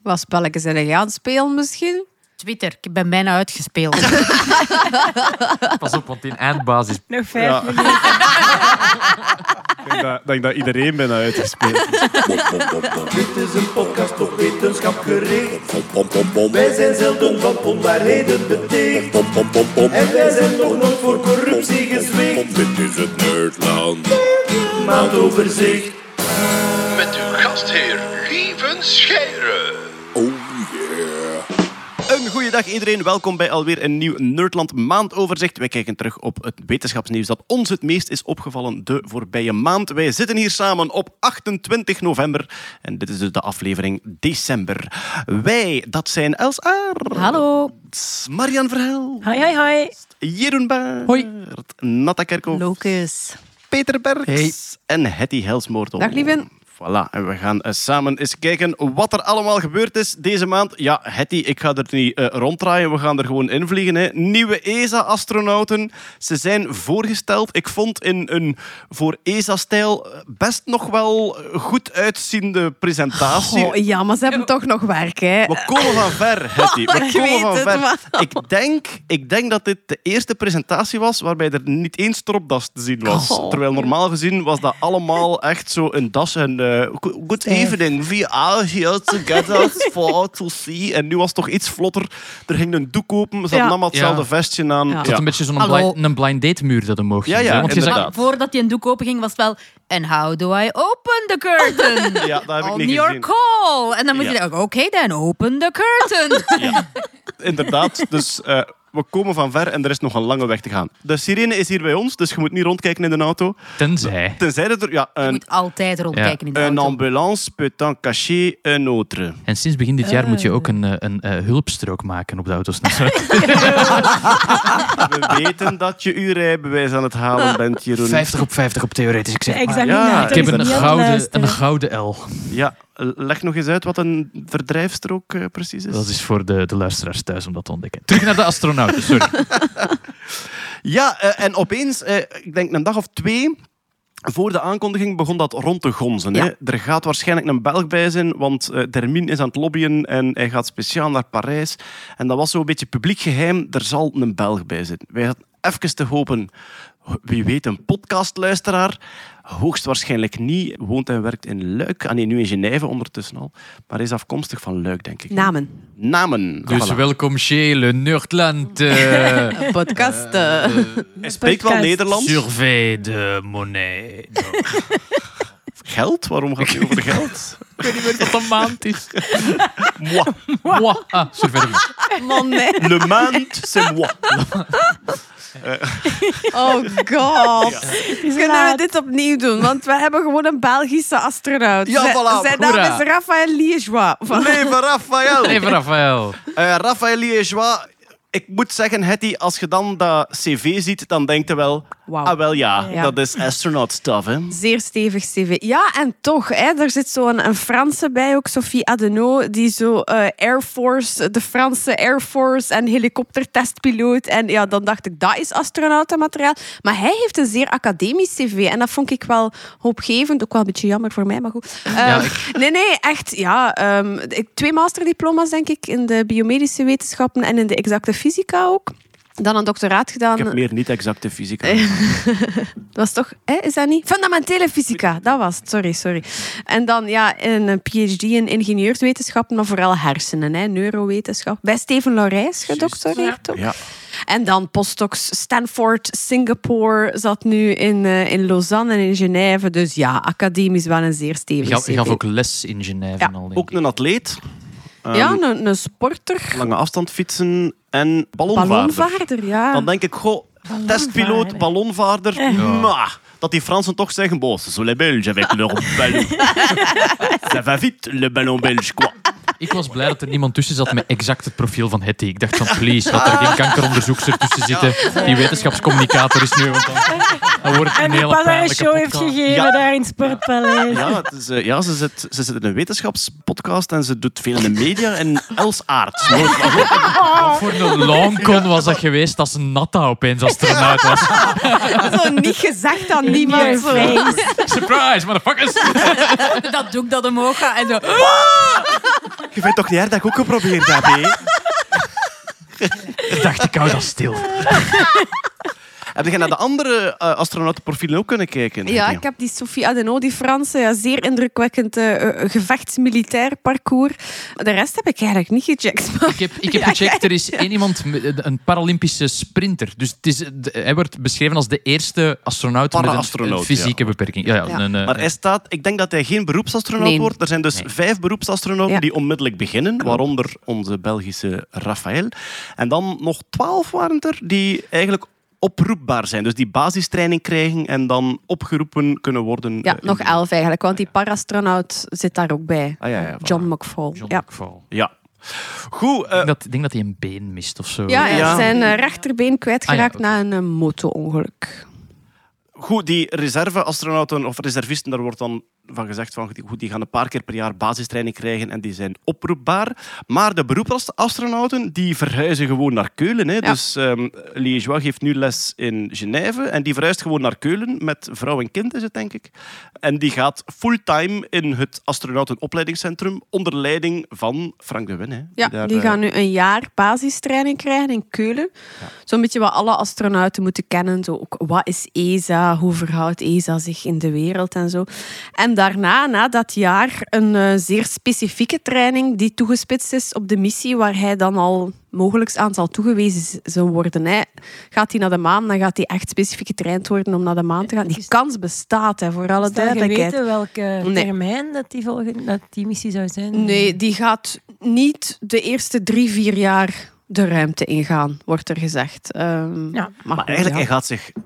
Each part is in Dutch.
Wat spelletjes zijn jij aan het spelen misschien? Twitter, ik ben bijna uitgespeeld. Pas op, want in eindbasis... Nog 5 minuten. Ik denk dat iedereen bijna uitgespeeld is. Dit is een podcast op wetenschap gericht. Wij zijn zelden van onwaarheden beticht. En wij zijn nog nooit voor corruptie gezwicht. Dit is het Nerdland. Maandoverzicht. Met uw gastheer Lieven Scheire. Oh yeah. Een goeiedag iedereen, welkom bij alweer een nieuw Nerdland maandoverzicht. Wij kijken terug op het wetenschapsnieuws dat ons het meest is opgevallen de voorbije maand. Wij zitten hier samen op 28 november en dit is dus de aflevering december. Wij, dat zijn Els Aar. Hallo. Marian Verhel. Hoi. Jeroen Baert. Hoi. Natta Kerkhoff. Locus. Peter Berks. Hey. En Hetty Helsmoortel. Dag, lieven. Voilà, en we gaan samen eens kijken wat er allemaal gebeurd is deze maand. Ja, Hetty, ik ga er niet ronddraaien, we gaan er gewoon invliegen. Hè. Nieuwe ESA-astronauten, ze zijn voorgesteld. Ik vond in een voor ESA-stijl best nog wel goed uitziende presentatie. Oh, ja, maar ze hebben toch nog werk, hè? We komen van ver, Hetty. We Ik komen weet van het, ver. maar- Ik denk dat dit de eerste presentatie was waarbij er niet één stropdas te zien was. Oh. Terwijl normaal gezien was dat allemaal echt zo een das en good evening, we are here together for to see. En nu was het toch iets vlotter. Er ging een doek open, ze hadden Ja. allemaal hetzelfde Ja. vestje aan. Ja. Het is een beetje zo'n Hallo. een blind date muur dat omhoog Ja, ging. ja, Want je zegt, inderdaad. Maar voordat die een doek open ging, was het wel... And how do I open the curtain? Ja, dat heb ik On niet your gezien. call. En dan moet Ja. je zeggen, oké, dan open the curtain. Ja, inderdaad. Dus we komen van ver en er is nog een lange weg te gaan. De sirene is hier bij ons, dus je moet niet rondkijken in de auto. tenzij. Tenzij er Je een moet altijd rondkijken in de een auto. ambulance peut en cacher un autre. En sinds begin dit jaar moet je ook een hulpstrook maken op de auto's. We weten dat je je rijbewijs aan het halen bent, Jeroen. 50 op 50 op theoretisch. Ik zeg maar. Ja, Ik heb een gouden L. Ja, leg nog eens uit wat een verdrijfstrook precies is. Dat is voor de luisteraars thuis om dat te ontdekken. Terug naar de astronauten, sorry. Ja, en opeens, ik denk een dag of 2... Voor de aankondiging begon dat rond te gonzen. Hè? Ja. Er gaat waarschijnlijk een Belg bij zijn, want Dermin is aan het lobbyen en hij gaat speciaal naar Parijs. En dat was zo'n beetje publiek geheim, er zal een Belg bij zijn. Wij hadden even te hopen, wie weet, een podcastluisteraar. Hoogstwaarschijnlijk niet, woont en werkt in Luik. Nu in Genève ondertussen al. Maar hij is afkomstig van Luik, denk ik. Namen. Dus Voilà. welkom chez le Nerdland. Podcast. Hij spreekt wel podcast. Nederlands. Survey de monnaie. Geld? Waarom gaat het over geld? Ik weet niet meer wat een maand is. Moi. Survey de monnaie. Man, nee. Le maand, c'est moi. Oh god. Kunnen we laat. dit opnieuw doen? Want we hebben gewoon een Belgische astronaut. Ja, voilà. Zijn naam Hoera. is Raphaël Liégeois. Leven Raphaël. Even Raphaël. Raphaël Liégeois. Ik moet zeggen, Hetty, als je dan dat cv ziet, dan denkt je wel... Wauw. Ah, wel ja, Ja. dat is astronaut stuff, hè. Zeer stevig cv. Ja, en toch, hè, er zit zo'n een Franse bij, ook Sophie Adenau, die zo Air Force, de Franse Air Force en helikoptertestpiloot. En ja, dan dacht ik, dat is astronautenmateriaal. Maar hij heeft een zeer academisch cv en dat vond ik wel hoopgevend. Ook wel een beetje jammer voor mij, maar goed. Nee, echt, ja. 2 masterdiploma's, denk ik, in de biomedische wetenschappen en in de exacte fysica ook. Dan een doctoraat gedaan. Ik heb meer niet-exacte fysica. Dat was toch, is dat niet? Fundamentele fysica, dat was het. Sorry. En dan ja, een PhD in ingenieurswetenschappen, maar vooral hersenen, neurowetenschap. Bij Steven Laurijs gedoctoreerd ook. Ja. En dan postdocs Stanford, Singapore, zat nu in Lausanne en in Genève. Dus ja, academisch wel een zeer stevig Je gaf CV. ook les in Genève Ja. en al. denk Ook ik. een atleet. Ja, een sporter. Lange afstand fietsen en ballonvaarder. Ballonvaarder, ja. Dan denk ik, testpiloot, ballonvaarder. Maar, dat die Fransen toch zeggen, bon, ce sont les Belges avec leur ballon. Ça va vite, le ballon belge, quoi. Ik was blij dat er niemand tussen zat met exact het profiel van Hetty. Ik dacht van, please, laat er geen kankeronderzoekster tussen zitten. Die wetenschapscommunicator is nu. Want dan... Dat wordt En een die hele pas haar een pijnlijke show heeft podcast. gegeven Ja. daar in het Sportpaleis. Ja, het is, ze zit in een wetenschapspodcast en ze doet veel in de media. En Els Aert. Wat voor een longcon was dat geweest als Natta opeens astronaut was. Zo niet gezegd aan niemand. Zo. Surprise, motherfuckers! Dat doek dat omhoog gaat en zo. Je vindt toch niet erg dat ik ook geprobeerd heb, hè? Ik dacht, ik hou dat stil. Heb je naar de andere astronautenprofielen ook kunnen kijken? Ja, ik heb die Sophie Adenau, die Franse, zeer indrukwekkend gevechtsmilitair parcours. De rest heb ik eigenlijk niet gecheckt. Maar... Ik heb gecheckt, er is één iemand, een Paralympische sprinter. Dus het is, hij wordt beschreven als de eerste astronaut met een Para-astronaut, fysieke beperking. Ja. Maar hij staat, ik denk dat hij geen beroepsastronaut Nee. wordt. Er zijn dus 5 beroepsastronauten Ja. die onmiddellijk beginnen, waaronder onze Belgische Raphaël. En dan nog 12 waren er die eigenlijk oproepbaar zijn. Dus die basistraining krijgen en dan opgeroepen kunnen worden. Ja, nog 11 eigenlijk, want die parastronaut zit daar ook bij. Ah, ja, John McFall. John Ja. McFall. Ja. Goed. Ik denk dat hij een been mist of zo. Ja, hij Ja. is zijn rechterbeen kwijtgeraakt Ah, ja, na een moto-ongeluk. Goed, die reserveastronauten of reservisten, daar wordt dan van gezegd van, goed, die gaan een paar keer per jaar basistraining krijgen en die zijn oproepbaar. Maar de beroepsastronauten, die verhuizen gewoon naar Keulen. Hè. Ja. Dus Liégeois geeft nu les in Genève en die verhuist gewoon naar Keulen met vrouw en kind, is het denk ik. En die gaat fulltime in het astronautenopleidingscentrum onder leiding van Frank de Win. Hè. Ja, die gaan nu een jaar basistraining krijgen in Keulen. Zo'n beetje wat alle astronauten moeten kennen. Zo ook, wat is ESA? Hoe verhoudt ESA zich in de wereld en zo. En daarna, na dat jaar, een zeer specifieke training die toegespitst is op de missie waar hij dan al mogelijk aan zal toegewezen zou worden. Hè. Gaat hij naar de maan, dan gaat hij echt specifiek getraind worden om naar de maan te gaan. Die kans bestaat, hè, voor alle Is dat duidelijkheid. geweten welke Nee. termijn dat die missie zou zijn? Nee, die gaat niet de eerste 3-4 jaar de ruimte ingaan, wordt er gezegd. Ja. Maar eigenlijk, hij gaat zich,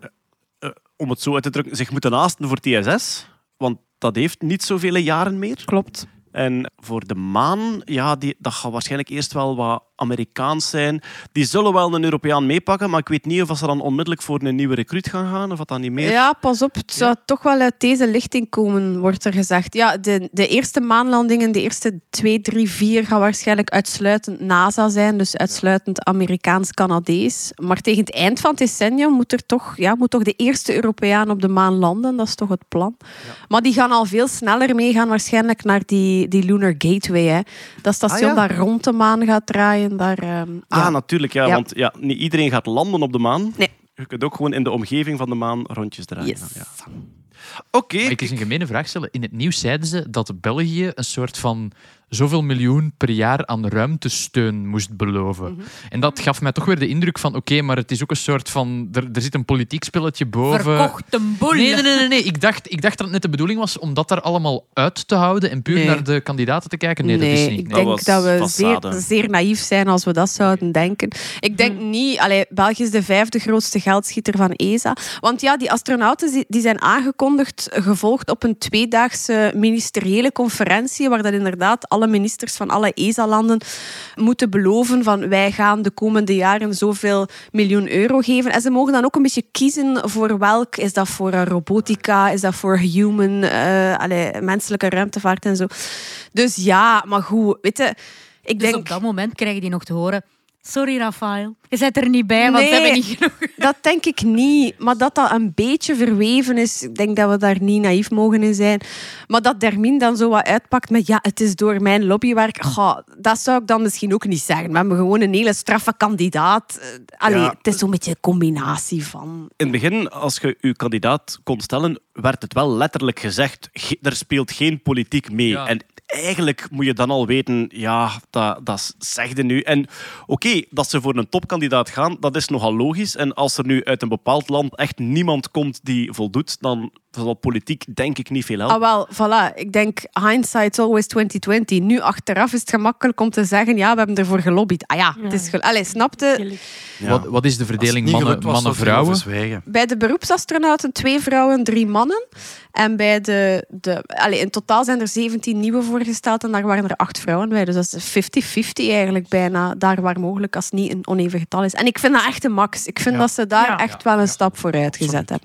om het zo uit te drukken, zich moeten haasten voor TSS. Want dat heeft niet zoveel jaren meer. Klopt. En voor de maan, ja, dat gaat waarschijnlijk eerst wel wat Amerikaans zijn. Die zullen wel een Europeaan meepakken, maar ik weet niet of ze dan onmiddellijk voor een nieuwe recruit gaan of wat dan niet meer. Ja, pas op. Het zou toch wel uit deze lichting komen, wordt er gezegd. Ja, de eerste maanlandingen, de eerste 2, 3, 4 gaan waarschijnlijk uitsluitend NASA zijn. Dus uitsluitend Amerikaans-Canadees. Maar tegen het eind van het decennium moet toch de eerste Europeaan op de maan landen. Dat is toch het plan. Ja. Maar die gaan al veel sneller meegaan waarschijnlijk naar die Lunar Gateway. Hè. Dat station dat rond de maan gaat draaien. Daar, natuurlijk. Ja, want niet iedereen gaat landen op de maan. Nee. Je kunt ook gewoon in de omgeving van de maan rondjes draaien. Yes. Ja. Oké. Maar ik eens een gemene vraag stellen. In het nieuws zeiden ze dat België een soort van zoveel miljoen per jaar aan ruimtesteun moest beloven. En dat gaf mij toch weer de indruk van oké, maar het is ook een soort van... Er zit een politiek spelletje boven. Verkocht een boel. Nee. Ik dacht dat het net de bedoeling was om dat daar allemaal uit te houden en puur naar de kandidaten te kijken. Nee, dat is niet. Ik Nee. denk was dat we façade. zeer naïef zijn als we dat zouden denken. Ik denk niet... België is de 5e grootste geldschieter van ESA. Want ja, die astronauten die zijn aangekondigd, gevolgd op een 2-daagse ministeriële conferentie, waar dat inderdaad alle ministers van alle ESA-landen moeten beloven van wij gaan de komende jaren zoveel miljoen euro geven. En ze mogen dan ook een beetje kiezen voor welk. Is dat voor robotica? Is dat voor human, menselijke ruimtevaart en zo? Dus ja, maar goed, weet je... Ik Dus denk, op dat moment krijg je nog te horen... Sorry, Raphaël. Je zit er niet bij, want ze hebben niet genoeg. Dat denk ik niet. Maar dat een beetje verweven is, ik denk dat we daar niet naïef mogen in zijn. Maar dat Dermien dan zo wat uitpakt met het is door mijn lobbywerk. Dat zou ik dan misschien ook niet zeggen. We hebben gewoon een hele straffe kandidaat. Het is zo'n beetje een combinatie van... In het begin, als je je kandidaat kon stellen, werd het wel letterlijk gezegd, er speelt geen politiek mee. Ja. En eigenlijk moet je dan al weten, dat zeg je nu. En oké, dat ze voor een topkandidaat gaan, dat is nogal logisch. En als er nu uit een bepaald land echt niemand komt die voldoet, dan zal politiek denk ik niet veel helpen. Voilà. Ik denk, hindsight's always 2020. Nu achteraf is het gemakkelijk om te zeggen, we hebben ervoor gelobbyd. Het is snapte? Ja. Wat is de verdeling mannen-vrouwen? Bij de beroepsastronauten 2 vrouwen, 3 mannen. En bij in totaal zijn er 17 nieuwe voorgesteld en daar waren er 8 vrouwen bij. Dus dat is 50-50 eigenlijk bijna, daar waar mogelijk, als het niet een oneven getal is. En ik vind dat echt een max. Ik vind dat ze daar echt wel een stap vooruit gezet hebben.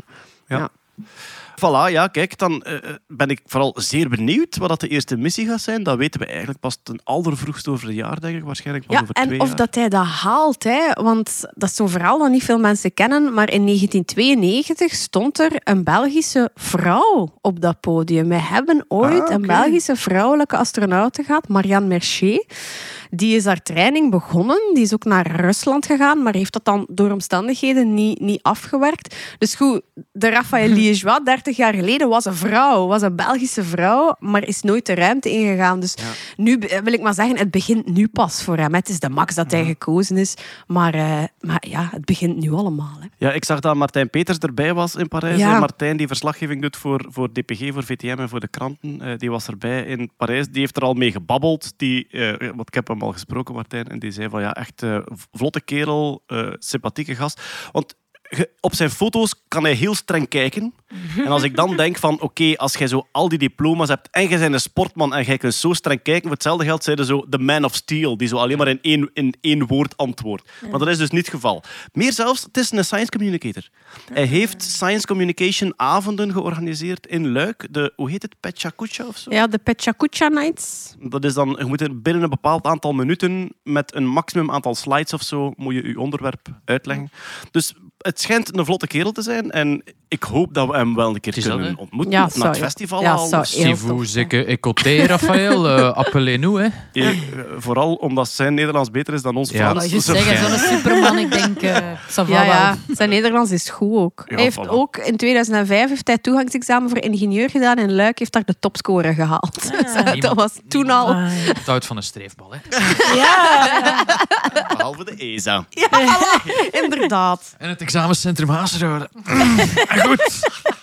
Ja. Voilà, ja, kijk, dan ben ik vooral zeer benieuwd wat dat de eerste missie gaat zijn. Dat weten we eigenlijk pas ten allervroegst over een jaar, denk ik. Waarschijnlijk pas over 2 jaar. En of dat hij dat haalt, hè, want dat is zo'n verhaal dat niet veel mensen kennen, maar in 1992 stond er een Belgische vrouw op dat podium. We hebben ooit een Belgische vrouwelijke astronaute gehad, Marianne Mercier. Die is haar training begonnen. Die is ook naar Rusland gegaan, maar heeft dat dan door omstandigheden niet afgewerkt. Dus goed, de Raphaël Liégeois, 30 jaar geleden, was een vrouw. Was een Belgische vrouw, maar is nooit de ruimte ingegaan. Dus nu wil ik maar zeggen, het begint nu pas voor hem. Het is de max dat hij gekozen is. Maar ja, het begint nu allemaal. Hè. Ja, ik zag dat Martijn Peters erbij was in Parijs. Ja. Martijn, die verslaggeving doet voor DPG, voor VTM en voor de kranten. Die was erbij in Parijs. Die heeft er al mee gebabbeld. Want ik heb hem al gesproken, Martijn. En die zei van, ja, echt vlotte kerel, sympathieke gast. Want op zijn foto's kan hij heel streng kijken. En als ik dan denk van, oké, als jij zo al die diploma's hebt en jij bent een sportman en jij kunt zo streng kijken, voor hetzelfde geld zijn zo de man of steel, die zo alleen maar in één woord antwoordt. Maar dat is dus niet het geval. Meer zelfs, het is een science communicator. Hij heeft science communication avonden georganiseerd in Luik. Hoe heet het? Pechakucha of zo? Ja, de Pechakucha Nights. Dat is dan, je moet binnen een bepaald aantal minuten met een maximum aantal slides of zo, moet je je onderwerp uitleggen. Dus het schijnt een vlotte kerel te zijn en ik hoop dat we hem wel een keer kunnen ontmoeten Ja, na het festival. ja, al. zou Dus, heel Si vous écoutez, Raphaël, appelez-nous, hè. vooral omdat zijn Nederlands beter is dan ons Ja. Frans. Ik wou juist zeggen, zo'n superman, ik denk, ça va Ja, wel. zijn Nederlands is goed ook. Ja, Hij heeft voilà. ook in 2005 heeft hij toegangsexamen voor ingenieur gedaan en Luik heeft daar de topscore gehaald. Dat was toen al. Het houdt van een streefbal, hè. Behalve de ESA. Inderdaad. En het examencentrum Haasrode. Goed.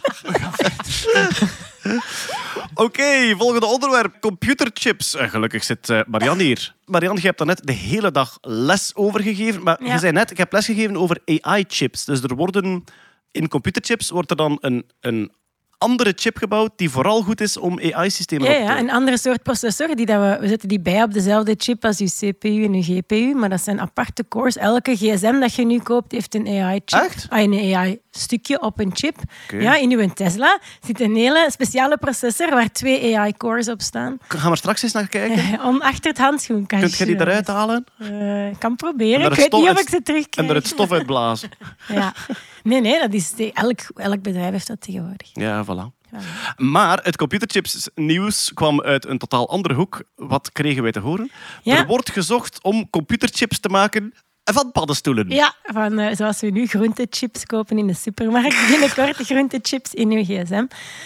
Oké, volgende onderwerp. Computerchips. Gelukkig zit Marianne hier. Marianne, je hebt daar net de hele dag les over gegeven. Maar je zei net, ik heb les gegeven over AI-chips. Dus in computerchips wordt er dan een andere chip gebouwd die vooral goed is om AI-systemen op te... Ja, een andere soort processor. We zetten die bij op dezelfde chip als je CPU en je GPU, maar dat zijn aparte cores. Elke gsm dat je nu koopt heeft een AI-chip. Echt? Een AI-stukje op een chip. Oké. Ja, in uw Tesla zit een hele speciale processor waar 2 AI-cores op staan. Gaan we straks eens naar kijken? Om achter het handschoenkastje. Kunt je die eruit halen? Ik kan proberen. En er Ik het weet niet stof of ik ze terugkrijg. En er het stof uitblazen. Ja. Nee, dat is elk bedrijf heeft dat tegenwoordig. Ja, voilà. Maar het computerchips nieuws kwam uit een totaal andere hoek. Wat kregen wij te horen? Ja. Er wordt gezocht om computerchips te maken van paddenstoelen. Ja, zoals we nu groentechips kopen in de supermarkt. Binnenkort groentechips in uw gsm.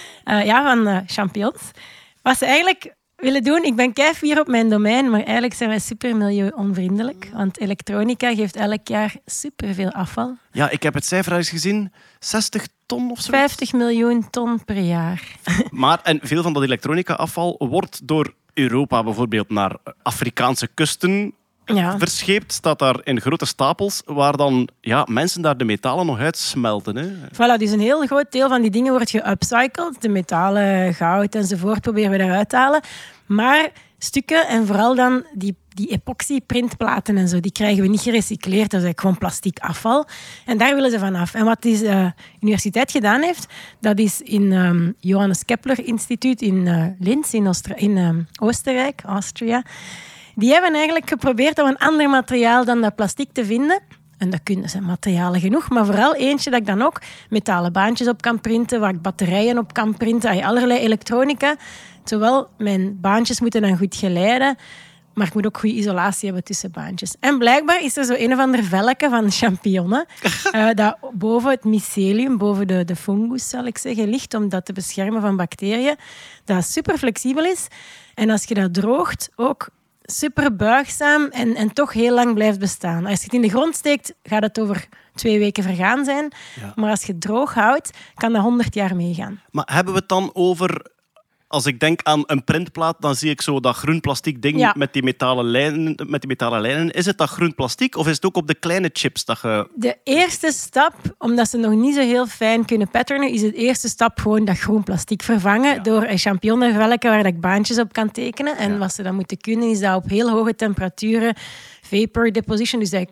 Van champignons. Wat ze eigenlijk willen doen, ik ben keifier op mijn domein, maar eigenlijk zijn wij super milieu-onvriendelijk. Want elektronica geeft elk jaar superveel afval. Ja, ik heb het cijfer eens gezien. 60 ton of zo. 50 miljoen ton per jaar. En veel van dat elektronica-afval wordt door Europa bijvoorbeeld naar Afrikaanse kusten Ja. verscheept. Staat daar in grote stapels, waar dan mensen daar de metalen nog uitsmelten. Hè. Voilà, dus een heel groot deel van die dingen wordt geupcycled. De metalen, goud enzovoort proberen we eruit te halen. Maar stukken en vooral dan die epoxy-printplaten en zo, die krijgen we niet gerecycleerd. Dat is eigenlijk gewoon plastic afval. En daar willen ze vanaf. En wat de universiteit gedaan heeft, dat is in Johannes Kepler Instituut in Linz, in Oostenrijk, Austria. Die hebben eigenlijk geprobeerd om een ander materiaal dan dat plastic te vinden. En dat zijn materialen genoeg, maar vooral eentje dat ik dan ook metalen baantjes op kan printen, waar ik batterijen op kan printen, allerlei elektronica. Zowel mijn baantjes moeten dan goed glijden, maar ik moet ook goede isolatie hebben tussen baantjes. En blijkbaar is er zo een of ander velletje van champignonnen dat boven het mycelium, boven de fungus, zal ik zeggen, ligt om dat te beschermen van bacteriën, dat super flexibel is. En als je dat droogt, ook super buigzaam en toch heel lang blijft bestaan. Als je het in de grond steekt, gaat het over 2 weken vergaan zijn. Ja. Maar als je het droog houdt, kan dat 100 jaar meegaan. Maar hebben we het dan over... Als ik denk aan een printplaat, dan zie ik zo dat groen plastic ding met die metalen lijnen. Is het dat groen plastic of is het ook op de kleine chips dat je... De eerste stap, omdat ze nog niet zo heel fijn kunnen patternen, is de eerste stap gewoon dat groen plastic vervangen door een champignonvelken waar ik baantjes op kan tekenen. En wat ze dan moeten kunnen, is dat op heel hoge temperaturen vapor deposition, dus dat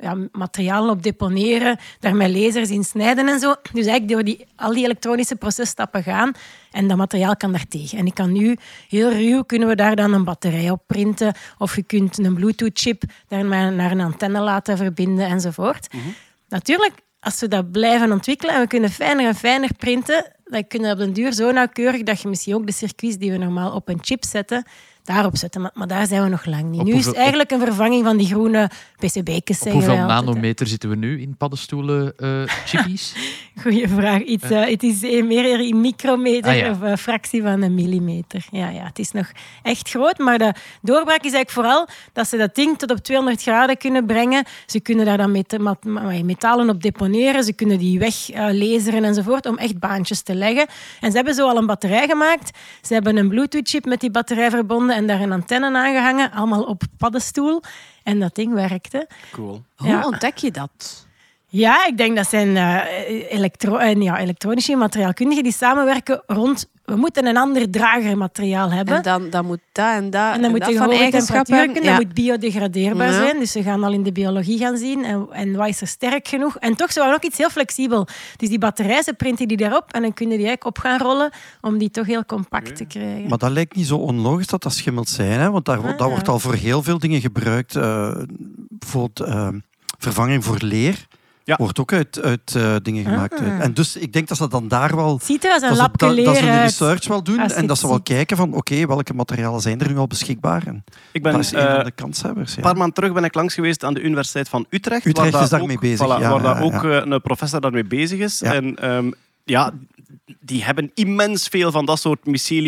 materialen op deponeren, daar met lasers in snijden en zo. Dus eigenlijk door al die elektronische processtappen gaan en dat materiaal kan daar tegen. En ik kan nu heel ruw, kunnen we daar dan een batterij op printen of je kunt een Bluetooth-chip daar naar een antenne laten verbinden enzovoort. Natuurlijk, als we dat blijven ontwikkelen en we kunnen fijner en fijner printen, dan kunnen we op den duur zo nauwkeurig dat je misschien ook de circuits die we normaal op een chip zetten, daarop zetten. Maar daar zijn we nog lang niet. Nu is het eigenlijk een vervanging van die groene PCB'tjes. Op hoeveel nanometer zitten we nu in paddenstoelen chippies? Goeie vraag. Het is meer in micrometer of een fractie van een millimeter. Ja, het is nog echt groot. Maar de doorbraak is eigenlijk vooral dat ze dat ding tot op 200 graden kunnen brengen. Ze kunnen daar dan metalen op deponeren. Ze kunnen die weglaseren enzovoort om echt baantjes te leggen. En ze hebben zo al een batterij gemaakt. Ze hebben een Bluetooth-chip met die batterij verbonden en daar een antenne aangehangen. Allemaal op paddenstoel. En dat ding werkte. Cool. Hoe ontdek je dat? Ja, ik denk dat zijn elektronische materiaalkundigen die samenwerken rond... We moeten een ander dragermateriaal hebben. En dan moet dat en dat en dan moet dat je van hoge eigenschappen temperatuur hebben. kunnen. Dat moet biodegradeerbaar Ja. zijn. Dus ze gaan al in de biologie gaan zien. En wat is er sterk genoeg? En toch, ze waren ook iets heel flexibel. Dus die batterij, ze printen die daarop en dan kunnen die eigenlijk op gaan rollen om die toch heel compact te krijgen. Maar dat lijkt niet zo onlogisch dat dat schimmelt zijn. Hè? Want dat wordt al voor heel veel dingen gebruikt. Bijvoorbeeld vervanging voor leer. Ja. Wordt ook uit dingen gemaakt. En dus ik denk dat ze dan daar wel... Ziet er als een dat lapje leer ze een uit. research wel doen als je en dat het ze wel ziet. kijken van oké, welke materialen zijn er nu al beschikbaar. En Ik ben dat is een van de kanshebbers. een paar maanden terug ben ik langs geweest aan de Universiteit van Utrecht. Utrecht waar is daar daarmee ook, bezig, voilà, ja, waar daar ja, ook ja. een professor daarmee bezig is. Ja. En die hebben immens veel van dat soort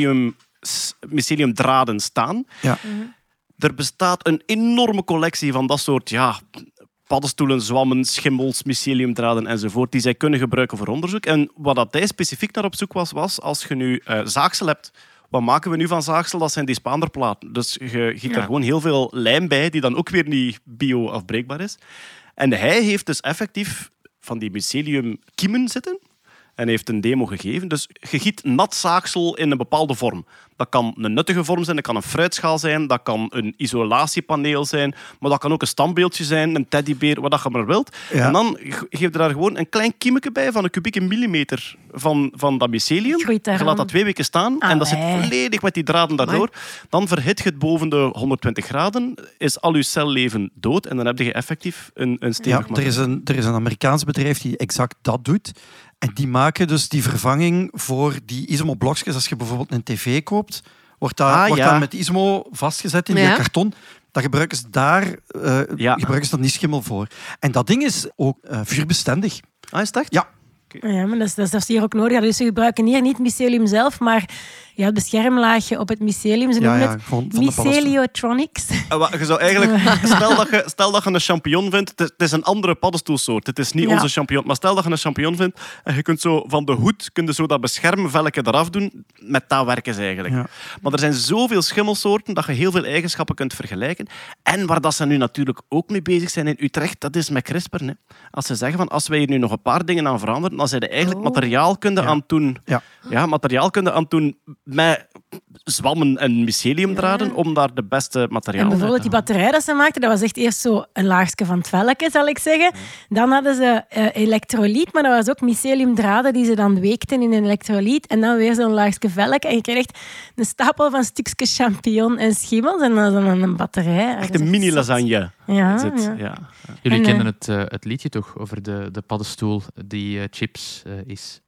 myceliumdraden staan. Ja. Er bestaat een enorme collectie van dat soort paddenstoelen, zwammen, schimmels, myceliumdraden enzovoort, die zij kunnen gebruiken voor onderzoek. En wat dat hij specifiek naar op zoek was als je nu zaagsel hebt. Wat maken we nu van zaagsel? Dat zijn die spaanderplaten. Dus je giet er gewoon heel veel lijm bij, die dan ook weer niet bio-afbreekbaar is. En hij heeft dus effectief van die myceliumkiemen zitten en heeft een demo gegeven. Dus je giet nat zaagsel in een bepaalde vorm. Dat kan een nuttige vorm zijn, dat kan een fruitschaal zijn, dat kan een isolatiepaneel zijn, maar dat kan ook een standbeeldje zijn, een teddybeer, wat je maar wilt. Ja. En dan geef je daar gewoon een klein kiemetje bij van een kubieke millimeter van dat mycelium. Groeit daar Je laat aan. dat 2 weken staan en dat zit Allee. volledig met die draden daardoor. Dan verhit je het boven de 120 graden, is al je celleven dood en dan heb je effectief een stevig Ja, materiaal. er is een Amerikaans bedrijf die exact dat doet. En die maken dus die vervanging voor die Ismo-blokjes. Als je bijvoorbeeld een tv koopt, wordt dat met Ismo vastgezet in die karton. Dat gebruiken ze daar gebruiken ze dan niet schimmel voor. En dat ding is ook vuurbestendig. Ah, is het echt? Ja. Ja, maar dat is hier ook nodig. Dus ze gebruiken hier niet mycelium zelf, maar het beschermlaagje op het mycelium. Ze noemen het gewoon van de paddenstoel. myceliotronics. Je zou eigenlijk, stel dat je een champignon vindt, het is een andere paddenstoelsoort. Het is niet onze champignon. Maar stel dat je een champignon vindt en je kunt zo van de hoed zo dat beschermvelkje eraf doen. Met dat werken ze eigenlijk. Ja. Maar er zijn zoveel schimmelsoorten dat je heel veel eigenschappen kunt vergelijken. En waar dat ze nu natuurlijk ook mee bezig zijn in Utrecht, dat is met CRISPR. Hè. Als ze zeggen van als wij hier nu nog een paar dingen aan veranderen, dan zijn ze eigenlijk materiaalkunde aan het doen. Ja. Materiaalkunde aan het doen met zwammen en myceliumdraden om daar de beste En materialen bijvoorbeeld die batterij dat ze maakten, dat was echt eerst zo een laagje van het velletje, zal ik zeggen. Dan hadden ze elektrolyt, maar dat was ook myceliumdraden die ze dan weekten in een elektrolyt. En dan weer zo'n laagje velletje. En je kreeg echt een stapel van stukjes champignon en schimmels. En dan een batterij. Echt een mini-lasagne. Ja, Is het. ja. Ja. Jullie En, kennen het liedje toch over de paddenstoel die chips is?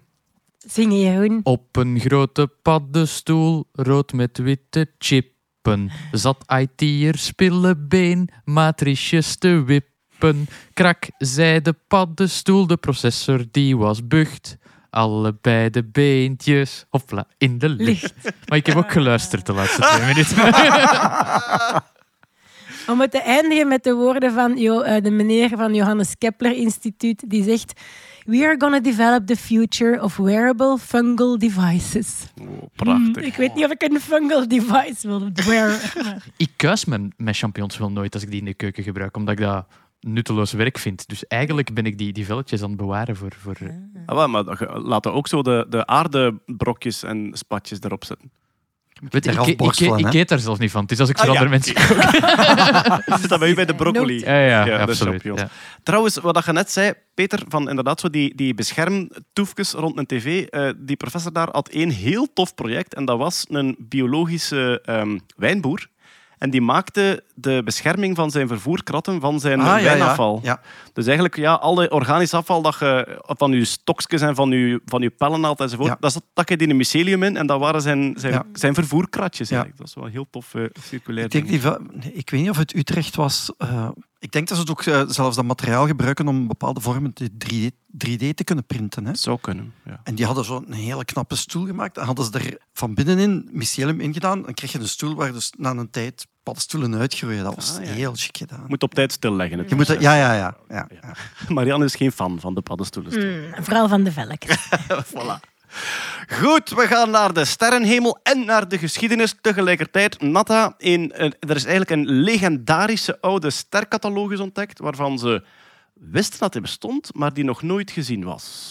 Zing je, Jeroen. Op een grote paddenstoel, rood met witte chippen, zat IT'er spillebeen, matrices te wippen. Krak, zei de paddenstoel, de processor die was bucht. Allebei de beentjes, hopla, in de lucht. Maar ik heb ook geluisterd de laatste 2 minuten. Om het te eindigen met de woorden van de meneer van Johannes Kepler Instituut, die zegt: We are going to develop the future of wearable fungal devices. Oh, prachtig. Ik weet niet of ik een fungal device wil wear. Ik kuis mijn champignons wel nooit als ik die in de keuken gebruik, omdat ik dat nutteloos werk vind. Dus eigenlijk ben ik die velletjes aan het bewaren voor... Ah, wel, maar laten we ook zo de aardebrokjes en spatjes erop zetten. Weet je, eraf ik borstelen, hè? eet daar zelf niet van. Het is als ik voor andere mensen kook. Zit dat bij u bij de broccoli? Ja, de absoluut. champignons. Ja. Trouwens, wat je net zei, Peter, van inderdaad zo die beschermtoefjes rond een tv. Die professor daar had één heel tof project en dat was een biologische wijnboer. En die maakte de bescherming van zijn vervoerkratten van zijn wijnafval. Ja. Dus eigenlijk alle organisch afval dat je, van je stokjes en van je pellennaald enzovoort, dat stak je in een mycelium in en dat waren zijn vervoerkratjes. Eigenlijk. Dat is wel een heel tof circulair ding. Ik weet niet of het Utrecht was. Ik denk dat ze het ook zelfs dat materiaal gebruiken om bepaalde vormen 3D te kunnen printen. Hè. Dat zou kunnen, ja. En die hadden zo'n hele knappe stoel gemaakt. Dan hadden ze er van binnenin mycelium in gedaan. Dan kreeg je een stoel waar dus na een tijd paddenstoelen uitgroeien. Dat was heel chic gedaan. Je moet op tijd stilleggen. Je moet ja. Marianne is geen fan van de paddenstoelen. Vooral van de velk. Voilà. Goed, we gaan naar de sterrenhemel en naar de geschiedenis tegelijkertijd. Natta, er is eigenlijk een legendarische oude stercatalogus ontdekt waarvan ze wisten dat hij bestond, maar die nog nooit gezien was.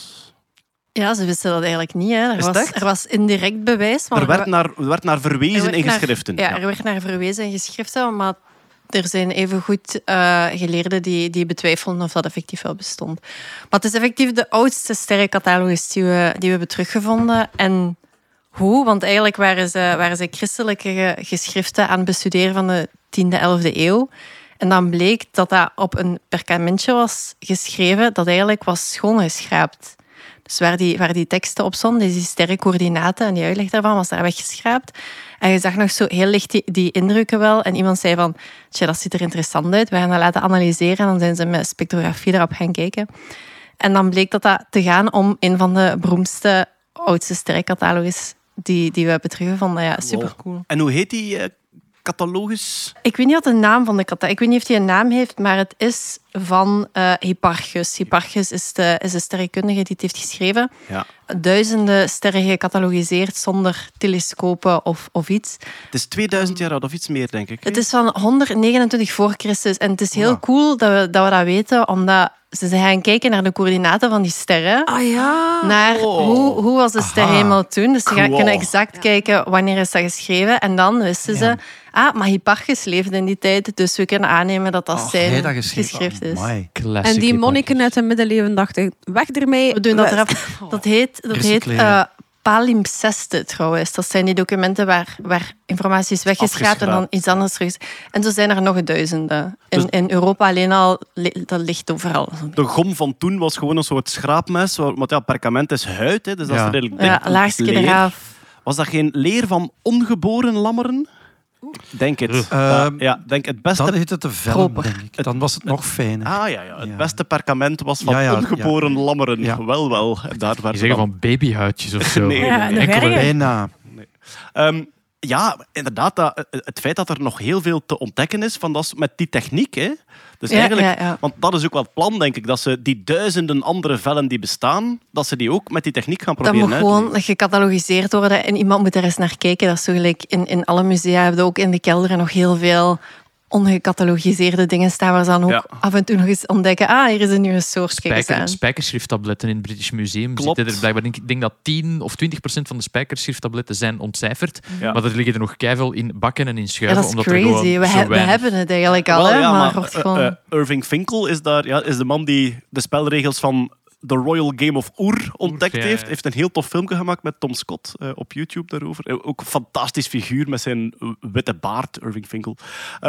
Ja, ze wisten dat eigenlijk niet. Hè. Er was indirect bewijs. Er werd naar verwezen in geschriften. Er werd naar verwezen in geschriften, maar er zijn evengoed geleerden die betwijfelden of dat effectief wel bestond. Maar het is effectief de oudste sterrencatalogus die we hebben teruggevonden. En hoe? Want eigenlijk waren ze christelijke geschriften aan het bestuderen van de 10e, 11e eeuw. En dan bleek dat op een perkamentje was geschreven dat eigenlijk was schoongeschraapt. Dus waar die teksten op stonden, die sterrencoördinaten en die uitleg daarvan, was daar weggeschraapt. En je zag nog zo heel licht die indrukken wel. En iemand zei van, tja, dat ziet er interessant uit. We gaan dat laten analyseren. En dan zijn ze met spectrografie erop gaan kijken. En dan bleek dat te gaan om een van de beroemdste, oudste sterrencatalogus die we hebben teruggevonden. Ja, supercool. En hoe heet die catalogus? Ik weet niet wat de naam van de catalogus... Ik weet niet of die een naam heeft, maar het is van Hipparchus. Hipparchus is de sterrenkundige die het heeft geschreven. Ja. Duizenden sterren gecatalogiseerd zonder telescopen of iets. Het is 2000 jaar oud of iets meer, denk ik. Het is van 129 voor Christus. En het is heel cool dat we dat weten, omdat ze zijn gaan kijken naar de coördinaten van die sterren. Ah ja. Naar hoe was de sterrenhemel toen. Dus ze kunnen exact kijken wanneer is dat geschreven. En dan wisten ze... maar Hipparchus leefde in die tijd, dus we kunnen aannemen dat zijn geschrift is. En die monniken uit de middeleeuwen dachten, weg ermee. We doen dat eraf. Dat heet palimpseste trouwens. Dat zijn die documenten waar informatie is weggeschraapt en dan iets anders terug. En zo zijn er nog duizenden. In Europa alleen al, dat ligt overal. De gom van toen was gewoon een soort schraapmes, want perkament is huid, hè, dus dat is redelijk laagstje eraf. Was dat geen leer van ongeboren lammeren? Denk het. Denk het beste. Dan heet het de velm, denk ik. Dan was het nog fijner. Het beste perkament was van ongeboren lammeren. Ja. Wel. Daar je zeggen van babyhuidjes of zo. Nee. Bijna. Nee. Inderdaad, het feit dat er nog heel veel te ontdekken is met die techniek. Hè. Dus want dat is ook wel het plan, denk ik, dat ze die duizenden andere vellen die bestaan, dat ze die ook met die techniek gaan proberen uit. Dat moet gewoon gecatalogiseerd worden en iemand moet er eens naar kijken. Dat is zo gelijk in alle musea hebben we ook in de kelderen nog heel veel ongecatalogiseerde dingen staan waar ze dan ook af en toe nog eens ontdekken. Hier is een nieuwe soort. Spijkerschrifttabletten in het British Museum zitten er blijkbaar. Ik denk dat 10 of 20% van de spijkerschrifttabletten zijn ontcijferd. Ja. Maar er liggen er nog keiveel in bakken en in schuiven. Dat is crazy. We hebben het eigenlijk al. Maar Irving Finkel is de man die de spelregels van The Royal Game of Ur ontdekt heeft. Heeft een heel tof filmpje gemaakt met Tom Scott op YouTube daarover. Ook een fantastisch figuur met zijn witte baard, Irving Finkel.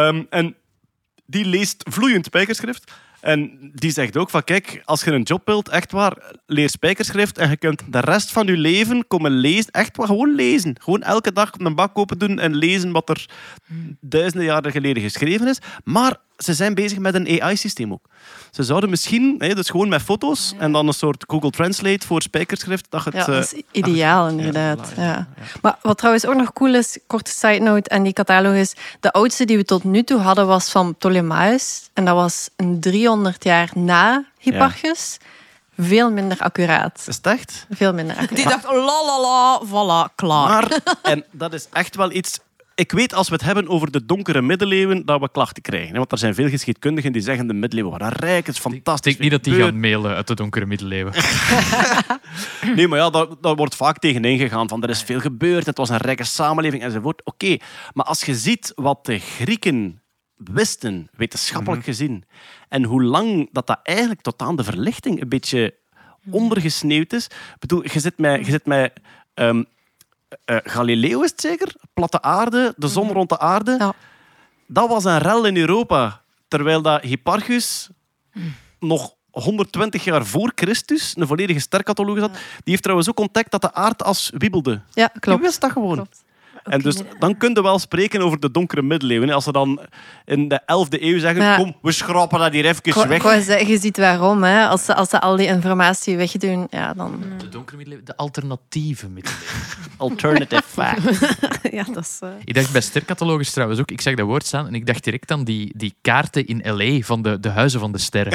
En die leest vloeiend spijkerschrift. En die zegt ook van, kijk, als je een job wilt, echt waar, leer spijkerschrift en je kunt de rest van je leven komen lezen. Echt waar, gewoon lezen. Gewoon elke dag een bak open doen en lezen wat er duizenden jaren geleden geschreven is. Maar ze zijn bezig met een AI-systeem ook. Ze zouden misschien, dus gewoon met foto's en dan een soort Google Translate voor spijkerschrift. Dat is ideaal, inderdaad. Ja. Maar wat trouwens ook nog cool is, korte side note aan die catalogus, de oudste die we tot nu toe hadden was van Ptolemeus. En dat was 300 jaar na Hipparchus. Veel minder accuraat. Is het echt? Veel minder accuraat. Die dacht, la, voilà, klaar. Maar, en dat is echt wel iets... Ik weet, als we het hebben over de donkere middeleeuwen, dat we klachten krijgen. Want er zijn veel geschiedkundigen die zeggen de middeleeuwen waren rijk, het is fantastisch. Ik denk niet dat die gaan mailen uit de donkere middeleeuwen. Nee, maar ja, daar wordt vaak tegen ingegaan van er is veel gebeurd, het was een rijke samenleving enzovoort. Oké, maar als je ziet wat de Grieken wisten, wetenschappelijk gezien, en hoe lang dat eigenlijk tot aan de verlichting een beetje ondergesneeuwd is. Ik bedoel, je zit met Galileo, is het zeker? Platte aarde, de zon rond de aarde. Ja. Dat was een rel in Europa. Terwijl dat Hipparchus nog 120 jaar voor Christus een volledige stercatalogus had. Die heeft trouwens ook ontdekt dat de aardas wiebelde. Ja, klopt. Die wist dat gewoon. Klopt. En dus dan kun je wel spreken over de donkere middeleeuwen. Als ze dan in de 11e eeuw zeggen, Ja. kom, we schrapen dat hier even weg. Je ziet waarom. Hè. Als ze al die informatie wegdoen, ja, dan... De donkere middeleeuwen, de alternatieve middeleeuwen. Alternative facts. Ja, dat is... Ik dacht bij stercatalogus trouwens ook, ik zag dat woord staan en ik dacht direct aan die kaarten in L.A. van de huizen van de sterren.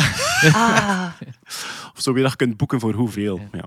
Of zo weer dat je kunt boeken voor hoeveel. Ja.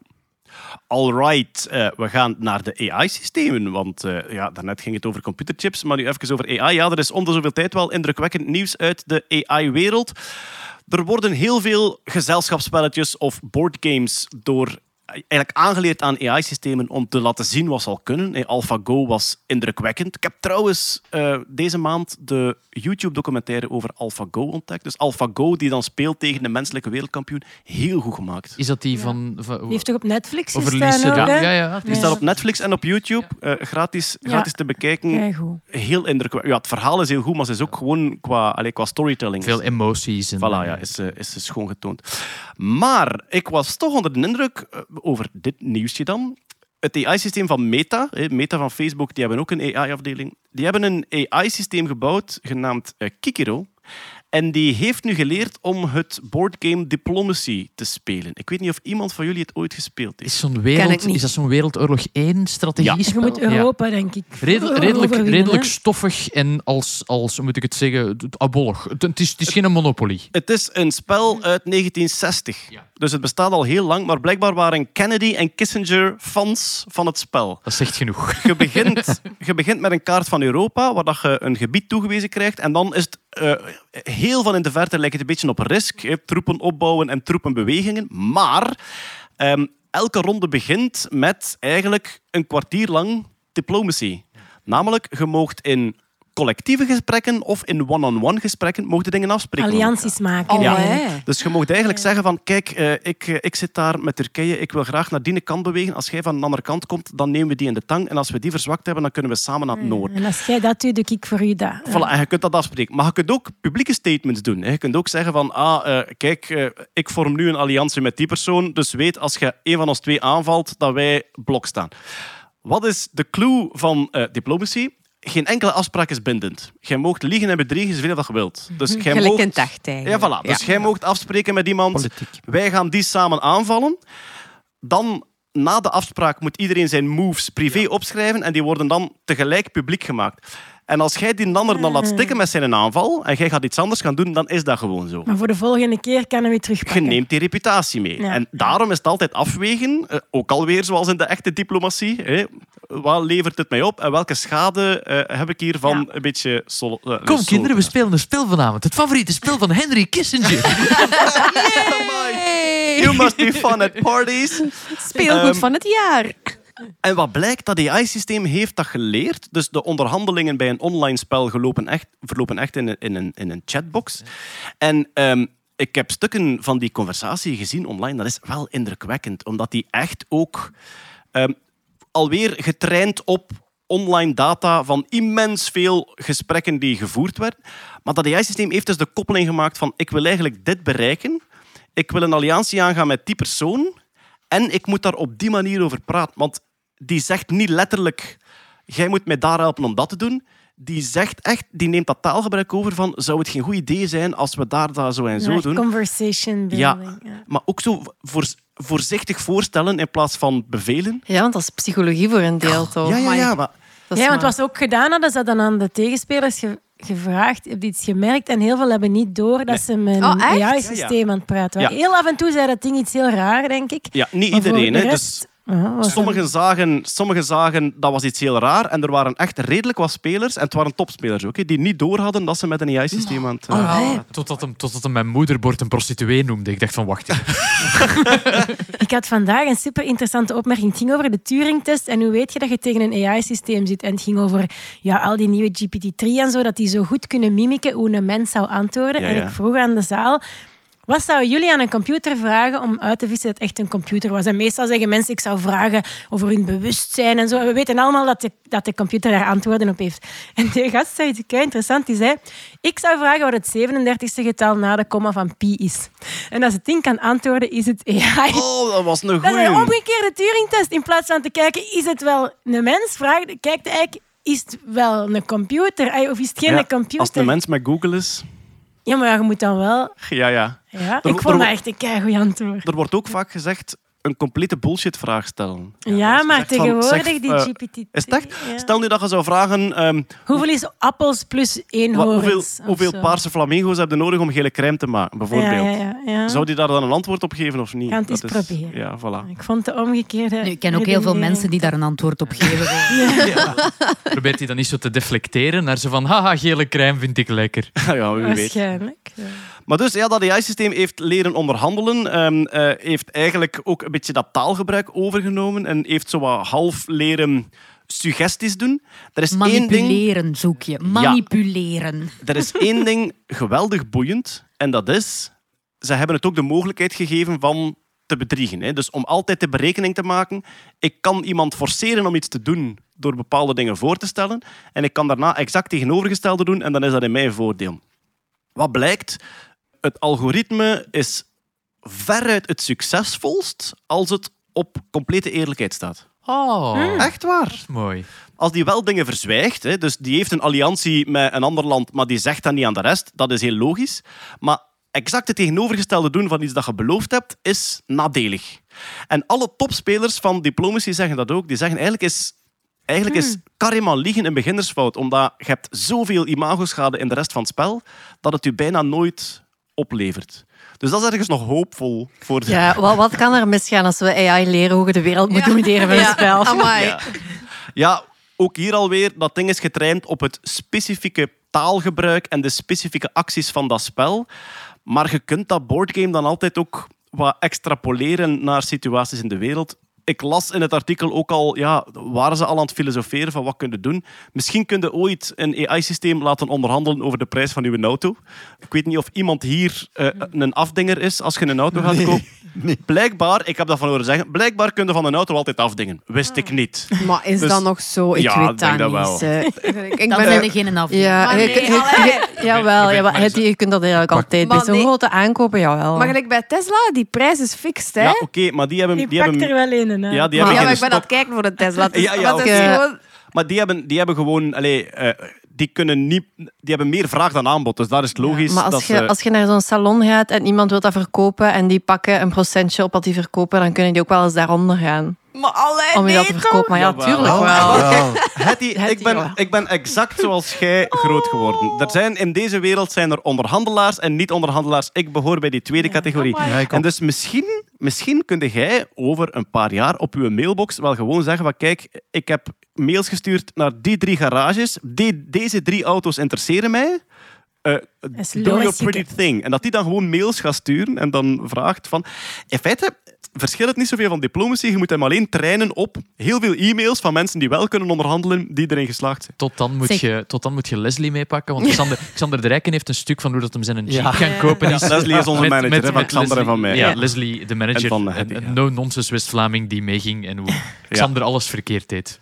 Alright, we gaan naar de AI-systemen. Want daarnet ging het over computerchips, maar nu even over AI. Ja, er is om de zoveel tijd wel indrukwekkend nieuws uit de AI-wereld. Er worden heel veel gezelschapsspelletjes of boardgames door eigenlijk aangeleerd aan AI-systemen om te laten zien wat ze al kunnen. AlphaGo was indrukwekkend. Ik heb trouwens deze maand de YouTube-documentaire over AlphaGo ontdekt. Dus AlphaGo, die dan speelt tegen de menselijke wereldkampioen. Heel goed gemaakt. Is dat die van... Die heeft toch op Netflix over gestaan Lise? ook, hè? Ja. Die staat op Netflix en op YouTube. Gratis te bekijken. Ja, goed. Heel indrukwekkend. Ja, het verhaal is heel goed, maar ze is ook gewoon qua storytelling. Veel emoties. En, Voilà, ja, is schoon getoond. Maar ik was toch onder de indruk over dit nieuwsje dan. Het AI-systeem van Meta, Meta van Facebook, die hebben ook een AI-afdeling. Die hebben een AI-systeem gebouwd, genaamd Kikiro. En die heeft nu geleerd om het boardgame Diplomacy te spelen. Ik weet niet of iemand van jullie het ooit gespeeld heeft. Is dat zo'n Wereldoorlog 1 strategiespel? Je moet Europa, denk ik. Redelijk stoffig en als hoe moet ik het zeggen, abollig. Het is geen Monopoly. Het is een spel uit 1960. Ja. Dus het bestaat al heel lang, maar blijkbaar waren Kennedy en Kissinger fans van het spel. Dat zegt genoeg. Je begint met een kaart van Europa, waar dat je een gebied toegewezen krijgt. En dan is het heel van in de verte lijkt het een beetje op Risk. Troepen opbouwen en troepenbewegingen. Maar elke ronde begint met eigenlijk een kwartier lang diplomacy. Namelijk, je moogt in collectieve gesprekken of in one-on-one gesprekken mogen dingen afspreken. Allianties maken. Dus je mag eigenlijk zeggen van, kijk, ik zit daar met Turkije, ik wil graag naar die kant bewegen. Als jij van de andere kant komt, dan nemen we die in de tang. En als we die verzwakt hebben, dan kunnen we samen naar het noorden. En als jij dat doet, doe ik voor u dat. Voilà, en je kunt dat afspreken. Maar je kunt ook publieke statements doen. Je kunt ook zeggen van, kijk, ik vorm nu een alliantie met die persoon, dus weet, als je een van ons twee aanvalt, dat wij blok staan. Wat is de clue van diplomacy? Geen enkele afspraak is bindend. Jij mag liegen en bedriegen zoveel dat je wilt. Dus jij gelijk een tacht eigenlijk. Ja, voilà. Dus jij mag afspreken met iemand. Politiek. Wij gaan die samen aanvallen. Dan, na de afspraak, moet iedereen zijn moves privé opschrijven en die worden dan tegelijk publiek gemaakt. En als jij die ander dan laat stikken met zijn aanval en jij gaat iets anders gaan doen, dan is dat gewoon zo. Maar voor de volgende keer kan hij weer Je terugpakken. neemt die reputatie mee. Ja. En daarom is het altijd afwegen, ook alweer zoals in de echte diplomatie. Wat levert het mij op en welke schade heb ik hiervan een beetje... Kom kinderen, we spelen een spel vanavond. Het favoriete spel van Henry Kissinger. You must be fun at parties. Speelgoed van het jaar. En wat blijkt, dat AI-systeem heeft dat geleerd. Dus de onderhandelingen bij een online spel verlopen echt in een chatbox. En ik heb stukken van die conversatie gezien online. Dat is wel indrukwekkend, omdat die echt ook alweer getraind op online data van immens veel gesprekken die gevoerd werden. Maar dat AI-systeem heeft dus de koppeling gemaakt van ik wil eigenlijk dit bereiken. Ik wil een alliantie aangaan met die persoon. En ik moet daar op die manier over praten. Want die zegt niet letterlijk, jij moet mij daar helpen om dat te doen. Die zegt echt, die neemt dat taalgebruik over van, zou het geen goed idee zijn als we daar zo en zo doen? Conversation building. Ja. Maar ook zo voorzichtig voorstellen in plaats van bevelen. Ja, want dat is psychologie voor een deel, toch? Ja, maar... Dat is Ja, want maar- het was ook gedaan, hadden ze dan aan de tegenspelers gevraagd, heb je iets gemerkt? En heel veel hebben niet door dat ze met een echt? AI-systeem aan het praten waren. Ja. Heel af en toe zei dat ding iets heel raar, denk ik. Ja, niet Maar voor iedereen. de Hè. rest, Sommigen zagen dat was iets heel raar. En er waren echt redelijk wat spelers. En het waren topspelers ook, die niet doorhadden dat ze met een AI-systeem aan het... Totdat hem mijn moederbord een prostituee noemde. Ik dacht van, wacht even. Ik had vandaag een super interessante opmerking. Het ging over de Turing-test. En hoe weet je dat je tegen een AI-systeem zit? En het ging over al die nieuwe GPT-3 en zo, dat die zo goed kunnen mimiken hoe een mens zou antwoorden. Ja. En ik vroeg aan de zaal... Wat zouden jullie aan een computer vragen om uit te vissen dat het echt een computer was? En meestal zeggen mensen, ik zou vragen over hun bewustzijn en zo. We weten allemaal dat de computer daar antwoorden op heeft. En de gast zei iets kei interessant. Die zei, ik zou vragen wat het 37e getal na de komma van pi is. En als het ding kan antwoorden, is het AI. Oh, dat was een Dat is goeie. een omgekeerde Turing-test. In plaats van te kijken, is het wel een mens? Kijkt eigenlijk, is het wel een computer? Of is het geen computer? Als de mens met Google is... Ja, maar je moet dan wel... Ja. Ik vond dat echt een keigoed antwoord. Er wordt ook vaak gezegd een complete bullshit-vraag stellen. Ja, maar tegenwoordig die GPT. Is het echt? Stel nu dat je zou vragen... hoeveel is appels plus 1 horens? Hoeveel paarse flamingo's heb je nodig om gele crème te maken, bijvoorbeeld? Ja. Zou die daar dan een antwoord op geven of niet? Ga het eens proberen. Ja, voilà. Ik vond de omgekeerde... Nu, ik ken ook heel veel mensen die daar een antwoord op geven. Probeert hij dan niet zo te deflecteren naar zo van, haha, gele crème vind ik lekker. Ja, wie weet. Waarschijnlijk. Ja. Maar dus, dat AI-systeem heeft leren onderhandelen, heeft eigenlijk ook een beetje dat taalgebruik overgenomen en heeft zo wat half leren suggesties doen. Er is Manipuleren zoek je. Manipuleren. Er is één ding geweldig boeiend en dat is, ze hebben het ook de mogelijkheid gegeven van te bedriegen. Hè. Dus om altijd de berekening te maken, ik kan iemand forceren om iets te doen door bepaalde dingen voor te stellen en ik kan daarna exact tegenovergestelde doen en dan is dat in mijn voordeel. Wat blijkt? Het algoritme is veruit het succesvolst als het op complete eerlijkheid staat. Oh, Echt waar. dat is mooi. Als die wel dingen verzwijgt, hè, dus die heeft een alliantie met een ander land, maar die zegt dat niet aan de rest, dat is heel logisch. Maar exact het tegenovergestelde doen van iets dat je beloofd hebt, is nadelig. En alle topspelers van diplomacy zeggen dat ook. Die zeggen eigenlijk is carrément liegen een beginnersfout, omdat je hebt zoveel imagoschade in de rest van het spel, dat het je bijna nooit oplevert. Dus dat is ergens nog hoopvol voor de... Ja, wat kan er misgaan als we AI leren hoe je de wereld moet domineren met een spel? Amai. Ja, ook hier alweer, dat ding is getraind op het specifieke taalgebruik en de specifieke acties van dat spel. Maar je kunt dat boardgame dan altijd ook wat extrapoleren naar situaties in de wereld. Ik las in het artikel ook al, waren ze al aan het filosoferen van wat kunnen doen. Misschien kun je ooit een AI-systeem laten onderhandelen over de prijs van uw auto. Ik weet niet of iemand hier een afdinger is als je een auto gaat kopen. Nee. Blijkbaar, ik heb dat van horen zeggen, blijkbaar kun je van een auto altijd afdingen. Wist ik niet. Maar is Dus- dat nog zo? Ik Ja, weet ik denk dat dat niet. wel. Ik Dan ben zijn er geen afdeling. Ja, Maar nee, jawel. Je kunt dat eigenlijk altijd. Bij Maar zo'n nee. grote aankopen, jawel. Maar gelijk bij Tesla, die prijs is fixed, hè? Ja, oké, maar die hebben... Je pakt er wel een, hè? Ja, die Maar, hebben ja, maar geen ik ben aan stop. het kijken voor de Tesla. Dus Ja, dat is oké. gewoon... Maar die hebben gewoon... die kunnen niet... Die hebben meer vraag dan aanbod, dus daar is het logisch. Maar dat als je naar zo'n salon gaat en iemand wil dat verkopen en die pakken een procentje op wat die verkopen, dan kunnen die ook wel eens daaronder gaan Maar alleen om je dat te verkopen. Maar ja, Jawel. tuurlijk wel. Ja. Ik ben exact zoals jij groot geworden. In deze wereld zijn er onderhandelaars en niet-onderhandelaars. Ik behoor bij die tweede categorie. Ja, ik En ook. dus misschien kun jij over een paar jaar op je mailbox wel gewoon zeggen van kijk, ik heb mails gestuurd naar die 3 garages. Deze 3 auto's interesseren mij. is Do your logisch. pretty thing. En dat die dan gewoon mails gaat sturen en dan vraagt van... In feite verschilt het niet zoveel van diplomacy. Je moet hem alleen trainen op heel veel e-mails van mensen die wel kunnen onderhandelen, die erin geslaagd zijn. Tot dan moet je Leslie meepakken, want Xander de Rijken heeft een stuk van hoe dat hem zijn jeep Ja. gaan kopen. Ja, Leslie is onze manager, hè, van Xander en van mij. Ja, Ja. Leslie, de manager, En van een, Hedy, ja. een no-nonsense West-Vlaming die meeging en hoe Xander alles verkeerd deed.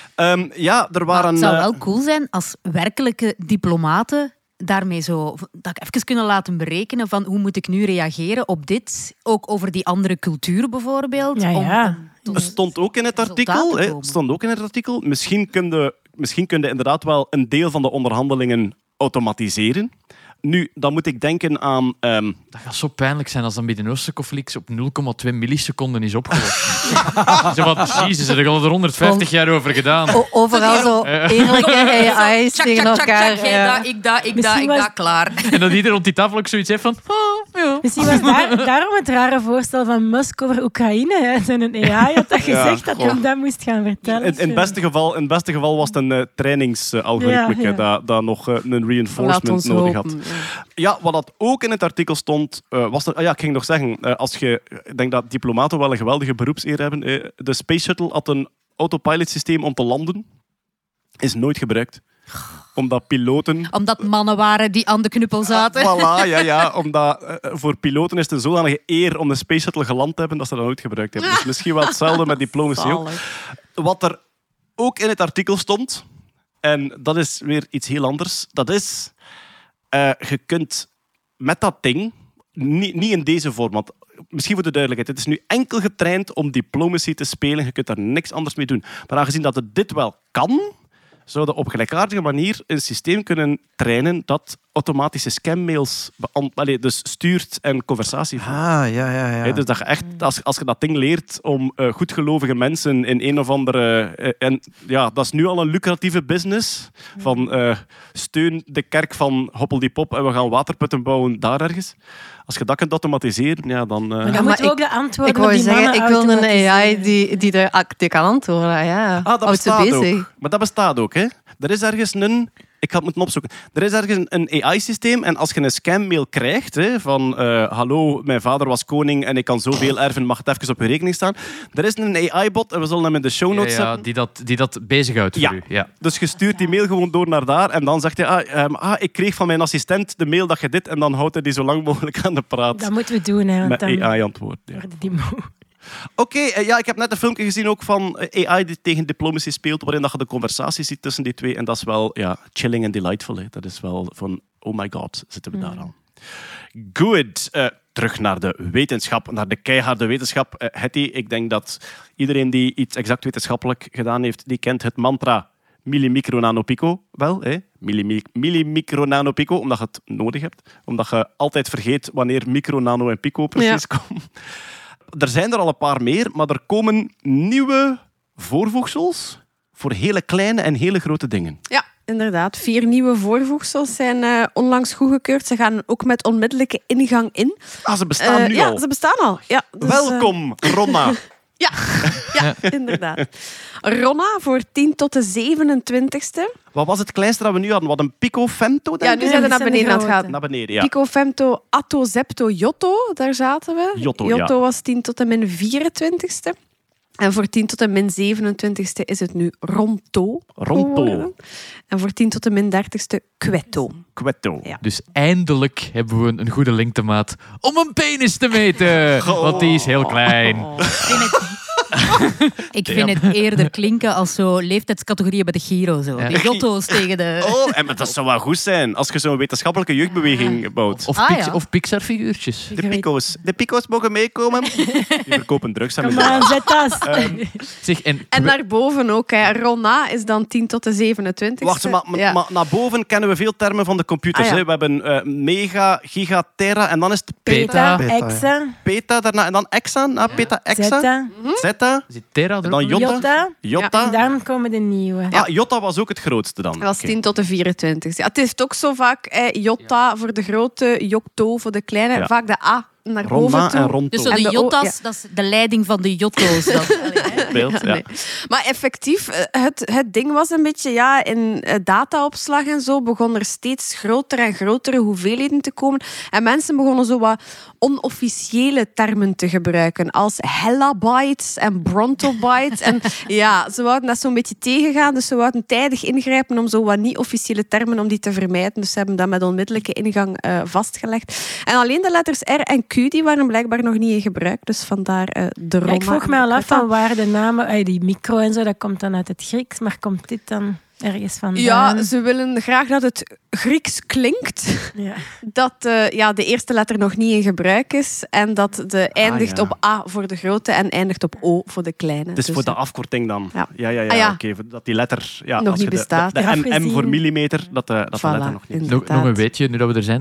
Er Maar waren... het zou wel cool zijn als werkelijke diplomaten daarmee zo... Dat ik even kunnen laten berekenen van hoe moet ik nu reageren op dit. Ook over die andere cultuur bijvoorbeeld. Ja, ja. Om tot Het stond ook in het resultaat artikel. te Hè, komen. stond ook in het artikel. Misschien kun je inderdaad wel een deel van de onderhandelingen automatiseren. Nu, dan moet ik denken aan... Dat gaat zo pijnlijk zijn als dat Midden-Oosten conflict op 0,2 milliseconden is opgelost. Zo van, jezus, er hadden er 150 jaar over gedaan. Overal zo eerlijke AI's tegen elkaar. Jij dat, ik dat, Misschien was- klaar. En dat iedereen rond die tafel ook zoiets heeft van... Oh, ja. Misschien was daarom het rare voorstel van Musk over Oekraïne. Hè. En een AI had dat gezegd dat hij dat moest gaan vertellen. In het beste geval was het een trainingsalgoritme dat nog een reinforcement nodig had. Ja, wat dat ook in het artikel stond, was er... ik ging nog zeggen, ik denk dat diplomaten wel een geweldige beroepseer hebben. De Space Shuttle had een autopilot systeem om te landen. Is nooit gebruikt. Omdat mannen waren die aan de knuppel zaten. Voilà, ja. Omdat voor piloten is het een zodanige eer om de Space Shuttle geland te hebben dat ze dat nooit gebruikt hebben. Dus misschien wel hetzelfde met diplomatie ook. Wat er ook in het artikel stond, en dat is weer iets heel anders, dat is, je kunt met dat ding, niet in deze vorm, want misschien voor de duidelijkheid, het is nu enkel getraind om diplomacy te spelen, je kunt daar niks anders mee doen. Maar aangezien dat het dit wel kan, zouden op gelijkaardige manier een systeem kunnen trainen dat automatische scammails dus stuurt en conversatie voert. Ja. Dus dat je echt, als je dat ding leert om goedgelovige mensen in een of andere... dat is nu al een lucratieve business. Van steun de kerk van Hoppeldiepop en we gaan waterputten bouwen daar ergens. Als je dat kunt automatiseren, ja, dan... Maar dan moeten we ook de antwoorden op die mannen ik wil een AI die kan antwoorden. Ja. Dat bestaat ook. Maar dat bestaat ook, hè. Er is ergens ik ga het moeten opzoeken. Er is ergens een AI-systeem en als je een scammail krijgt van hallo, mijn vader was koning en ik kan zoveel erven, mag het even op je rekening staan. Er is een AI-bot en we zullen hem in de show notes zetten. Die dat bezighoudt voor u. Ja. Dus je stuurt die mail gewoon door naar daar en dan zegt hij, ik kreeg van mijn assistent de mail dat je dit en dan houdt hij die zo lang mogelijk aan de praat. Dat moeten we doen, hè. Met AI-antwoord. Ja. Oké, ik heb net een filmpje gezien ook van AI die tegen diplomacy speelt, waarin dat je de conversatie ziet tussen die twee. En dat is wel chilling en delightful. Hè. Dat is wel van, oh my god, zitten we daar aan. Good. Terug naar de wetenschap, naar de keiharde wetenschap. Hetty, ik denk dat iedereen die iets exact wetenschappelijk gedaan heeft, die kent het mantra millimicro nanopico wel. Hè? Millimicro nanopico, omdat je het nodig hebt. Omdat je altijd vergeet wanneer micro, nano en pico precies komen. Er zijn er al een paar meer, maar er komen nieuwe voorvoegsels voor hele kleine en hele grote dingen. Ja, inderdaad. 4 nieuwe voorvoegsels zijn onlangs goedgekeurd. Ze gaan ook met onmiddellijke ingang in. Ze bestaan nu al? Ja, ze bestaan al. Ja, dus, welkom, Ronna. Ja, inderdaad. Ronna voor 10 tot de 27e. Wat was het kleinste dat we nu hadden? Wat een Pico Femto? Ja, nu zijn we naar beneden aan het gaan. Naar beneden, ja. Pico Femto, Atto, Zepto, Jotto. Daar zaten we. Jotto was 10 tot en min 24e. En voor 10 tot en min 27e is het nu Ronto. En voor 10 tot en min 30e Quetto. Ja. Dus eindelijk hebben we een goede lengtemaat om een penis te meten. Want die is heel klein. Ik vind het eerder klinken als zo leeftijdscategorieën bij de Giro. Zo. Die Jotto's tegen de... Maar dat zou wel goed zijn als je zo'n wetenschappelijke jeugdbeweging bouwt. Of Pixar-figuurtjes. De Pico's mogen meekomen. Die verkopen drugs. Kom aan, zet dat. En naar boven ook. Hè. Ronna is dan 10 tot de 27e. Wacht, maar naar boven kennen we veel termen van de computers. Hè. We hebben mega, giga, tera en dan is het peta, exa. Peta daarna en dan exa. Peta, exa. Zeta. Tera dan Jota. En dan komen de nieuwe. Jota was ook het grootste dan. Dat was 10 tot de 24e. Ja, het heeft ook zo vaak Jota voor de grote, Jokto voor de kleine. Ja. Vaak de A naar boven toe. En Ronto. Dus zo de Jotas, dat is de leiding van de Jotto's. Beeld, ja. Nee. Maar effectief, het ding was een beetje... in dataopslag en zo begon er steeds grotere en grotere hoeveelheden te komen. En mensen begonnen zo wat onofficiële termen te gebruiken. Als hellabytes en brontobytes. En ze wouden dat zo'n beetje tegengaan. Dus ze wouden tijdig ingrijpen om zo wat niet-officiële termen om die te vermijden. Dus ze hebben dat met onmiddellijke ingang vastgelegd. En alleen de letters R en Q die waren blijkbaar nog niet in gebruik. Dus vandaar de Roma. Ik vroeg me al af van waar de namen, die micro en zo, dat komt dan uit het Grieks. Maar komt dit dan ergens vandaan? Ja, ze willen graag dat het Grieks klinkt. Ja. Dat de eerste letter nog niet in gebruik is. En dat de eindigt op A voor de grote en eindigt op O voor de kleine. Dus voor de afkorting dan? Ja. Oké, dat die letter... nog niet bestaat. De M voor millimeter, dat voilà, letter nog niet. Nog een weetje, nu dat we er zijn.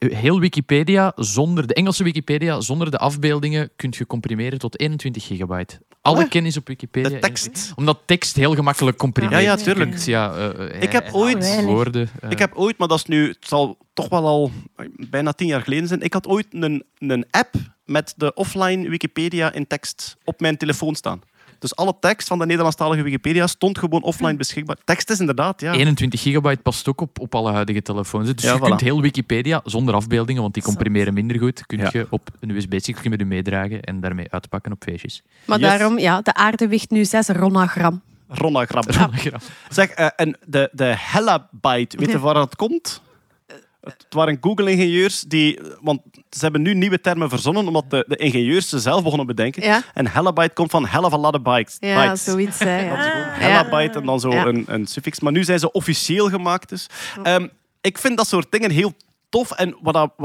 heel Wikipedia, zonder de Engelse Wikipedia, zonder de afbeeldingen, kun je comprimeren tot 21 gigabyte. Alle kennis op Wikipedia. De tekst. Omdat tekst heel gemakkelijk comprimeert. Ja, tuurlijk. Ik heb ooit... woorden. Ik heb ooit, maar dat is nu... Het zal toch wel al bijna 10 jaar geleden zijn. Ik had ooit een app met de offline Wikipedia in tekst op mijn telefoon staan. Dus alle tekst van de Nederlandstalige Wikipedia stond gewoon offline beschikbaar. Tekst is inderdaad, ja. 21 gigabyte past ook op alle huidige telefoons. Dus Ja, je voilà. kunt heel Wikipedia, zonder afbeeldingen, want die comprimeren minder goed, kun je op een USB-stick met je meedragen en daarmee uitpakken op feestjes. Maar Yes. daarom, de aarde weegt nu 6 ronagram. Ronnagram. Ja. Zeg, en de Hellabyte, weet je waar dat komt? Het waren Google-ingenieurs die... Want ze hebben nu nieuwe termen verzonnen, omdat de ingenieurs ze zelf begonnen bedenken. Ja. En Hellabyte komt van hell of a lot of bytes. Ja, bytes. zoiets. Hè, Dat is ja. gewoon Hellabyte en dan zo Ja. een suffix. Maar nu zijn ze officieel gemaakt. Dus. Ik vind dat soort dingen heel tof. En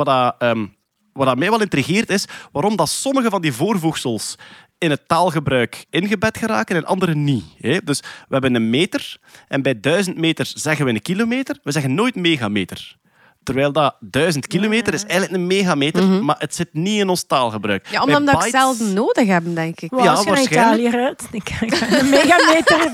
wat dat mij wel intrigeert is waarom dat sommige van die voorvoegsels in het taalgebruik ingebed geraken en andere niet. Hè? Dus we hebben een meter en bij 1000 meter zeggen we een kilometer. We zeggen nooit megameter. Terwijl dat 1000 kilometer is eigenlijk een megameter, maar het zit niet in ons taalgebruik. Ja, omdat we Bij dat bytes- zelden nodig hebben, denk ik. Wow, Ja, als je naar waarschijnlijk. Italië rijdt, dan kan je een megameter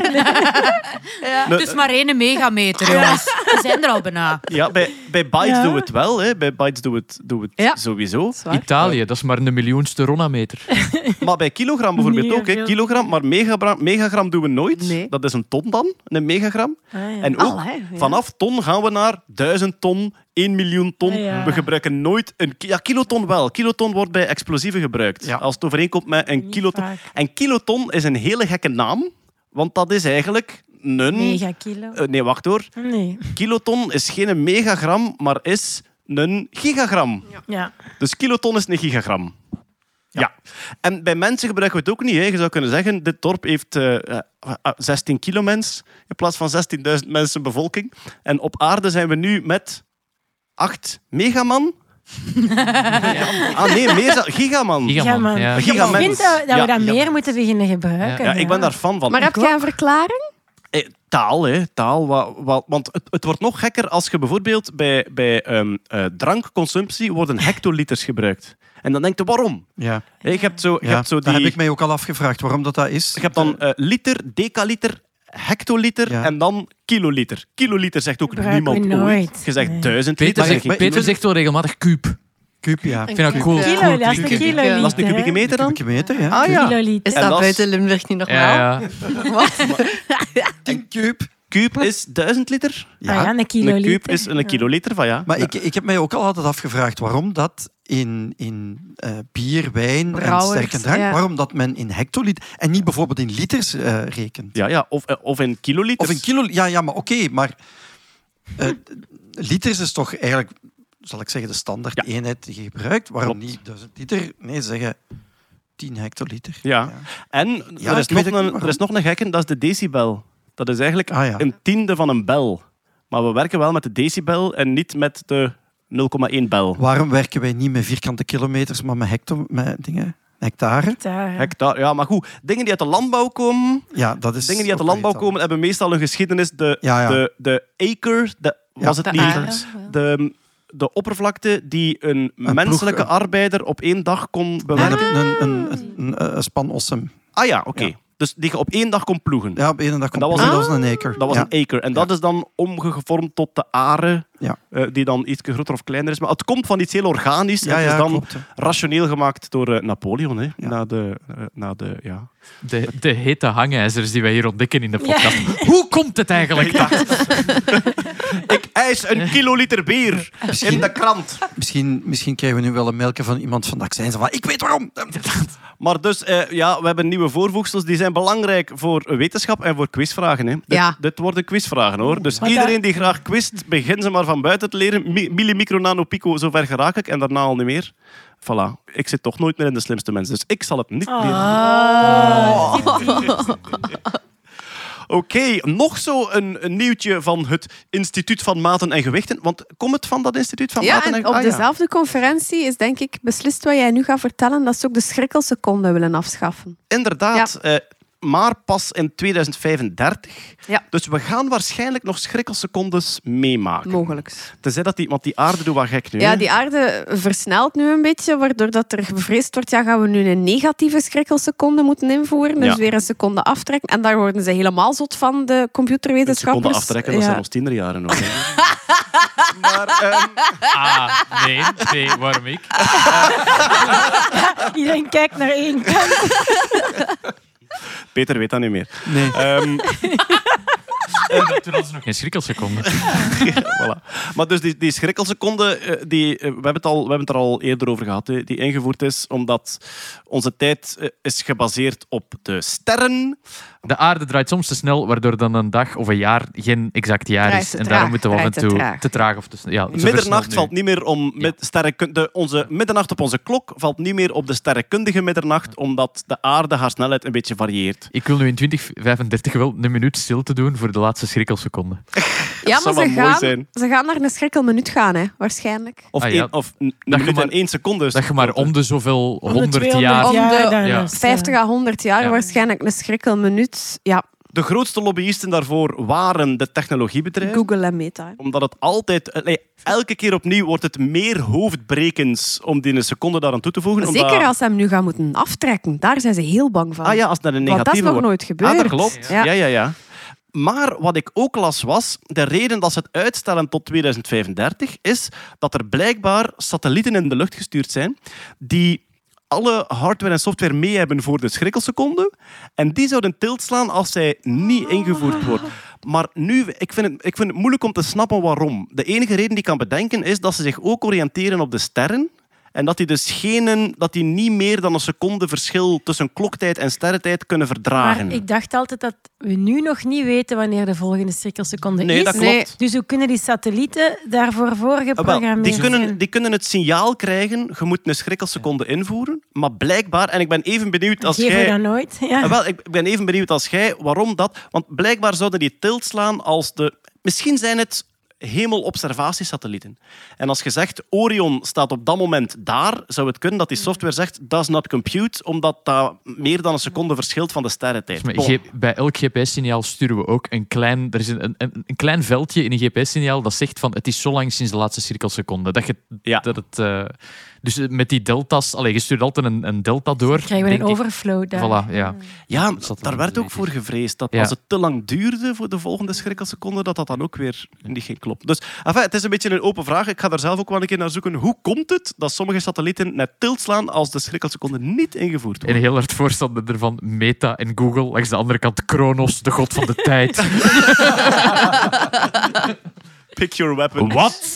ver. Het is maar 1 megameter, jongens. We zijn er al bijna. Ja, bij bytes Ja. doen we het wel. Hè. Bij bytes doen we het Ja. sowieso. Zwaar. Italië, dat is maar een miljoenste ronameter. Maar bij kilogram bijvoorbeeld Nee, ook. Hè. veel. Kilogram, maar megagram doen we nooit. Nee. Dat is een ton dan, een megagram. Ah, ja. En ook Allee, ja. vanaf ton gaan we naar 1000 ton, 1 miljoen ton. Ah, ja. We gebruiken nooit een... Ja, kiloton wel. Kiloton wordt bij explosieven gebruikt. Ja. Als het overeenkomt met een Niet kiloton. vaak. En kiloton is een hele gekke naam. Want dat is eigenlijk een... Megakilo. nee, wacht hoor. Nee. Kiloton is geen megagram, maar is een gigagram. Ja. Dus kiloton is een gigagram. Ja. En bij mensen gebruiken we het ook niet. Hè. Je zou kunnen zeggen, dit dorp heeft 16 kilomens in plaats van 16.000 mensen bevolking. En op aarde zijn we nu met 8 megaman. Ah nee, meer gigaman. Ja, man. Ja. Ik Gigamens. vind dat we Ja, dat ja. meer moeten beginnen gebruiken. Ja, ik ben daar fan van. Maar heb jij een verklaring? Taal, hè. Taal. Want het wordt nog gekker als je bijvoorbeeld bij drankconsumptie worden hectoliters gebruikt. En dan denk je, waarom? Ja. Je hebt zo Dat heb die... ik mij ook al afgevraagd waarom dat is. Je hebt dan liter, decaliter, hectoliter Ja. en dan kiloliter. Kiloliter zegt ook Gebruiken we niemand nooit. ooit. Je zegt Nee. 1000 Peter, liter. zegt, Peter zegt wel regelmatig kuub. Kuub, ja. Ik vind dat cool. Kilo, cool dat is een klinken. kiloliter. Dat is een kubieke meter dan? Kubieke meter, ja. Ah ja. Kiloliter. Is En dat dat is- buiten Limburg niet normaal? Ja, ja. 10 kuub. Kuub is 1000 liter. Ah ja, een Een kiloliter. kuub is een kiloliter van ja. Maar ik heb mij ook al altijd afgevraagd waarom dat in bier, wijn Brouwers, en sterke drank, ja. waarom dat men in hectoliter en niet bijvoorbeeld in liters rekent. Ja. Of in kiloliter. Of in kilo... Ja, maar oké, maar liters is toch eigenlijk, zal ik zeggen, de standaard eenheid die je gebruikt. Waarom Klopt. niet 1000 liter? Nee, zeggen 10 hectoliter. Ja. En Ja, er, is ik weet nog het niet er is nog een gekke, dat is de decibel. Dat is eigenlijk Ah, ja. een tiende van een bel. Maar we werken wel met de decibel en niet met de 0,1 bel. Waarom werken wij niet met vierkante kilometers, maar met dingen? Hectare? Daar. Hectare. Ja, maar goed. Dingen die uit de landbouw komen... Ja, dat is Dingen die uit de ook landbouw iets komen hebben meestal een geschiedenis. De acre, was het de niet? acres. De oppervlakte die een menselijke ploeg, arbeider op 1 dag kon anders. bewerken. Een span ossem. Ah ja, oké. Ja. Dus die je op 1 dag kon ploegen. Ja, op één dag En dat was dat was een acre. Dat was ja. een acre. En dat is dan omgevormd tot de are, Ja. die dan iets groter of kleiner is. Maar het komt van iets heel organisch. Ja, en het is ja, dan klopt. rationeel gemaakt door Napoleon. Hè, Ja. na de ja. De hete hangijzers die wij hier ontdekken in de podcast. Hoe komt het eigenlijk dat? Ik eis een kiloliter bier in de krant. Misschien krijgen we nu wel een mailje van iemand van dat zijn ze van ik weet waarom. Maar dus, we hebben nieuwe voorvoegsels. Die zijn belangrijk voor wetenschap en voor quizvragen. Hè. Ja. Dit worden quizvragen, hoor. Dus Maar iedereen die graag quizt, begin ze maar van buiten te leren. Milli, micro, nano, pico, zover geraak ik. En daarna al niet meer. Voilà. Ik zit toch nooit meer in de slimste mensen. Dus ik zal het niet leren. Oké, nog zo een nieuwtje van het Instituut van Maten en Gewichten. Want komt het van dat Instituut van Ja, Maten en en op Gewichten? dezelfde conferentie is denk ik beslist wat jij nu gaat vertellen, dat ze ook de schrikkelseconde willen afschaffen. Inderdaad. maar pas in 2035. Ja. Dus we gaan waarschijnlijk nog schrikkelsecondes meemaken. Mogelijk. Tenzij dat want die aarde doet wat gek nu. Ja, hè? die aarde versnelt nu een beetje, waardoor dat er bevreesd wordt, gaan we nu een negatieve schrikkelseconde moeten invoeren. Dus weer een seconde aftrekken. En daar worden ze helemaal zot van, de computerwetenschappers. Een seconde aftrekken, dat zijn ons tienerjaren nog. Maar, nee, waarom ik? Iedereen kijkt naar één kant. Peter weet dat niet meer. Nee. Toen hadden ze nog geen schrikkelseconde. Voilà. Maar dus die schrikkelseconde, we hebben het er al eerder over gehad, hè, die ingevoerd is omdat onze tijd is gebaseerd op de sterren. De aarde draait soms te snel, waardoor dan een dag of een jaar geen exact jaar is. En daarom moeten we af en toe te traag of te snel. Ja, middernacht valt niet meer om onze middernacht op onze klok valt niet meer op de sterrenkundige middernacht, omdat de aarde haar snelheid een beetje varieert. Ik wil nu in 2035 wel een minuut stilte doen voor de laatste schrikkelseconde. Ja, maar zijn. ze gaan naar een schrikkelminuut gaan, hè, waarschijnlijk. Of een minuut en 1 seconde. Dat je maar om de zoveel 100 jaar. Om de Ja. 50 à 100 jaar waarschijnlijk een schrikkelminuut. Ja, De grootste lobbyisten daarvoor waren de technologiebedrijven. Google en Meta. Omdat het altijd... elke keer opnieuw wordt het meer hoofdbrekens om die een seconde daaraan toe te voegen. Zeker als ze hem nu gaan moeten aftrekken. Daar zijn ze heel bang van. Ah ja, als het naar een negatieve Want dat is nog wordt. nooit gebeurd. Ah, dat klopt. Ja. Maar wat ik ook las was, de reden dat ze het uitstellen tot 2035 is dat er blijkbaar satellieten in de lucht gestuurd zijn die alle hardware en software mee hebben voor de schrikkelseconde. En die zouden tilt slaan als zij niet ingevoerd wordt. Maar nu, ik vind het moeilijk om te snappen waarom. De enige reden die ik kan bedenken is dat ze zich ook oriënteren op de sterren. En dat die dus niet meer dan een seconde verschil tussen kloktijd en sterrentijd kunnen verdragen. Maar ik dacht altijd dat we nu nog niet weten wanneer de volgende schrikkelseconde Nee, is. dat klopt. Dus hoe kunnen die satellieten daarvoor geprogrammeerd zijn? Die kunnen het signaal krijgen, je moet een schrikkelseconde invoeren. Maar blijkbaar, en ik ben even benieuwd als Geef jij... je dat nooit? Ja. Ik ben even benieuwd als jij, waarom dat... Want blijkbaar zouden die tilt slaan als de... Misschien zijn het hemelobservatiesatellieten. En als je zegt, Orion staat op dat moment daar, zou het kunnen dat die software zegt, does not compute, omdat dat meer dan een seconde verschilt van de sterrentijd. Bij elk GPS-signaal sturen we ook een klein... Er is een klein veldje in een GPS-signaal dat zegt van het is zo lang sinds de laatste cirkelseconde. Dus met die delta's... je stuurt altijd een delta door. Dan krijgen we een overflow daar. Voilà, ja. Ja, daar werd ook voor gevreesd dat als het te lang duurde voor de volgende schrikkelseconde, dat dan ook weer niet ging kloppen. Dus het is een beetje een open vraag. Ik ga daar zelf ook wel een keer naar zoeken. Hoe komt het dat sommige satellieten net tilt slaan als de schrikkelseconde niet ingevoerd wordt? En heel hard voorstander ervan Meta en Google. Langs de andere kant Kronos, de god van de tijd. Pick your weapon. Wat?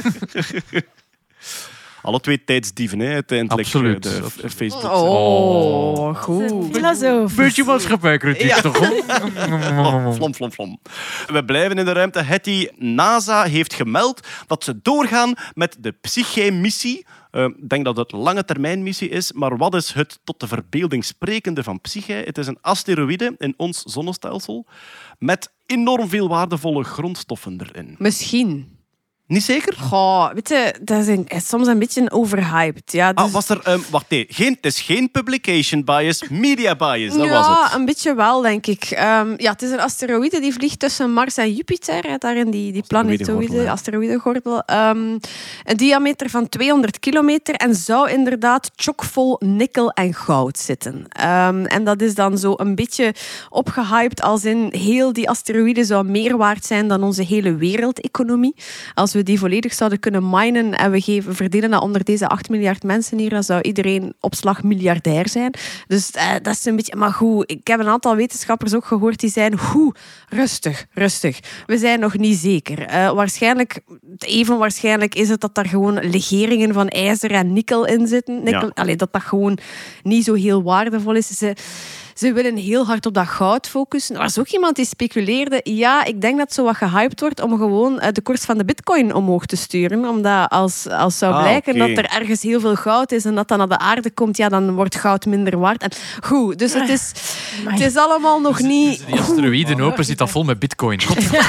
Alle twee tijdsdieven, hè, uiteindelijk. Absoluut. De Facebook. Oh, goed. Filosoof. Beetje maatschappijkritiek, toch? Flom. We blijven in de ruimte. NASA heeft gemeld dat ze doorgaan met de Psyche-missie. Ik denk dat het een lange termijn missie is, maar wat is het tot de verbeelding sprekende van Psyche? Het is een asteroïde in ons zonnestelsel met enorm veel waardevolle grondstoffen erin. Misschien. Niet zeker? Goh, weet je, dat is soms een beetje overhyped. Ja, dus... was er... wacht, nee. Het is geen publication bias, media bias. Dat was Ja, het. een beetje wel, denk ik. Het is een asteroïde die vliegt tussen Mars en Jupiter. Hè, daar in die planetoïde, asteroïdengordel. Een diameter van 200 kilometer en zou inderdaad chockvol nikkel en goud zitten. En dat is dan zo een beetje opgehyped als in heel die asteroïde zou meer waard zijn dan onze hele wereldeconomie. Als we die volledig zouden kunnen minen en we verdelen dat onder deze 8 miljard mensen hier, dan zou iedereen op slag miljardair zijn. Dus dat is een beetje... Maar goed, ik heb een aantal wetenschappers ook gehoord die zeiden, rustig. We zijn nog niet zeker. Even waarschijnlijk is het dat daar gewoon legeringen van ijzer en nikkel in zitten. Dat gewoon niet zo heel waardevol is. Ze willen heel hard op dat goud focussen. Er was ook iemand die speculeerde, ik denk dat zo wat gehyped wordt om gewoon de koers van de bitcoin omhoog te sturen. Omdat als zou blijken dat er ergens heel veel goud is en dat dan naar de aarde komt, dan wordt goud minder waard. En goed, dus het is allemaal nog niet... Die asteroïden open zit dat vol met bitcoin.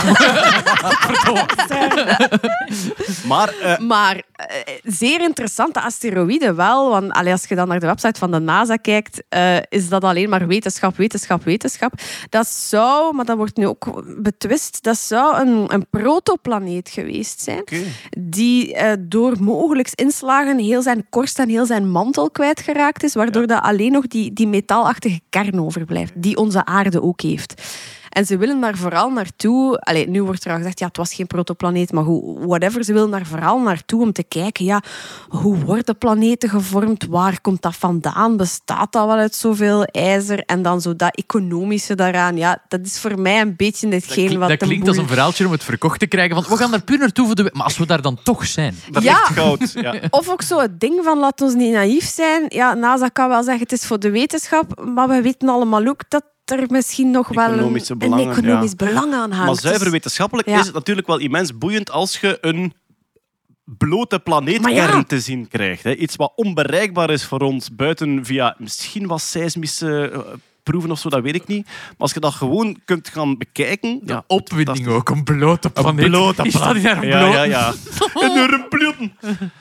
Maar zeer interessante asteroïden wel. Want als je dan naar de website van de NASA kijkt, is dat alleen maar wetenschap. Dat zou, maar dat wordt nu ook betwist, dat zou een protoplaneet geweest zijn. Die door mogelijks inslagen heel zijn korst en heel zijn mantel kwijtgeraakt is, waardoor dat alleen nog die metaalachtige kern overblijft, die onze aarde ook heeft. En ze willen daar vooral naartoe... nu wordt er al gezegd, het was geen protoplaneet, maar whatever. Ze willen daar vooral naartoe om te kijken, hoe worden planeten gevormd? Waar komt dat vandaan? Bestaat dat wel uit zoveel ijzer? En dan zo dat economische daaraan. Ja, dat is voor mij een beetje hetgeen wat... Dat klinkt als een verhaaltje om het verkocht te krijgen. Van, we gaan daar puur naartoe voor de... Maar als we daar dan toch zijn... Dat ligt goud. Ja. Of ook zo het ding van, laat ons niet naïef zijn. Ja, NASA kan wel zeggen, het is voor de wetenschap, maar we weten allemaal ook dat er misschien nog wel een economisch belang aan hangt. Maar zuiver wetenschappelijk is het natuurlijk wel immens boeiend als je een blote planeetkern te zien krijgt. Hè. Iets wat onbereikbaar is voor ons, buiten via misschien wat seismische proeven of zo, dat weet ik niet. Maar als je dat gewoon kunt gaan bekijken... De opwinding ook, een blote planeet. Een blote Is dat niet een blote? Ja. Enorm bloten.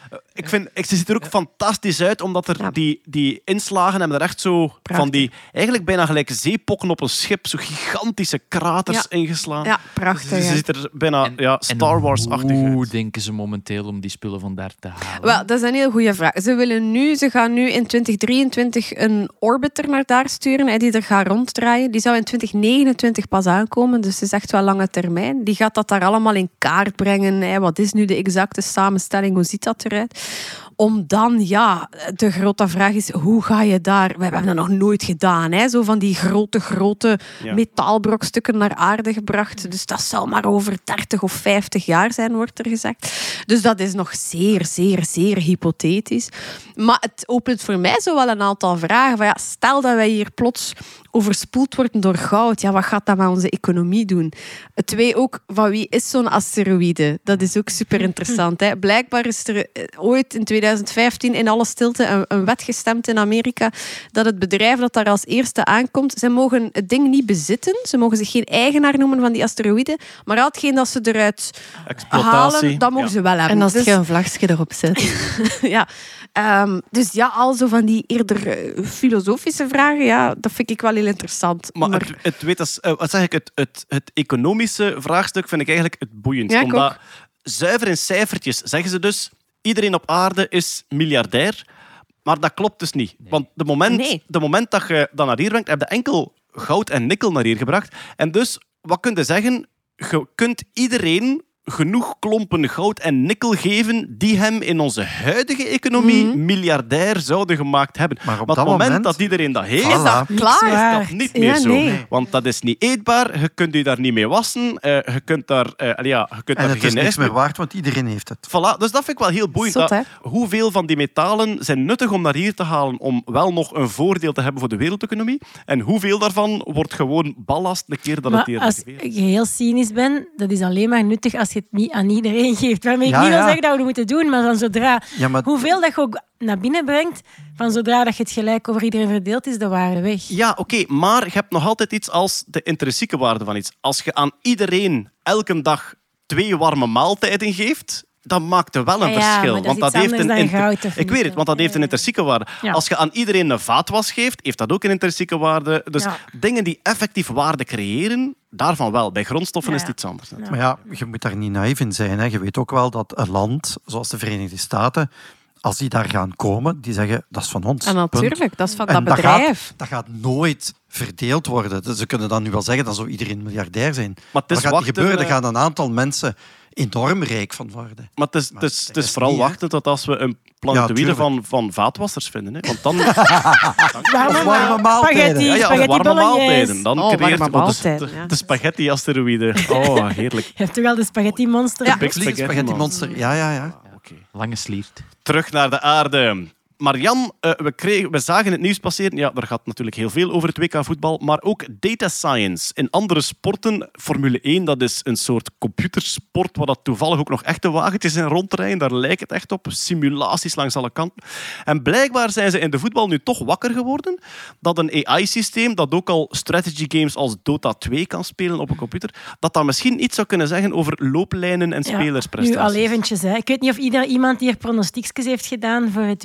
Ze ziet er ook fantastisch uit, omdat er die inslagen hebben er echt zo prachtig. Van die... Eigenlijk bijna gelijk zeepokken op een schip, zo gigantische kraters ingeslaan. Ja, prachtig. Ze ziet er bijna Star Wars-achtig uit. Hoe denken ze momenteel om die spullen van daar te halen? Wel, dat is een heel goede vraag. Ze gaan nu in 2023 een orbiter naar daar sturen, die er gaat ronddraaien. Die zou in 2029 pas aankomen, dus het is echt wel lange termijn. Die gaat dat daar allemaal in kaart brengen. Wat is nu de exacte samenstelling? Hoe ziet dat eruit? Om dan, de grote vraag is, hoe ga je daar... We hebben dat nog nooit gedaan, zo van die grote metaalbrokstukken naar aarde gebracht. Dus dat zal maar over 30 of 50 jaar zijn, wordt er gezegd. Dus dat is nog zeer, zeer, zeer hypothetisch. Maar het opent voor mij zo wel een aantal vragen. Van, stel dat wij hier plots overspoeld worden door goud. Wat gaat dat met onze economie doen? 2 ook, van wie is zo'n asteroïde? Dat is ook super interessant. Hè? Blijkbaar is er ooit in 2015 in alle stilte een wet gestemd in Amerika dat het bedrijf dat daar als eerste aankomt, ze mogen het ding niet bezitten. Ze mogen zich geen eigenaar noemen van die asteroïde, maar al hetgeen dat ze eruit halen, dat mogen ze wel hebben. En als je een vlagje erop zet. Dus al zo van die eerder filosofische vragen, dat vind ik wel heel interessant. Maar het economische vraagstuk vind ik eigenlijk het boeiendst. Ja, omdat zuiver in cijfertjes zeggen ze dus, iedereen op aarde is miljardair, maar dat klopt dus niet. Nee. Want de moment dat je dat naar hier brengt, heb je enkel goud en nikkel naar hier gebracht. En dus, wat kun je zeggen? Je kunt iedereen genoeg klompen goud en nikkel geven die hem in onze huidige economie miljardair zouden gemaakt hebben. Maar op het moment dat iedereen dat heeft, is dat klaar. Is dat niet meer zo. Nee. Want dat is niet eetbaar, je kunt je daar niet mee wassen, je kunt daar, en het is niks meer waard, want iedereen heeft het. Voilà, dus dat vind ik wel heel boeiend. Zot, hoeveel van die metalen zijn nuttig om naar hier te halen om wel nog een voordeel te hebben voor de wereldeconomie? En hoeveel daarvan wordt gewoon ballast een keer dat het hier als je heel cynisch bent, dat is alleen maar nuttig als je het niet aan iedereen geeft. Waarmee ik niet wil zeggen dat we het moeten doen, maar dan zodra... Hoeveel dat je ook naar binnen brengt, van zodra dat je het gelijk over iedereen verdeelt, is de waarde weg. Ja, oké, maar je hebt nog altijd iets als de intrinsieke waarde van iets. Als je aan iedereen elke dag 2 warme maaltijden geeft, dan maakt er wel een verschil. Want dat heeft ik weet het, want dat heeft een intrinsieke waarde. Ja. Als je aan iedereen een vaatwas geeft, heeft dat ook een intrinsieke waarde. Dus dingen die effectief waarde creëren, daarvan wel. Bij grondstoffen is het iets anders. Ja. Maar je moet daar niet naïef in zijn. Hè. Je weet ook wel dat een land, zoals de Verenigde Staten, als die daar gaan komen, die zeggen, dat is van ons. En natuurlijk, dat is van dat bedrijf. Dat gaat nooit verdeeld worden. Dus ze kunnen dan nu wel zeggen, dan zou iedereen miljardair zijn. Maar dat gaat niet gebeuren. Er gaan een aantal mensen enorm rijk van worden. Maar het is vooral wachten tot als we een planetoïde van vaatwassers vinden. Hè. Want dan... Of warme maaltijden. Warme maaltijden. Dan creëert de spaghetti-asteroïde. Oh, heerlijk. Je hebt toch al de spaghetti-monster? Ja, de spaghetti-monster. Ja. Lange sliert. Terug naar de aarde. Marian, we zagen het nieuws passeren. Ja, daar gaat natuurlijk heel veel over het WK voetbal. Maar ook data science. In andere sporten, Formule 1, dat is een soort computersport waar dat toevallig ook nog echte wagentjes in rondrijden. Daar lijkt het echt op. Simulaties langs alle kanten. En blijkbaar zijn ze in de voetbal nu toch wakker geworden dat een AI-systeem dat ook al strategy games als Dota 2 kan spelen op een computer, dat misschien iets zou kunnen zeggen over looplijnen en spelersprestaties. Nu al eventjes. Hè. Ik weet niet of iemand hier pronostiekjes heeft gedaan voor het WK.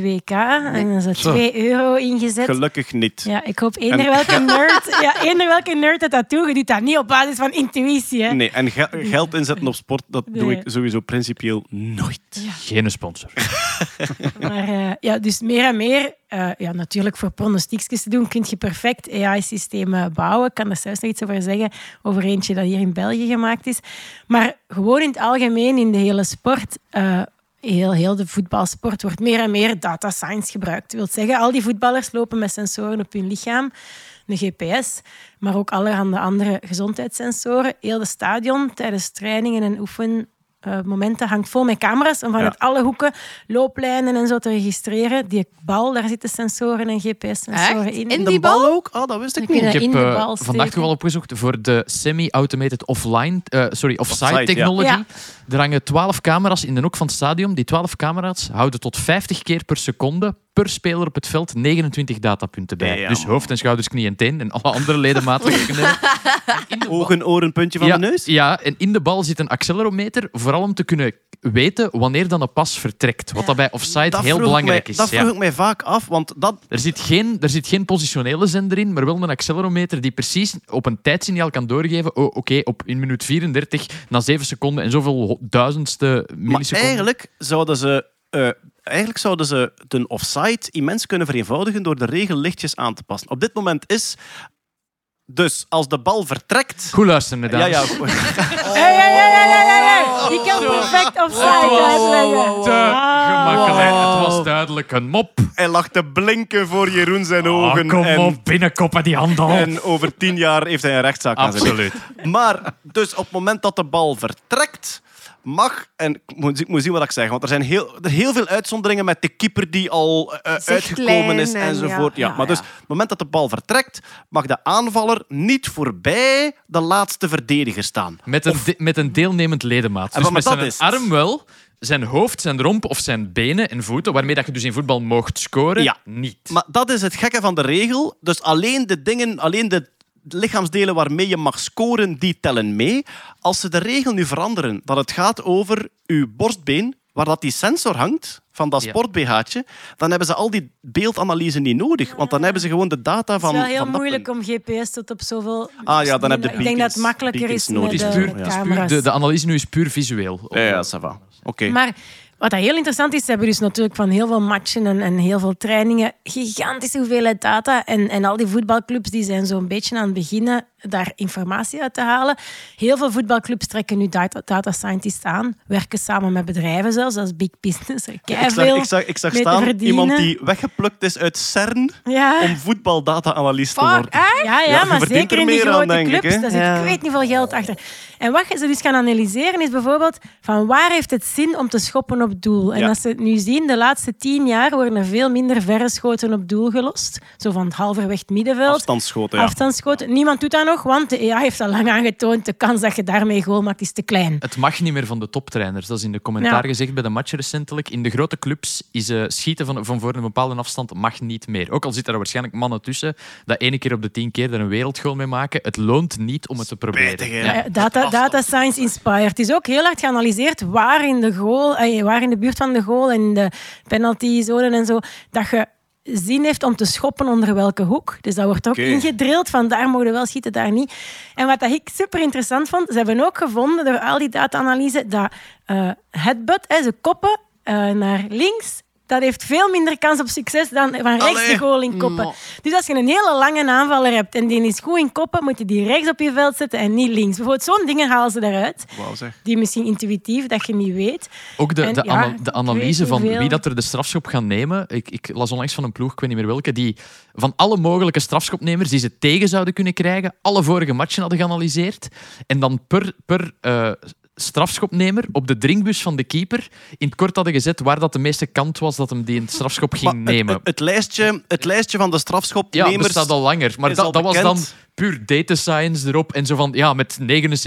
FIFA en zo €2 ingezet. Gelukkig niet. Ja, ik hoop eender welke nerd dat doet. Je doet dat niet op basis van intuïtie. Hè? Nee, en geld inzetten op sport, dat doe ik sowieso principieel nooit. Ja. Geen sponsor. Maar dus meer en meer, natuurlijk voor pronostiekjes te doen, kun je perfect AI-systemen bouwen. Ik kan er zelfs nog iets over zeggen, over eentje dat hier in België gemaakt is. Maar gewoon in het algemeen, in de hele sport, heel de voetbalsport, wordt meer en meer data science gebruikt. Dat wil zeggen, al die voetballers lopen met sensoren op hun lichaam, een GPS, maar ook allerhande andere gezondheidssensoren. Heel de stadion tijdens trainingen en oefenmomenten hangt vol met camera's om vanuit alle hoeken looplijnen en zo te registreren. Die bal, daar zitten sensoren en GPS-sensoren in. In die bal ook? Oh, dat wist ik niet. Ik heb vandaag toch wel opgezocht voor de semi-automated offside technology. Ja. Er hangen 12 camera's in de hoek van het stadion. Die 12 camera's houden tot 50 keer per seconde per speler op het veld 29 datapunten bij. Ja, dus hoofd en schouders, knie en teen en alle andere ledematen. Ogen, oren, puntje van de neus? Ja, en in de bal zit een accelerometer, vooral om te kunnen weten wanneer dan een pas vertrekt. Wat dat bij offside heel belangrijk is. Dat vroeg ik mij vaak af, want Er zit geen positionele zender in, maar wel een accelerometer die precies op een tijdsignaal kan doorgeven. Oké, in minuut 34, na 7 seconden en zoveel duizendste milliseconden. Eigenlijk zouden ze de offside immens kunnen vereenvoudigen door de regel lichtjes aan te passen. Op dit moment is... Dus als de bal vertrekt... Goed luisteren, dames. Ja. Ik kan perfect offside uitleggen. Te gemakkelijk. Het was duidelijk een mop. Hij lag te blinken voor Jeroen zijn ogen. Kom op, binnenkoppen die handel. En over 10 jaar heeft hij een rechtszaak aan zijn Absoluut. Maar dus op het moment dat de bal vertrekt... mag, en ik moet zien wat ik zeg, want er zijn heel veel uitzonderingen met de keeper die al uitgekomen is enzovoort. Maar dus op het moment dat de bal vertrekt, mag de aanvaller niet voorbij de laatste verdediger staan. Met een deelnemend ledemaat. Dus met zijn arm wel, zijn hoofd, zijn romp of zijn benen en voeten, waarmee dat je dus in voetbal mocht scoren, niet. Maar dat is het gekke van de regel. Dus alleen de lichaamsdelen waarmee je mag scoren, die tellen mee. Als ze de regel nu veranderen, dat het gaat over uw borstbeen, waar dat die sensor hangt, van dat sport-BH'tje, dan hebben ze al die beeldanalyse niet nodig. Want dan hebben ze gewoon de data van... Het is wel heel moeilijk om GPS tot op zoveel... dan heb je Ik denk dat het makkelijker is met de camera's. De analyse nu is puur visueel. Ja, ça va. Oké. Maar wat dat heel interessant is, ze hebben dus natuurlijk van heel veel matchen en heel veel trainingen gigantische hoeveelheid data. En al die voetbalclubs die zijn zo'n beetje aan het beginnen daar informatie uit te halen. Heel veel voetbalclubs trekken nu data scientists aan, werken samen met bedrijven zelfs, dat is big business. Ik zag staan iemand die weggeplukt is uit CERN om voetbaldata-analyst te worden. Ja, maar zeker in die grote clubs. Daar zit ik weet niet veel geld achter. En wat ze dus gaan analyseren is bijvoorbeeld van waar heeft het zin om te schoppen op doel. En als ze het nu zien, de laatste 10 jaar worden er veel minder verre schoten op doel gelost. Zo van halverwege het middenveld. Afstandsschoten. Niemand doet dat nog, want de AI heeft al lang aangetoond de kans dat je daarmee goal maakt is te klein. Het mag niet meer van de toptrainers. Dat is in de commentaar gezegd bij de match recentelijk. In de grote clubs is schieten van voor een bepaalde afstand mag niet meer. Ook al zitten er waarschijnlijk mannen tussen dat 1 keer op de 10 keer er een wereldgoal mee maken. Het loont niet om het te proberen. Data science inspired. Het is ook heel hard geanalyseerd waar in de buurt van de goal en in de penaltyzone en zo, dat je zin heeft om te schoppen onder welke hoek. Dus dat wordt ook ingedrild, van daar mogen we wel schieten, daar niet. En wat ik super interessant vond, ze hebben ook gevonden door al die data-analyse dat headbutt, ze koppen naar links, dat heeft veel minder kans op succes dan van rechts de goal in koppen. Dus als je een hele lange aanvaller hebt en die is goed in koppen, moet je die rechts op je veld zetten en niet links. Bijvoorbeeld zo'n dingen halen ze daaruit. Die misschien intuïtief, dat je niet weet. Ook de analyse van wie dat er de strafschop gaan nemen. Ik las onlangs van een ploeg, ik weet niet meer welke, die van alle mogelijke strafschopnemers die ze tegen zouden kunnen krijgen, alle vorige matchen hadden geanalyseerd. En dan per strafschopnemer op de drinkbus van de keeper in het kort hadden gezet waar dat de meeste kant was dat hem die een strafschop ging nemen. Het lijstje van de strafschopnemers... Ja, bestaat al langer. Maar dat was dan puur data science erop. En zo van, ja, met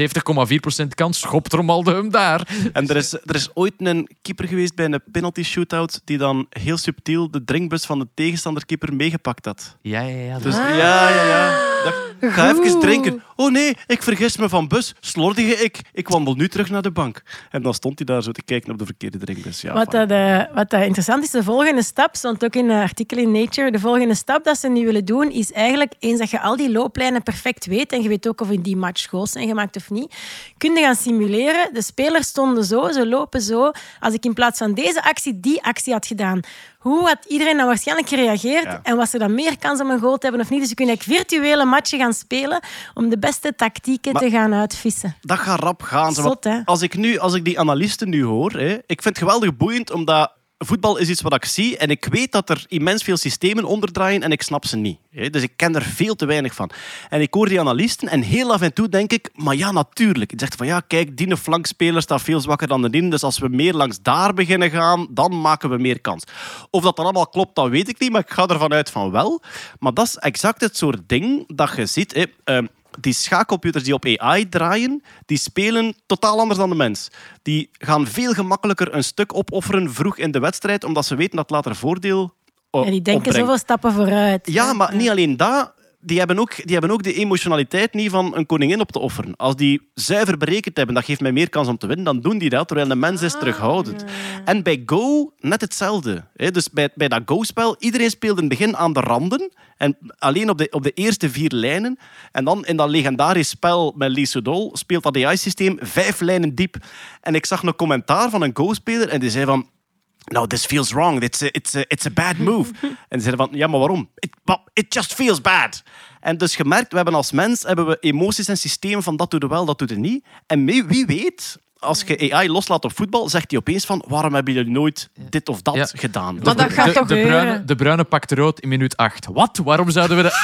79,4% kans schopt Romaldo hem daar. En er is ooit een keeper geweest bij een penalty shootout die dan heel subtiel de drinkbus van de tegenstanderkeeper meegepakt had. Ja. Dus ja. Ik ga even drinken. Oh nee, ik vergis me van bus. Slordige ik. Ik wandel nu terug naar de bank. En dan stond hij daar zo te kijken op de verkeerde drinkbus. Ja, Wat dat interessant is, de volgende stap, stond ook in een artikel in Nature, de volgende stap dat ze nu willen doen, is eigenlijk, eens dat je al die looplijnen perfect weet, en je weet ook of in die match goals zijn gemaakt of niet, kun je gaan simuleren. De spelers stonden zo, ze lopen zo. Als ik in plaats van deze actie die actie had gedaan, hoe had iedereen dan waarschijnlijk gereageerd? Ja. En was er dan meer kans om een goal te hebben of niet? Dus je kunt eigenlijk virtuele matchen gaan spelen om de beste tactieken te gaan uitvissen. Dat gaat rap gaan. Zot, hè? Als ik die analisten nu hoor, ik vind het geweldig boeiend, omdat voetbal is iets wat ik zie en ik weet dat er immens veel systemen onderdraaien en ik snap ze niet. Dus ik ken er veel te weinig van. En ik hoor die analisten en heel af en toe denk ik, maar ja, natuurlijk. Ik zeg van ja, kijk, die flankspeler staat veel zwakker dan de in, dus als we meer langs daar beginnen gaan, dan maken we meer kans. Of dat dan allemaal klopt, dat weet ik niet, maar ik ga ervan uit van wel. Maar dat is exact het soort ding dat je ziet. Die schaakcomputers die op AI draaien, die spelen totaal anders dan de mens. Die gaan veel gemakkelijker een stuk opofferen vroeg in de wedstrijd, omdat ze weten dat later voordeel die denken opbrengt. zoveel stappen vooruit. Ja, maar niet alleen dat. Die hebben ook de emotionaliteit niet van een koningin op te offeren. Als die zuiver berekend hebben, dat geeft mij meer kans om te winnen, dan doen die dat, terwijl de mens is terughoudend. En bij Go net hetzelfde. Dus bij dat Go-spel, iedereen speelde in het begin aan de randen. En alleen op de eerste 4 lijnen. En dan in dat legendarisch spel met Lee Sedol speelt dat AI-systeem 5 lijnen diep. En ik zag een commentaar van een Go-speler en die zei van... No, this feels wrong. It's a bad move. En ze zeiden van, ja, maar waarom? It just feels bad. En dus gemerkt, we hebben als mens emoties en systemen van dat doe je wel, dat doe je niet. En wie weet, als je AI loslaat op voetbal, zegt hij opeens van, waarom hebben jullie nooit dit of dat gedaan? Maar dat gaat toch de bruine pakt rood in minuut 8. Wat? Waarom zouden we dat...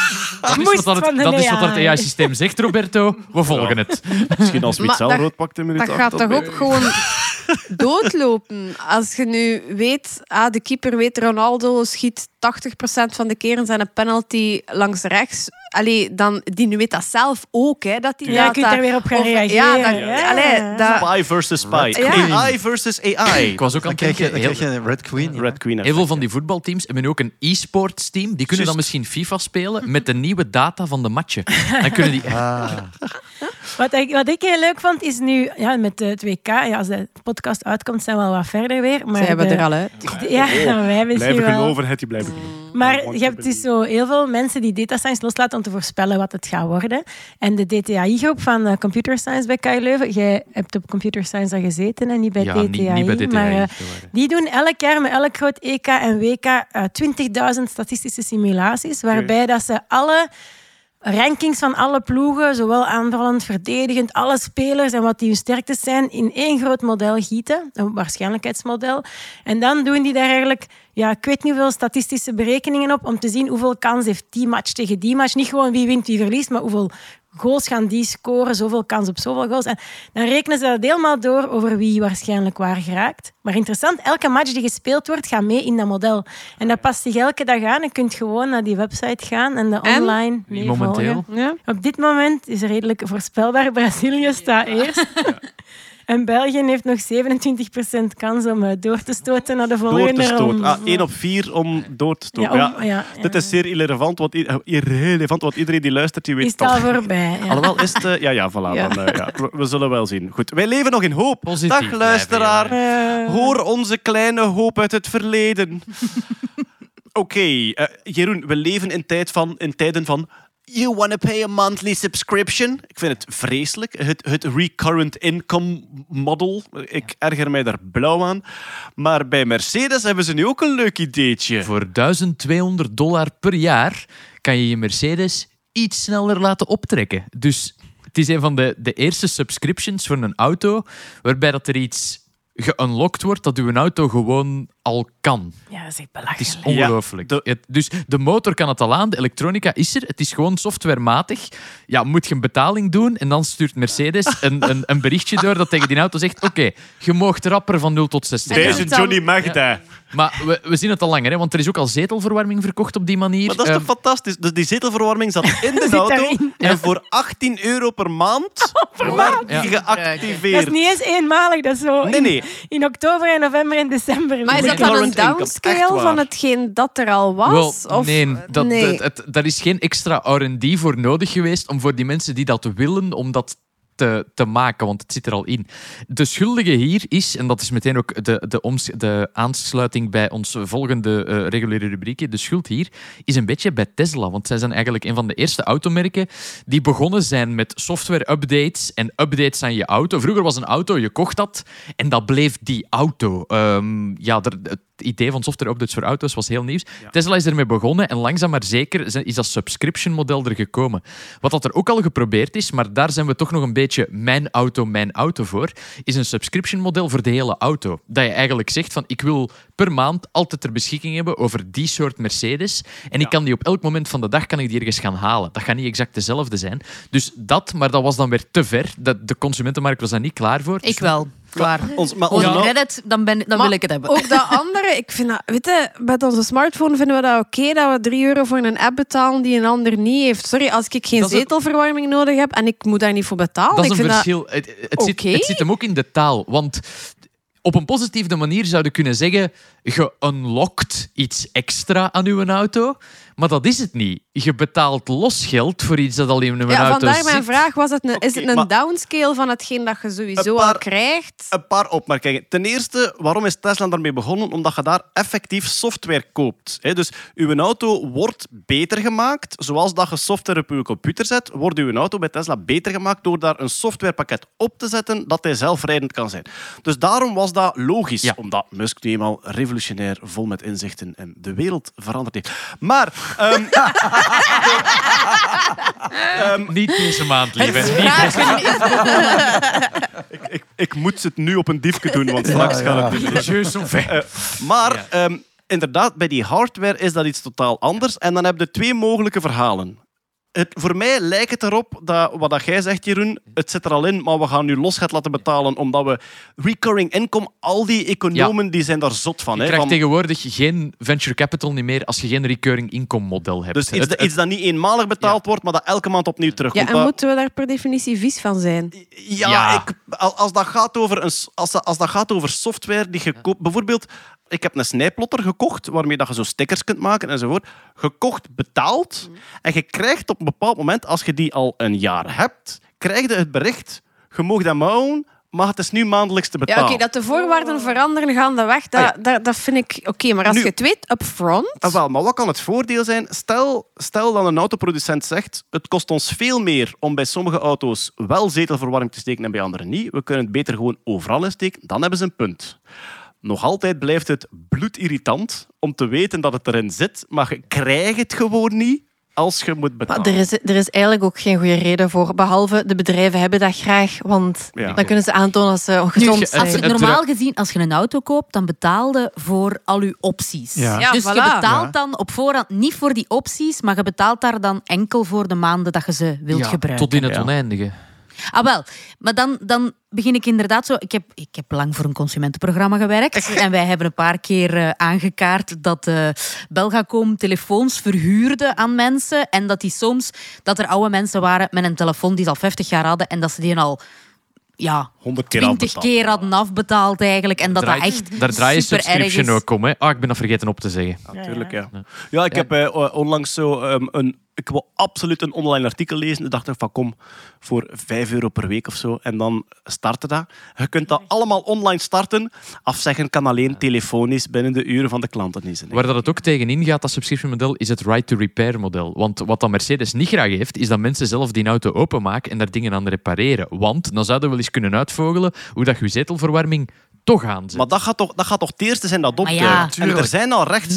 Dat is wat het AI-systeem zegt, Roberto. We volgen het. Misschien als Witzel rood pakt in minuut 8. Dat gaat toch ook gewoon doodlopen. Als je nu weet, de keeper weet, Ronaldo schiet 80% van de keren zijn een penalty langs rechts. Dan, die weet dat zelf ook. Hè, dat die je kunt er weer op gaan reageren. Spy versus spy. AI versus AI. Ik was ook aan het denken... Dan krijg je Red Queen. Heel veel van die voetbalteams hebben ook een e-sports team. Die kunnen dan misschien FIFA spelen met de nieuwe data van de matchen. Dan kunnen die... Wat ik heel leuk vond, is nu met het WK, als de podcast uitkomt, zijn we al wat verder weer. Maar ze hebben er al uit. Wij misschien wel. Geloven, het die blijven geloven. Maar je hebt dus zo heel veel mensen die data science loslaten om te voorspellen wat het gaat worden. En de DTAI-groep van Computer Science bij KU Leuven, jij hebt op Computer Science al gezeten en niet bij DTAI. Niet bij DTAI. Maar die doen elk jaar met elk groot EK en WK 20.000 statistische simulaties, waarbij dat ze alle rankings van alle ploegen, zowel aanvallend, verdedigend, alle spelers en wat die hun sterktes zijn, in één groot model gieten, een waarschijnlijkheidsmodel. En dan doen die daar eigenlijk, ik weet niet hoeveel statistische berekeningen op, om te zien hoeveel kans heeft die match tegen die match. Niet gewoon wie wint, wie verliest, maar hoeveel goals gaan die scoren, zoveel kans op zoveel goals. En dan rekenen ze dat helemaal door over wie waarschijnlijk waar geraakt. Maar interessant, elke match die gespeeld wordt, gaat mee in dat model. En dat past zich elke dag aan. Je kunt gewoon naar die website gaan en de online meevolgen. Ja. Op dit moment is redelijk voorspelbaar. Brazilië staat eerst. En België heeft nog 27% kans om door te stoten naar de volgende ronde. 1 op 4 om door te stoten. Dit is zeer irrelevant, want iedereen die luistert, die weet is het al voorbij. Ja. Alhoewel is het... we zullen wel zien. Goed, wij leven nog in hoop. Positief. Dag luisteraar. Hoor onze kleine hoop uit het verleden. Oké, Jeroen, we leven in tijden van... You want to pay a monthly subscription? Ik vind het vreselijk. Het recurrent income model. Ik erger mij daar blauw aan. Maar bij Mercedes hebben ze nu ook een leuk ideetje. Voor $1,200 per jaar kan je Mercedes iets sneller laten optrekken. Dus het is een van de eerste subscriptions voor een auto waarbij dat er iets geunlocked wordt dat uw auto gewoon al kan. Ja, dat is echt Het belachelijk. is ongelooflijk. Dus de motor kan het al aan, de elektronica is er. Het is gewoon softwarematig. Ja, moet je een betaling doen en dan stuurt Mercedes een berichtje door dat tegen die auto zegt oké, je mag rapper van 0 tot 60 gaan. Deze Johnny mag dat. Maar we zien het al langer, hè, want er is ook al zetelverwarming verkocht op die manier. Maar dat is toch fantastisch? Dus die zetelverwarming zat in de auto daarin. en voor €18 per maand werd die geactiveerd. Dat is niet eens eenmalig, dat is zo Nee. in oktober en november en december. Maar is dat dan een Ignorant income, echt downscale waar. van hetgeen dat er al was? Wel, Of, nee, nee. daar is geen extra R&D voor nodig geweest om voor die mensen die dat willen, om dat te maken, want het zit er al in. De schuldige hier is, en dat is meteen ook de aansluiting bij ons volgende reguliere rubriekje, de schuld hier is een beetje bij Tesla, want zij zijn eigenlijk een van de eerste automerken die begonnen zijn met software-updates en updates aan je auto. Vroeger was een auto, je kocht dat en dat bleef die auto. Het idee van software-updates voor auto's was heel nieuw. Ja. Tesla is ermee begonnen en langzaam maar zeker is dat subscription-model er gekomen. Wat dat er ook al geprobeerd is, maar daar zijn we toch nog een beetje mijn auto voor, is een subscription-model voor de hele auto. Dat je eigenlijk zegt van, ik wil per maand altijd ter beschikking hebben over die soort Mercedes en ik kan die op elk moment van de dag kan ik die ergens gaan halen. Dat gaat niet exact dezelfde zijn. Dus maar dat was dan weer te ver. De consumentenmarkt was daar niet klaar voor. Ik wel. Klaar. Ja. Reddit, dan wil ik het hebben. Ook dat andere, ik vind dat, weet je, met onze smartphone vinden we dat oké dat we €3 voor een app betalen die een ander niet heeft. Sorry, als ik geen zetelverwarming nodig heb en ik moet daar niet voor betalen. Dat is ik een vind verschil. Het zit hem ook in de taal. Want op een positieve manier zou je kunnen zeggen, je unlockt iets extra aan je auto, maar dat is het niet. Je betaalt los geld voor iets dat al in je auto vandaar zit. mijn vraag, is het een downscale van hetgeen dat je sowieso al krijgt? Een paar opmerkingen. Ten eerste, waarom is Tesla daarmee begonnen? Omdat je daar effectief software koopt. Dus uw auto wordt beter gemaakt. Zoals dat je software op je computer zet, wordt uw auto bij Tesla beter gemaakt door daar een softwarepakket op te zetten dat hij zelfrijdend kan zijn. Dus daarom was dat logisch. Ja. Omdat Musk nu eenmaal revolutionair, vol met inzichten en de wereld veranderd heeft. Maar... niet deze maand, lieve. Ik moet het nu op een diefje doen, want straks gaat het niet. Maar inderdaad, bij die hardware is dat iets totaal anders. En dan heb je 2 mogelijke verhalen. Voor mij lijkt het erop dat wat jij zegt, Jeroen, het zit er al in, maar we gaan nu losgeld laten betalen omdat we recurring income, al die economen die zijn daar zot van. Je krijgt tegenwoordig geen venture capital niet meer als je geen recurring income model hebt. Dus iets dat niet eenmalig betaald wordt, maar dat elke maand opnieuw terugkomt. Ja, en moeten we daar per definitie vies van zijn? Ja. Als dat gaat over software die je koopt, bijvoorbeeld... Ik heb een snijplotter gekocht, waarmee dat je zo stickers kunt maken enzovoort. Gekocht, betaald. En je krijgt op een bepaald moment, als je die al een jaar hebt, krijg je het bericht, je mag dat mouwen, maar het is nu maandelijks te betalen. Ja, oké, dat de voorwaarden veranderen gaandeweg, dat vind ik oké. Maar als je het weet, upfront... Wel, maar wat kan het voordeel zijn? Stel dat een autoproducent zegt, het kost ons veel meer om bij sommige auto's wel zetelverwarming te steken en bij anderen niet. We kunnen het beter gewoon overal insteken. Dan hebben ze een punt. Nog altijd blijft het bloedirritant om te weten dat het erin zit, maar je krijgt het gewoon niet als je moet betalen. Maar er is eigenlijk ook geen goede reden voor, behalve de bedrijven hebben dat graag, want dan kunnen ze aantonen dat ze ongezond zijn. Normaal gezien, als je een auto koopt, dan betaalde voor al je opties. Ja, dus voilà. je betaalt dan op voorhand niet voor die opties, maar je betaalt daar dan enkel voor de maanden dat je ze wilt gebruiken. Tot in het oneindige. Ah, wel. Maar dan begin ik inderdaad zo... Ik heb lang voor een consumentenprogramma gewerkt en wij hebben een paar keer aangekaart dat Belgacom telefoons verhuurde aan mensen en dat er oude mensen waren met een telefoon die ze al 50 jaar hadden en dat ze die al... 100 keer 20 keer hadden afbetaald eigenlijk. En dat echt daar draai je super subscription erg is. ook om. Hè? Ik ben dat vergeten op te zeggen. Natuurlijk, ja. Ik heb onlangs zo ik wil absoluut een online artikel lezen. Ik dacht van kom, voor €5 per week of zo. En dan startte dat. Je kunt dat allemaal online starten. Afzeggen kan alleen telefonisch binnen de uren van de klanten niet zijn. Waar dat het ook tegenin gaat, dat subscription model, is het right-to-repair model. Want wat dat Mercedes niet graag heeft, is dat mensen zelf die auto openmaken en daar dingen aan repareren. Want dan zouden we wel eens kunnen uitvogelen hoe dat je zetelverwarming toch aanzet. Maar dat gaat toch het eerste zijn dat opduikt. ja, en er zijn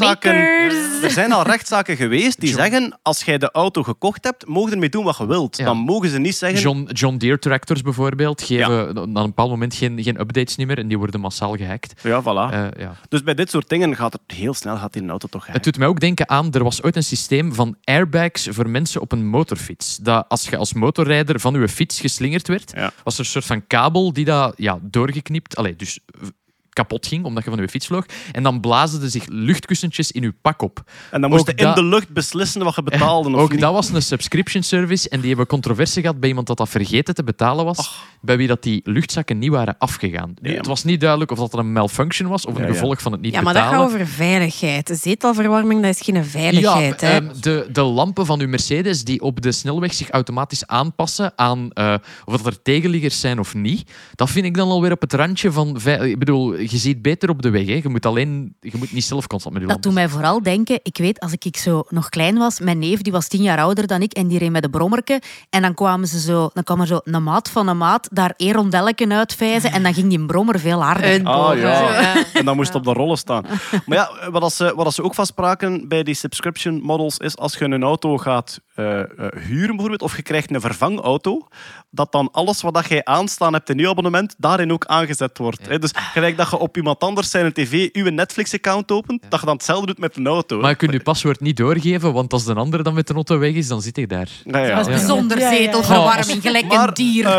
al rechtszaken geweest die zeggen, als jij de auto gekocht hebt, mogen ermee doen wat je wilt. Ja. Dan mogen ze niet zeggen... John Deere tractors bijvoorbeeld geven aan een bepaald moment geen updates meer en die worden massaal gehackt. Ja, voilà. Ja. Dus bij dit soort dingen gaat het heel snel die een auto toch gehackt. Het doet mij ook denken aan, er was ooit een systeem van airbags voor mensen op een motorfiets. Dat als je als motorrijder van je fiets geslingerd werd, was er een soort van kabel die dat doorgeknipt, dus kapot ging, omdat je van je fiets vloog. En dan blazen er zich luchtkussentjes in je pak op. En dan moest je in de lucht beslissen wat je betaalde. Of ook niet. dat was een subscription service en die hebben controverse gehad bij iemand dat vergeten te betalen was, bij wie dat die luchtzakken niet waren afgegaan. Nu, het was niet duidelijk of dat een malfunction was of een gevolg van het niet betalen. Ja, maar dat gaat over veiligheid. De zetelverwarming, dat is geen veiligheid. Ja, de lampen van uw Mercedes die op de snelweg zich automatisch aanpassen aan of dat er tegenliggers zijn of niet, dat vind ik dan alweer op het randje van... Ik bedoel, je ziet beter op de weg. Hè. Je moet niet zelf constant met je Dat doet mij vooral denken... Ik weet, als ik zo nog klein was, mijn neef die was 10 jaar ouder dan ik en die reed met een brommerke. En dan kwam er zo een maat van een maat daar rondelleken uitvijzen en dan ging die brommer veel harder. En dan moest het op de rollen staan. Maar ja, wat ze ook vastspraken bij die subscription models is als je een auto gaat huren bijvoorbeeld, of je krijgt een vervangauto, dat dan alles wat jij aanstaan hebt in je abonnement, daarin ook aangezet wordt. Ja. Dus gelijk dat je op iemand anders zijn tv je Netflix-account opent, dat je dan hetzelfde doet met een auto. Maar je kunt je paswoord niet doorgeven, want als de andere dan met de auto weg is, dan zit ik daar. Zonder zetelverwarming, gelijk een dier.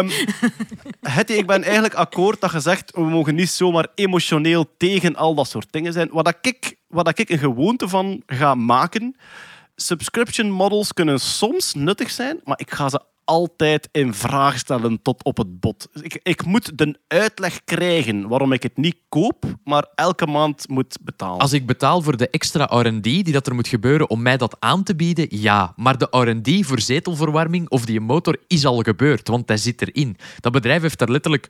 Hetty, ik ben eigenlijk akkoord dat je zegt, we mogen niet zomaar emotioneel tegen al dat soort dingen zijn. Wat ik een gewoonte van ga maken, subscription models kunnen soms nuttig zijn, maar ik ga ze altijd in vraag stellen tot op het bot. Ik moet de uitleg krijgen waarom ik het niet koop, maar elke maand moet betalen. Als ik betaal voor de extra R&D die dat er moet gebeuren om mij dat aan te bieden, ja. Maar de R&D voor zetelverwarming of die motor is al gebeurd, want hij zit erin. Dat bedrijf heeft daar letterlijk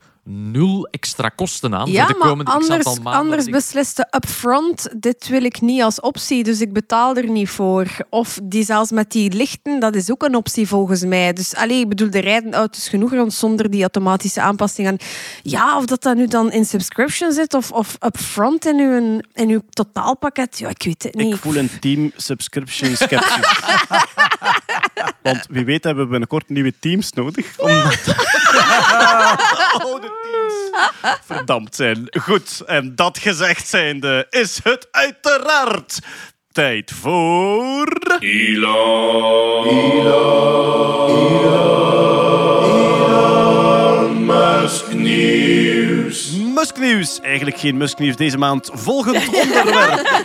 0 extra kosten aan voor de komende aantal maanden. Anders besliste upfront, dit wil ik niet als optie, dus ik betaal er niet voor. Of die zelfs met die lichten, dat is ook een optie volgens mij. Dus ik bedoel, er rijden auto's genoeg rond zonder die automatische aanpassingen. Ja, of dat nu dan in subscription zit of upfront in uw totaalpakket, ja, ik weet het niet. Ik voel een team subscription skepsis. Want wie weet hebben we binnenkort nieuwe teams nodig. Omdat oude teams verdampt zijn. Goed, en dat gezegd zijnde is het uiteraard tijd voor... Elon Musk Nieuws. Musk Nieuws. Eigenlijk geen Musk Nieuws deze maand. Volgend onderwerp.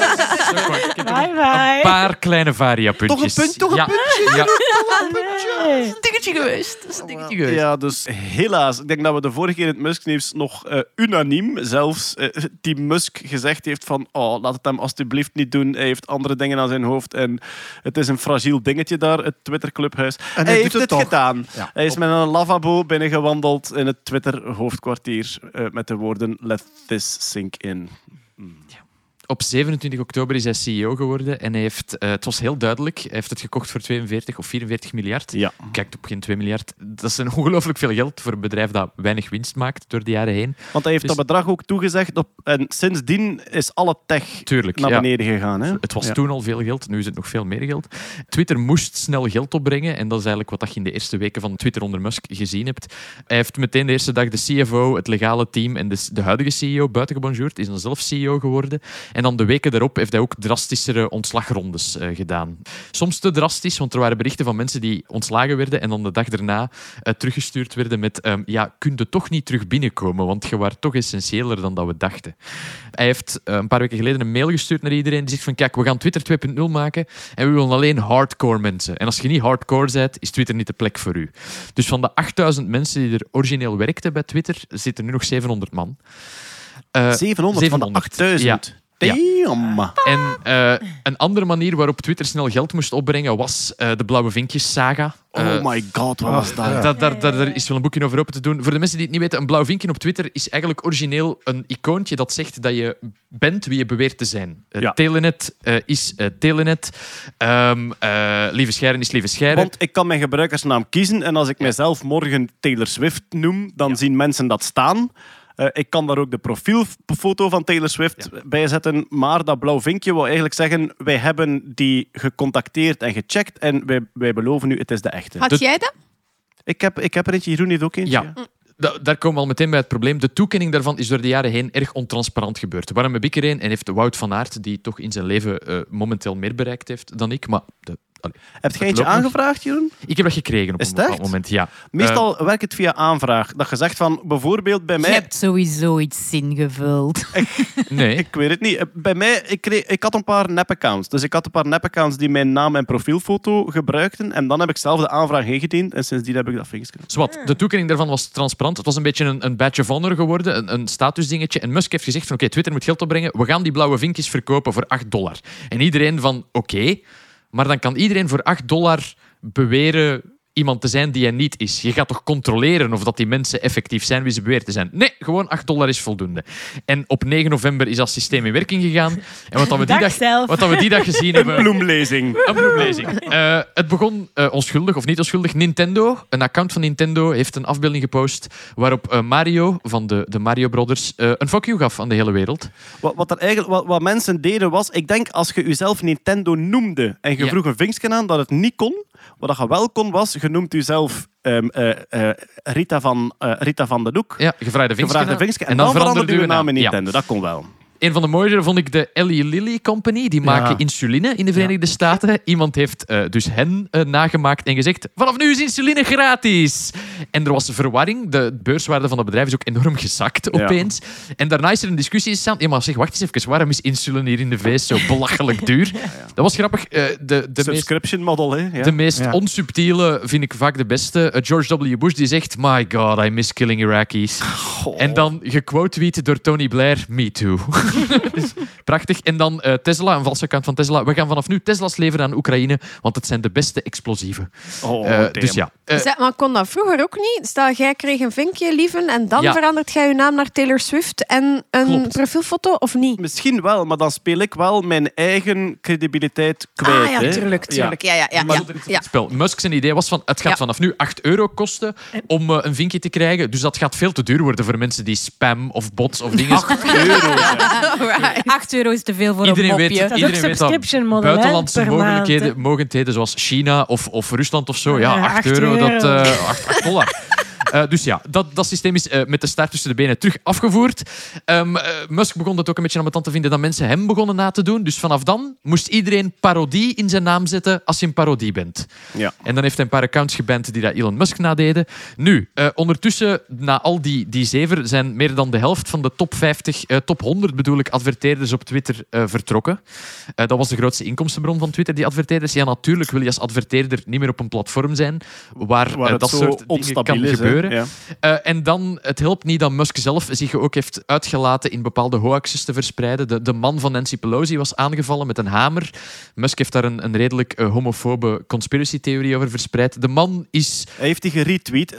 Een paar kleine variapuntjes. Toch een puntje? Ja. Een dingetje geweest. Ja, dus helaas. Ik denk dat we de vorige keer in het Musk Nieuws nog unaniem zelfs Team Musk gezegd heeft van laat het hem alsjeblieft niet doen. Hij heeft andere dingen aan zijn hoofd en het is een fragiel dingetje daar, het Twitter-clubhuis. En hij heeft het toch gedaan. Ja. Hij is met een lavabo binnengewandeld in het Twitter-hoofdkwartier met de woorden let this sink in. Op 27 oktober is hij CEO geworden en hij heeft, het was heel duidelijk, hij heeft het gekocht voor 42 of 44 miljard. Ja. Kijkt op geen 2 miljard. Dat is ongelooflijk veel geld voor een bedrijf dat weinig winst maakt door de jaren heen. Want hij heeft dat bedrag ook toegezegd en sindsdien is alle tech naar beneden gegaan. Hè? Het was toen al veel geld, nu is het nog veel meer geld. Twitter moest snel geld opbrengen en dat is eigenlijk wat je in de eerste weken van Twitter onder Musk gezien hebt. Hij heeft meteen de eerste dag de CFO, het legale team en de huidige CEO buitengebonjourd, is dan zelf CEO geworden. En dan de weken daarop heeft hij ook drastischere ontslagrondes gedaan. Soms te drastisch, want er waren berichten van mensen die ontslagen werden en dan de dag daarna teruggestuurd werden met kun je toch niet terug binnenkomen, want je was toch essentiëler dan dat we dachten. Hij heeft een paar weken geleden een mail gestuurd naar iedereen die zegt van kijk, we gaan Twitter 2.0 maken en we willen alleen hardcore mensen. En als je niet hardcore bent, is Twitter niet de plek voor u. Dus van de 8000 mensen die er origineel werkten bij Twitter, zitten nu nog 700 man. 700 van de 8000? Ja. Damn. En een andere manier waarop Twitter snel geld moest opbrengen was de blauwe vinkjes-saga. Oh my god, wat was dat? Daar is wel een boekje over open te doen. Voor de mensen die het niet weten, een blauw vinkje op Twitter is eigenlijk origineel een icoontje dat zegt dat je bent wie je beweert te zijn. Telenet is Telenet. Lieve Schijren is Lieve Schijren. Want ik kan mijn gebruikersnaam kiezen en als ik mijzelf morgen Taylor Swift noem, dan zien mensen dat staan. Ik kan daar ook de profielfoto van Taylor Swift bij zetten. Maar dat blauw vinkje wil eigenlijk zeggen... wij hebben die gecontacteerd en gecheckt. En wij beloven nu, het is de echte. Had jij dat? Ik heb er eentje. Jeroen heeft ook eentje. Ja. Daar komen we al meteen bij het probleem. De toekenning daarvan is door de jaren heen erg ontransparant gebeurd. Waarom heb ik er een en heeft Wout van Aert, die toch in zijn leven momenteel meer bereikt heeft dan ik. Maar heb jij eentje aangevraagd, Jeroen? Ik heb dat gekregen op een bepaald moment, ja. Meestal werkt het via aanvraag. Dat je zegt van, bijvoorbeeld bij mij... Je hebt sowieso iets ingevuld. Nee. Ik weet het niet. Bij mij, ik had een paar nep-accounts. Dus ik had een paar nep-accounts die mijn naam en profielfoto gebruikten. En dan heb ik zelf de aanvraag ingediend. En sindsdien heb ik dat vinkje. Zwat, de toekenning daarvan was transparant. Het was een beetje een badge of honor geworden, een statusdingetje. En Musk heeft gezegd van, oké, Twitter moet geld opbrengen. We gaan die blauwe vinkjes verkopen voor $8. En iedereen van, oké. Maar dan kan iedereen voor $8 beweren iemand te zijn die hij niet is. Je gaat toch controleren of dat die mensen effectief zijn wie ze beweren te zijn? Nee, gewoon $8 is voldoende. En op 9 november is dat systeem in werking gegaan. En wat we die dag gezien hebben... Een bloemlezing. Het begon onschuldig of niet onschuldig. Nintendo, een account van Nintendo, heeft een afbeelding gepost waarop Mario van de Mario Brothers een fuck you gaf aan de hele wereld. Wat mensen deden was... Ik denk, als je jezelf Nintendo noemde en je vroeg een vinkje aan dat het niet kon... Wat je wel kon was, je noemt jezelf Rita van den Hoek. Ja, gevraagde vinkje. En dan veranderde je naam in Nintendo. Dat kon wel. Een van de mooiere vond ik de Eli Lilly Company. Die maken insuline in de Verenigde Staten. Iemand heeft dus hen nagemaakt en gezegd... Vanaf nu is insuline gratis. En er was verwarring. De beurswaarde van het bedrijf is ook enorm gezakt opeens. En daarna is er een discussie ontstaan. Ja, maar zeg, wacht eens even. Waarom is insuline hier in de VS zo belachelijk duur? Dat was grappig. De subscription model, hè? Ja. De meest onsubtiele vind ik vaak de beste. George W. Bush die zegt... My God, I miss killing Iraqis. En dan gequote-tweet door Tony Blair... Me too. Dus, prachtig. En dan Tesla, een valse account van Tesla. We gaan vanaf nu Tesla's leveren aan Oekraïne, want het zijn de beste explosieven. Dus ja. Maar kon dat vroeger ook niet? Stel, jij kreeg een vinkje, lieven, en dan verandert jij je naam naar Taylor Swift en een profielfoto, of niet? Misschien wel, maar dan speel ik wel mijn eigen credibiliteit kwijt. Ja, tuurlijk. Ja. Spel. Musk zijn idee was van, het gaat vanaf nu €8 kosten om een vinkje te krijgen. Dus dat gaat veel te duur worden voor mensen die spam of bots of dingen... €8 is te veel voor iedereen een mopje. Iedereen weet dat buitenlandse mogendheden zoals China of Rusland of zo, €8, dat $8. Dus ja, dat systeem is met de staart tussen de benen terug afgevoerd. Musk begon het ook een beetje ambetant te vinden dat mensen hem begonnen na te doen. Dus vanaf dan moest iedereen parodie in zijn naam zetten als je een parodie bent. Ja. En dan heeft hij een paar accounts geband die dat Elon Musk nadeden. Nu, ondertussen, na al die zever, zijn meer dan de helft van de top 100 bedoel ik, adverteerders op Twitter vertrokken. Dat was de grootste inkomstenbron van Twitter, die adverteerders. Ja, natuurlijk wil je als adverteerder niet meer op een platform zijn waar dat soort dingen kan gebeuren. Ja. En dan, het helpt niet dat Musk zelf zich ook heeft uitgelaten in bepaalde hoaxes te verspreiden. De man van Nancy Pelosi was aangevallen met een hamer. Musk heeft daar een redelijk homofobe conspiracy-theorie over verspreid. De man is... Hij heeft die geretweet.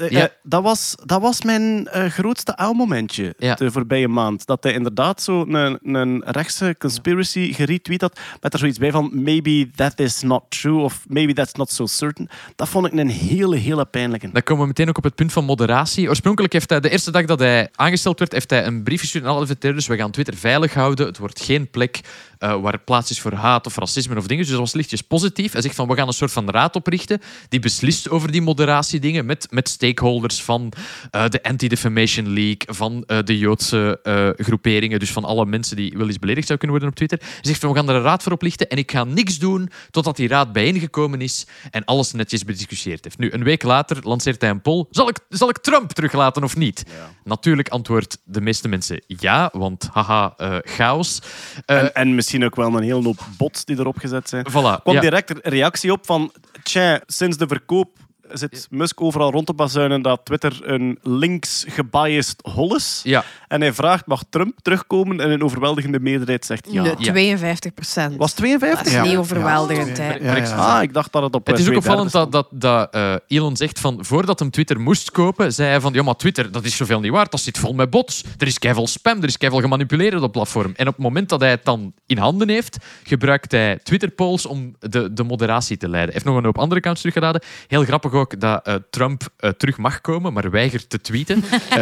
Dat was mijn grootste aalmomentje de voorbije maand. Dat hij inderdaad zo een rechtse conspiracy geretweet had met er zoiets bij van maybe that is not true of maybe that's not so certain. Dat vond ik een hele pijnlijke. Dan komen we meteen ook op het punt van moderatie. Oorspronkelijk heeft hij de eerste dag dat hij aangesteld werd, heeft hij een brief gestuurd aan alle adverteerders. We gaan Twitter veilig houden. Het wordt geen plek waar plaats is voor haat of racisme of dingen. Dus dat was lichtjes positief. Hij zegt van, we gaan een soort van raad oprichten die beslist over die moderatiedingen met stakeholders van de Anti-Defamation League, van de Joodse groeperingen, dus van alle mensen die wel eens beledigd zouden kunnen worden op Twitter. Hij zegt van, we gaan er een raad voor oprichten en ik ga niks doen totdat die raad bijeengekomen is en alles netjes bediscussieerd heeft. Nu, een week later lanceert hij een poll. Zal ik Trump teruglaten of niet? Ja. Natuurlijk antwoordt de meeste mensen ja, want haha, chaos. En misschien ook wel een hele hoop bots die erop gezet zijn. Voilà, kwam direct een reactie op van... sinds de verkoop zit Musk overal rond te bazuinen dat Twitter een links-gebiased hol is. Ja. En hij vraagt, mag Trump terugkomen? En een overweldigende meerderheid zegt ja. 52%. Was 52? Dat is niet overweldigend. Ik dacht dat het op Het is ook opvallend dat Elon zegt van, voordat hem Twitter moest kopen, zei hij van, ja, maar Twitter, dat is zoveel niet waard. Dat zit vol met bots. Er is keiveel spam, er is keiveel gemanipuleerd op dat platform. En op het moment dat hij het dan in handen heeft, gebruikt hij Twitter-polls om de moderatie te leiden. Hij heeft nog een hoop andere accounts teruggeladen. Heel grappig ook dat Trump terug mag komen, maar weigert te tweeten.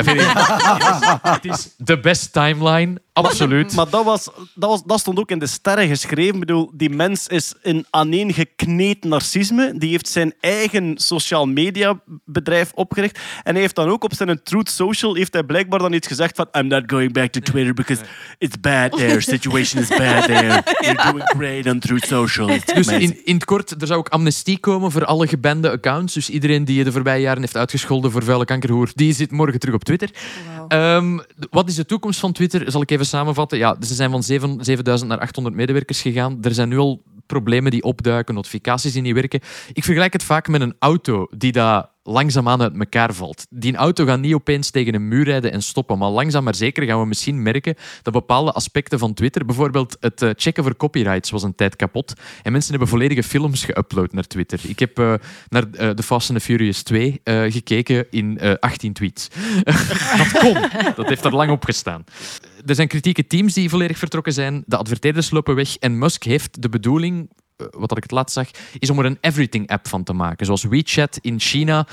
Het is de best timeline, absoluut. Maar dat stond ook in de sterren geschreven. Ik bedoel, die mens is een aaneengekneed narcisme. Die heeft zijn eigen social media bedrijf opgericht. En hij heeft dan ook op zijn Truth Social heeft hij blijkbaar dan iets gezegd van I'm not going back to Twitter because it's bad there. Situation is bad there. You're doing great on Truth Social. Dus in het kort, er zou ook amnestie komen voor alle gebande accounts. Dus iedereen die je de voorbije jaren heeft uitgescholden voor vuile kankerhoer, die zit morgen terug op Twitter. Wow. Wat is de toekomst van Twitter? Zal ik even samenvatten. Ja, ze zijn van 7000 naar 800 medewerkers gegaan. Er zijn nu al problemen die opduiken, notificaties die niet werken. Ik vergelijk het vaak met een auto die daar langzaamaan uit elkaar valt. Die auto gaat niet opeens tegen een muur rijden en stoppen, maar langzaam maar zeker gaan we misschien merken dat bepaalde aspecten van Twitter, bijvoorbeeld het checken voor copyrights, was een tijd kapot. En mensen hebben volledige films geüpload naar Twitter. Ik heb naar The Fast and the Furious 2 gekeken in 18 tweets. Dat kon. Dat heeft er lang op gestaan. Er zijn kritieke teams die volledig vertrokken zijn. De adverteerders lopen weg. En Musk heeft de bedoeling, wat ik het laatst zag, is om er een everything-app van te maken. Zoals WeChat in China.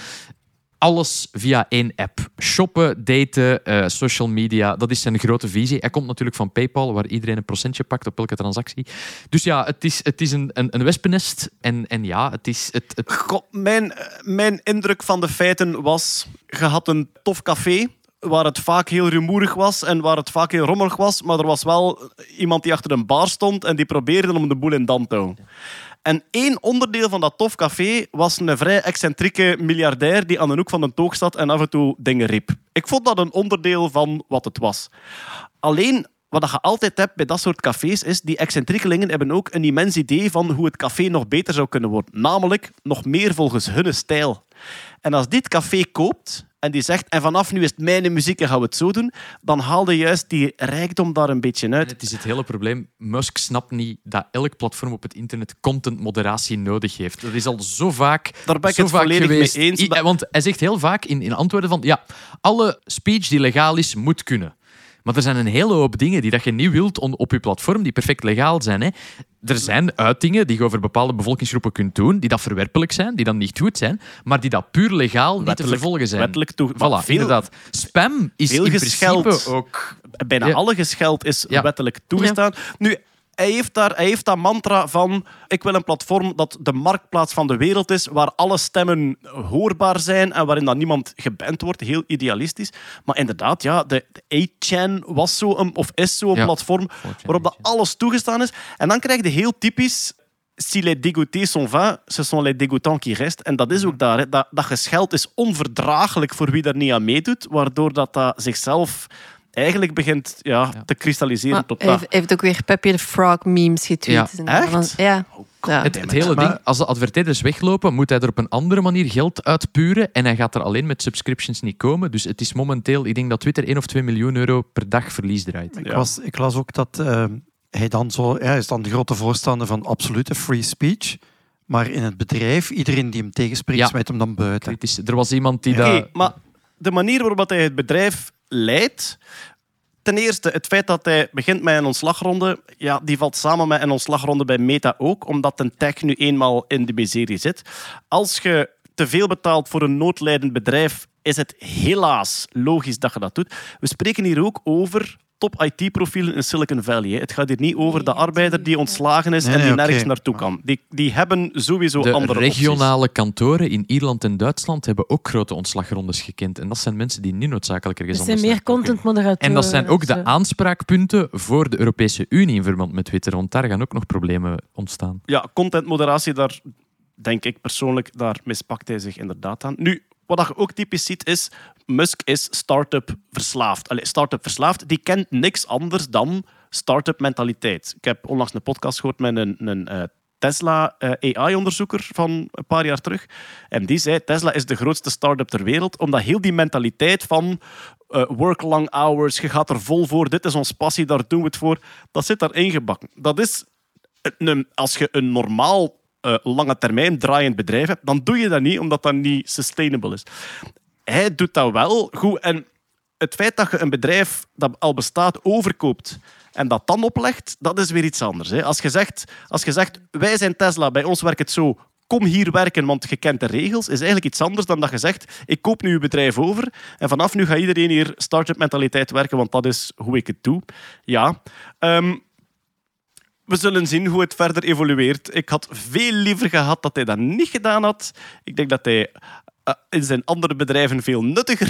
Alles via één app. Shoppen, daten, social media. Dat is zijn grote visie. Hij komt natuurlijk van PayPal, waar iedereen een procentje pakt op elke transactie. Dus ja, het is een wespennest. En ja, het is... God, mijn indruk van de feiten was... Je had een tof café, waar het vaak heel rumoerig was en waar het vaak heel rommelig was, maar er was wel iemand die achter een bar stond en die probeerde om de boel in stand te houden. En één onderdeel van dat tof café was een vrij excentrieke miljardair die aan de hoek van de toog zat en af en toe dingen riep. Ik vond dat een onderdeel van wat het was. Alleen, wat je altijd hebt bij dat soort cafés is, die excentriekelingen hebben ook een immens idee van hoe het café nog beter zou kunnen worden. Namelijk, nog meer volgens hun stijl. En als dit café koopt en die zegt, en vanaf nu is het mijn muziek en gaan we het zo doen, dan haalde juist die rijkdom daar een beetje uit. Het is het hele probleem. Musk snapt niet dat elk platform op het internet contentmoderatie nodig heeft. Dat is al zo vaak daar ben ik het volledig geweest. Mee eens. Want hij zegt heel vaak in antwoorden van, ja, alle speech die legaal is, moet kunnen. Maar er zijn een hele hoop dingen die dat je niet wilt op je platform, die perfect legaal zijn. Hè. Er zijn uitingen die je over bepaalde bevolkingsgroepen kunt doen, die dat verwerpelijk zijn, die dan niet goed zijn, maar die dat puur legaal niet te vervolgen zijn. Wettelijk voilà, inderdaad. Spam is in principe ook... Bijna alle gescheld is wettelijk toegestaan. Ja. Nu, hij heeft dat mantra van ik wil een platform dat de marktplaats van de wereld is, waar alle stemmen hoorbaar zijn en waarin dan niemand geband wordt. Heel idealistisch. Maar inderdaad, ja, de 8chan was zo of is zo'n platform waarop dat alles toegestaan is. En dan krijg je heel typisch si les dégoûtés sont vains, ce sont les dégoûtants qui restent. En dat is ook daar. Hè. Dat gescheld is onverdraaglijk voor wie daar niet aan meedoet, waardoor dat zichzelf eigenlijk begint te kristalliseren tot dat. Hij heeft ook weer Pepe the Frog memes getweet. Ja. Echt? Ja. Ja. Het hele ding, als de adverteerders weglopen, moet hij er op een andere manier geld uitpuren en hij gaat er alleen met subscriptions niet komen. Dus het is momenteel, ik denk dat Twitter 1 of 2 miljoen euro per dag verlies draait. Ik las ook dat hij dan hij is dan de grote voorstander van absolute free speech. Maar in het bedrijf, iedereen die hem tegenspreekt, smijt hem dan buiten. Er was iemand die dat... Maar de manier waarop hij het bedrijf leidt... Ten eerste, het feit dat hij begint met een ontslagronde, die valt samen met een ontslagronde bij Meta ook, omdat een tech nu eenmaal in de miserie zit. Als je te veel betaalt voor een noodlijdend bedrijf, is het helaas logisch dat je dat doet. We spreken hier ook over top IT-profielen in Silicon Valley. Het gaat hier niet over de arbeider die ontslagen is en die nergens naartoe kan. Die hebben sowieso andere opties. De regionale kantoren in Ierland en Duitsland hebben ook grote ontslagrondes gekend. En dat zijn mensen die niet noodzakelijk ergens anders zijn. Er zijn meer contentmoderatoren. En dat zijn ook de aanspraakpunten voor de Europese Unie in verband met Twitter. Want daar gaan ook nog problemen ontstaan. Ja, contentmoderatie, daar denk ik persoonlijk, daar mispakt hij zich inderdaad aan. Nu, wat je ook typisch ziet is, Musk is start-up verslaafd. Start-up verslaafd, die kent niks anders dan start-up mentaliteit. Ik heb onlangs een podcast gehoord met een Tesla AI-onderzoeker van een paar jaar terug. En die zei, Tesla is de grootste start-up ter wereld, omdat heel die mentaliteit van work long hours, je gaat er vol voor, dit is ons passie, daar doen we het voor, dat zit daar ingebakken. Dat is, als je een normaal lange termijn draaiend bedrijf hebt, dan doe je dat niet, omdat dat niet sustainable is. Hij doet dat wel goed. En het feit dat je een bedrijf dat al bestaat overkoopt en dat dan oplegt, dat is weer iets anders. Hè. Als je zegt, wij zijn Tesla, bij ons werkt het zo, kom hier werken, want je kent de regels, is eigenlijk iets anders dan dat je zegt, ik koop nu je bedrijf over en vanaf nu gaat iedereen hier start-up mentaliteit werken, want dat is hoe ik het doe. Ja. We zullen zien hoe het verder evolueert. Ik had veel liever gehad dat hij dat niet gedaan had. Ik denk dat hij in zijn andere bedrijven veel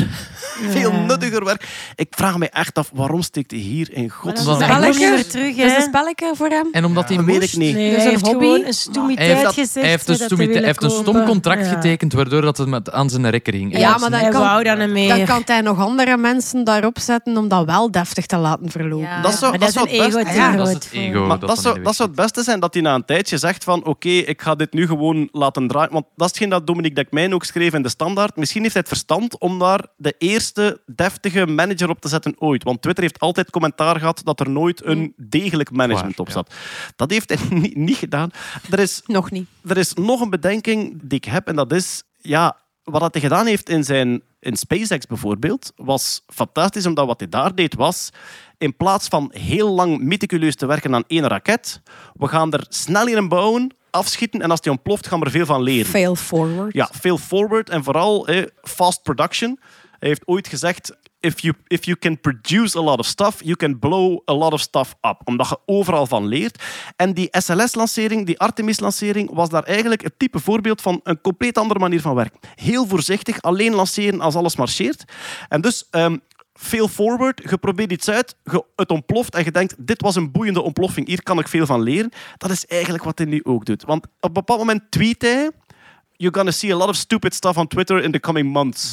nuttiger werkt. Ik vraag me echt af, waarom steekt hij hier in godsnaam? Dat is een spelletje spelletje voor hem. En omdat hij Dat weet ik niet. Nee, Dus hij een heeft hobby. gewoon een stoemiteit gezegd. Hij heeft een stom contract getekend, waardoor dat het aan zijn rekker ging. Ja, maar hij wou dan een meer. Dan kan hij nog andere mensen daarop zetten om dat wel deftig te laten verlopen. Ja. Dat zou, Maar dat is een ego te Ja, dat is groot het voor. ego. Maar dat dat zou het beste zijn dat hij na een tijdje zegt van oké, ik ga dit nu gewoon laten draaien. Want dat is hetgeen dat Dominique Dekmijn ook schreef in de Standaard. Misschien heeft hij het verstand om daar de eerste deftige manager op te zetten ooit. Want Twitter heeft altijd commentaar gehad dat er nooit een degelijk management op zat. Dat heeft hij niet gedaan. Nog niet. Er is nog een bedenking die ik heb en dat is... Ja, wat hij gedaan heeft in SpaceX bijvoorbeeld, was fantastisch, omdat wat hij daar deed was, in plaats van heel lang meticuleus te werken aan één raket, we gaan er snel in bouwen, afschieten en als die ontploft, gaan we er veel van leren. Fail forward. Ja, fail forward en vooral fast production. Hij heeft ooit gezegd, if you can produce a lot of stuff, you can blow a lot of stuff up. Omdat je overal van leert. En die SLS-lancering, die Artemis-lancering, was daar eigenlijk het type voorbeeld van een compleet andere manier van werken. Heel voorzichtig, alleen lanceren als alles marcheert. En dus... fail forward, je probeert iets uit, het ontploft en je denkt, dit was een boeiende ontploffing, hier kan ik veel van leren. Dat is eigenlijk wat hij nu ook doet. Want op een bepaald moment tweet hij, you're gonna see a lot of stupid stuff on Twitter in the coming months.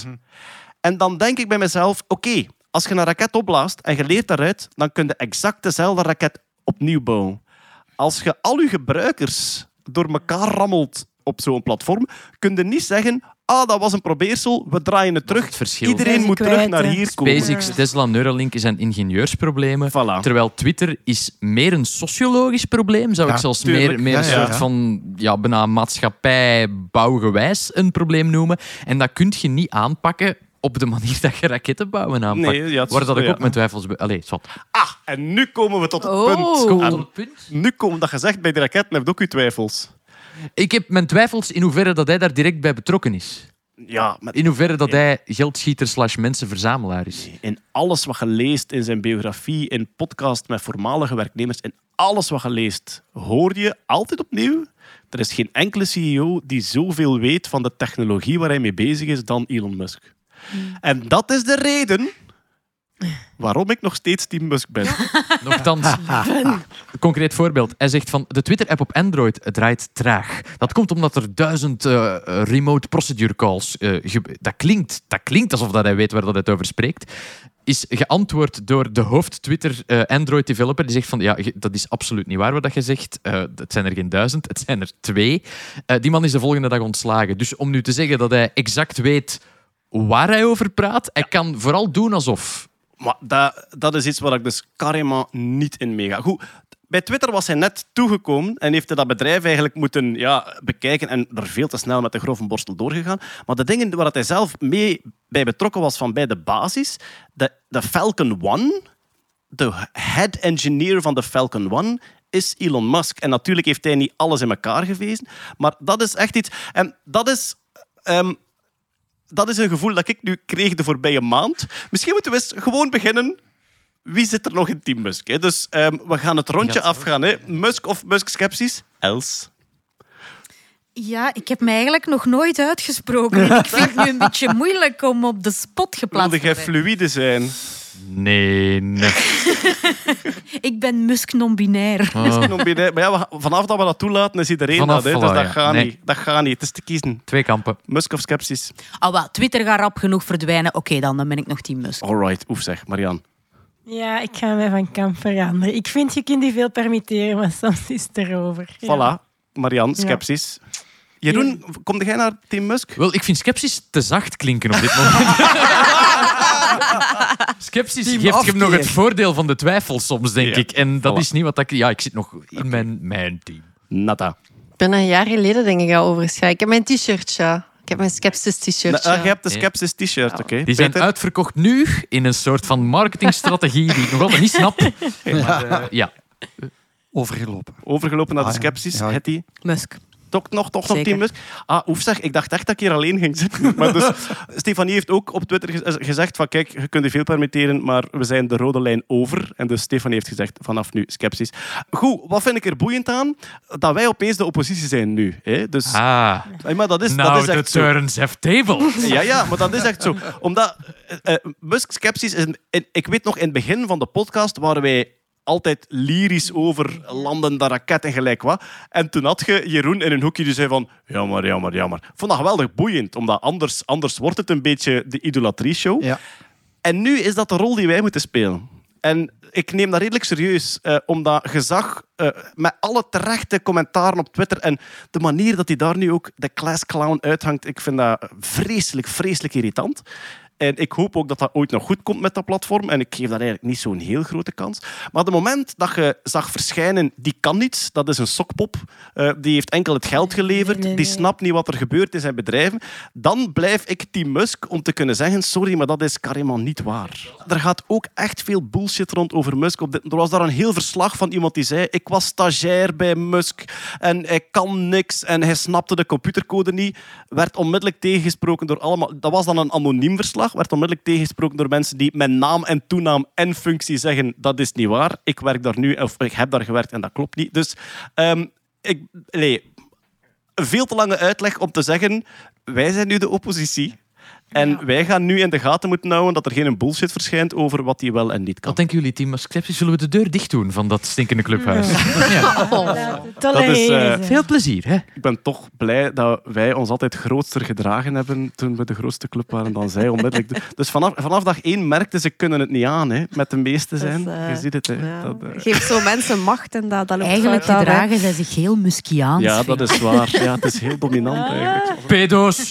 En dan denk ik bij mezelf, oké, als je een raket opblaast en je leert daaruit, dan kun je exact dezelfde raket opnieuw bouwen. Als je al je gebruikers door elkaar rammelt op zo'n platform, kun je niet zeggen, dat was een probeersel, we draaien het terug. Het verschil. Iedereen moet terug naar hier komen. SpaceX, Tesla, Neuralink zijn ingenieursproblemen. Voilà. Terwijl Twitter is meer een sociologisch probleem. Zou ik zelfs tuurlijk. meer een soort van bijna maatschappijbouwgewijs een probleem noemen. En dat kun je niet aanpakken op de manier dat je raketten bouwen aanpakt. Nee, ja, waar dat ik ja. ook met twijfels... Allee, zwart. En nu komen we tot het punt. Komt En tot het punt. nu komen dat gezegd bij de raketten, heb je ook je twijfels. Ik heb mijn twijfels in hoeverre dat hij daar direct bij betrokken is. Ja, maar In hoeverre dat hij geldschieter / mensenverzamelaar is. in alles wat je leest in zijn biografie, in podcast met voormalige werknemers, in alles wat je leest, hoor je altijd opnieuw, er is geen enkele CEO die zoveel weet van de technologie waar hij mee bezig is dan Elon Musk. En dat is de reden waarom ik nog steeds Team Musk ben. Nochtans, een concreet voorbeeld. Hij zegt van de Twitter-app op Android draait traag. Dat komt omdat er 1000 remote procedure calls... Dat klinkt alsof dat hij weet waar dat het over spreekt. Is geantwoord door de hoofd-Twitter Android-developer. Die zegt van, ja, dat is absoluut niet waar wat je zegt. Het zijn er geen 1000, het zijn er 2. Die man is de volgende dag ontslagen. Dus om nu te zeggen dat hij exact weet waar hij over praat, hij kan vooral doen alsof... Maar dat is iets waar ik dus carrément niet in meega. Goed, bij Twitter was hij net toegekomen en heeft hij dat bedrijf eigenlijk moeten bekijken en er veel te snel met de grove borstel doorgegaan. Maar de dingen waar hij zelf mee bij betrokken was van bij de basis, de Falcon 1, de head engineer van de Falcon 1 is Elon Musk. En natuurlijk heeft hij niet alles in elkaar gewezen, maar dat is echt iets... En dat is... Dat is een gevoel dat ik nu kreeg de voorbije maand. Misschien moeten we eens gewoon beginnen. Wie zit er nog in Team Musk? Hè? Dus we gaan het rondje afgaan. Hè? Musk of Musk-skepsis? Els? Ja, ik heb mij eigenlijk nog nooit uitgesproken. En ik vind het nu een beetje moeilijk om op de spot geplaatst Wilde te jij worden. fluïde zijn? Nee. Ik ben Musk non-binair. Maar ja, vanaf dat we dat toelaten, is iedereen Vanaf, dat. Hè? voilà, Dus dat ja. gaat Nee. niet. Dat gaat niet. Het is te kiezen. 2 kampen. Musk of skepsis? Wel, Twitter gaat rap genoeg verdwijnen. Oké, dan ben ik nog Team Musk. Alright, oef zeg, Marianne. Ja, ik ga mij van kamp veranderen. Ik vind, je kunt die veel permitteren, maar soms is het erover. Ja. Voilà, Marianne, skepsis. Jeroen, kom jij naar Team Musk? Wel, ik vind skepsis te zacht klinken op dit moment. Skepsis geeft hem nog het voordeel van de twijfel soms, denk ik. En dat is niet wat ik... Ja, ik zit nog in mijn team. Nata. Ik ben een jaar geleden denk ik al overschrijden. Ik heb mijn t-shirtje. Ik heb mijn skepsis t-shirtje. Je hebt de skepsis t-shirt, oké. Die zijn Peter? uitverkocht nu in een soort van marketingstrategie die ik nog altijd niet snap. Maar, ja. Overgelopen. Overgelopen naar de Ah, ja. skepsis. Ja. Hetty. Musk. Toch nog Team Musk? Zeg, ik dacht echt dat ik hier alleen ging zitten. Maar dus, Stefanie heeft ook op Twitter gezegd van kijk, je kunt er veel permitteren, maar we zijn de rode lijn over. En dus Stefanie heeft gezegd, vanaf nu sceptisch. Goed, wat vind ik er boeiend aan? Dat wij opeens de oppositie zijn nu. Hè? Dus, maar dat is echt zo. Turns have tables. Ja, maar dat is echt zo. Omdat Musk sceptisch is... Ik weet nog, in het begin van de podcast waren wij altijd lyrisch over landen, de raket en gelijk wat. En toen had je Jeroen in een hoekje die zei van jammer. Ik vond dat geweldig boeiend, omdat anders wordt het een beetje de idolatrie-show. Ja. En nu is dat de rol die wij moeten spelen. En ik neem dat redelijk serieus, omdat je zag met alle terechte commentaren op Twitter en de manier dat hij daar nu ook de class clown uithangt, ik vind dat vreselijk irritant. En ik hoop ook dat dat ooit nog goed komt met dat platform. En ik geef dat eigenlijk niet zo'n heel grote kans. Maar het moment dat je zag verschijnen, die kan niets. Dat is een sokpop. Die heeft enkel het geld geleverd. Die snapt niet wat er gebeurt in zijn bedrijven. Dan blijf ik Team Musk om te kunnen zeggen sorry, maar dat is carrément niet waar. Er gaat ook echt veel bullshit rond over Musk. Er was daar een heel verslag van iemand die zei ik was stagiair bij Musk en hij kan niks en hij snapte de computercode niet. Werd onmiddellijk tegengesproken door allemaal... Dat was dan een anoniem verslag. Werd onmiddellijk tegengesproken door mensen die met naam en toenaam en functie zeggen dat is niet waar. Ik werk daar nu, of ik heb daar gewerkt en dat klopt niet. Dus een veel te lange uitleg om te zeggen wij zijn nu de oppositie. En wij gaan nu in de gaten moeten houden dat er geen bullshit verschijnt over wat hij wel en niet kan. Wat denken jullie, Team Musk Sceptisch? Zullen we de deur dicht doen van dat stinkende clubhuis? Dat is veel plezier, hè? Ik ben toch blij dat wij ons altijd grootster gedragen hebben toen we de grootste club waren dan zij onmiddellijk. Dus vanaf dag 1 merkten ze kunnen het niet aan, hè, met de meeste zijn. Je ziet het. Hè. Ja. Geeft zo mensen macht en dat loopt eigenlijk gedragen zij zich heel Muskiaans. Ja, dat is waar. Ja, het is heel dominant eigenlijk. Pedo's!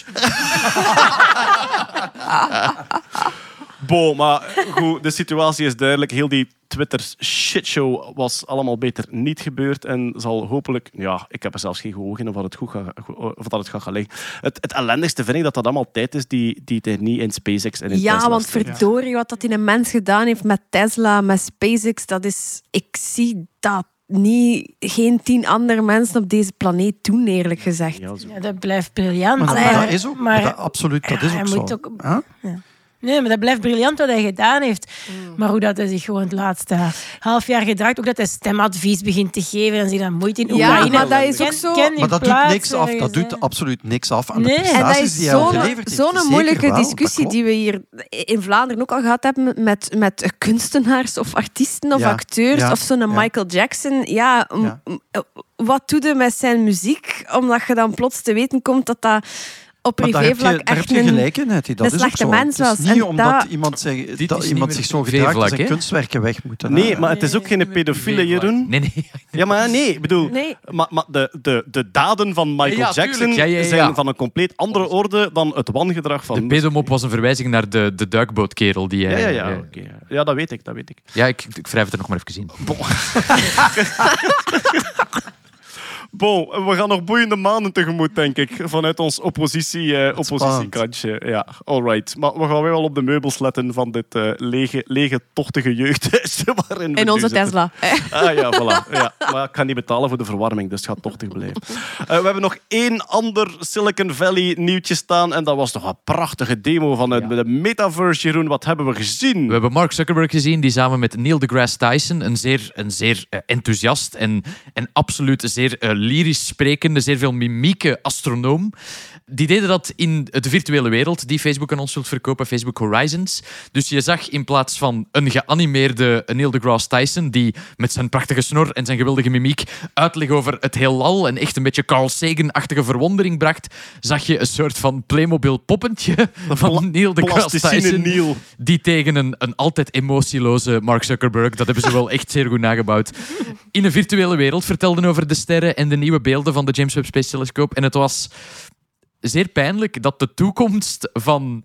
Maar goed, de situatie is duidelijk. Heel die Twitter shitshow was allemaal beter niet gebeurd en zal hopelijk... Ja, ik heb er zelfs geen gehoor in of dat het gaat gaan liggen. Het ellendigste vind ik dat allemaal tijd is die er niet in SpaceX en in Tesla want verdorie wat dat in een mens gedaan heeft met Tesla, met SpaceX, dat is... Ik zie dat geen 10 andere mensen op deze planeet doen, eerlijk gezegd. Ja, dat blijft briljant. Maar dat is ook, absoluut, dat is ook zo. Nee, maar dat blijft briljant wat hij gedaan heeft. Maar hoe dat hij zich gewoon het laatste half jaar gedraagt, ook dat hij stemadvies begint te geven en zich dan moeite in Oekraïne. Ja, maar dat is ook zo... Maar dat doet niks af. Dat doet absoluut niks af aan de prestaties die hij al geleverd heeft. Zo'n moeilijke discussie die we hier in Vlaanderen ook al gehad hebben met kunstenaars of artiesten of acteurs of zo'n Michael Jackson. Wat doet hij met zijn muziek? Omdat je dan plots te weten komt dat op privévlak echt een slechte mens was. Het is niet omdat iemand zich zo gedraagt dat zijn kunstwerken weg moeten. Nee, maar het is ook geen pedofiele, Jeroen. Nee. Ja, maar ik bedoel... Nee. Maar de daden van Michael Jackson zijn van een compleet andere orde dan het wangedrag van... De pedomop was een verwijzing naar de duikbootkerel die... Ja, dat weet ik. Ja, ik wrijf het er nog maar even in. We gaan nog boeiende maanden tegemoet, denk ik. Vanuit ons oppositiekantje. Ja, alright. Maar we gaan wel op de meubels letten van dit lege, tochtige jeugdhuis. In onze Tesla. Ja, voilà. Ja. Maar ik ga niet betalen voor de verwarming, dus het gaat tochtig blijven. We hebben nog 1 ander Silicon Valley nieuwtje staan. En dat was toch een prachtige demo vanuit de Metaverse, Jeroen. Wat hebben we gezien? We hebben Mark Zuckerberg gezien, die samen met Neil deGrasse Tyson, een zeer enthousiast en absoluut zeer lyrisch sprekende, zeer veel mimieke astronoom. Die deden dat in de virtuele wereld die Facebook aan ons wilt verkopen, Facebook Horizons. Dus je zag in plaats van een geanimeerde Neil deGrasse Tyson die met zijn prachtige snor en zijn geweldige mimiek uitleg over het heelal en echt een beetje Carl Sagan-achtige verwondering bracht, zag je een soort van Playmobil poppentje van Neil deGrasse Tyson die tegen een altijd emotieloze Mark Zuckerberg, dat hebben ze wel echt zeer goed nagebouwd, in een virtuele wereld vertelden over de sterren en de nieuwe beelden van de James Webb Space Telescope. En het was zeer pijnlijk dat de toekomst van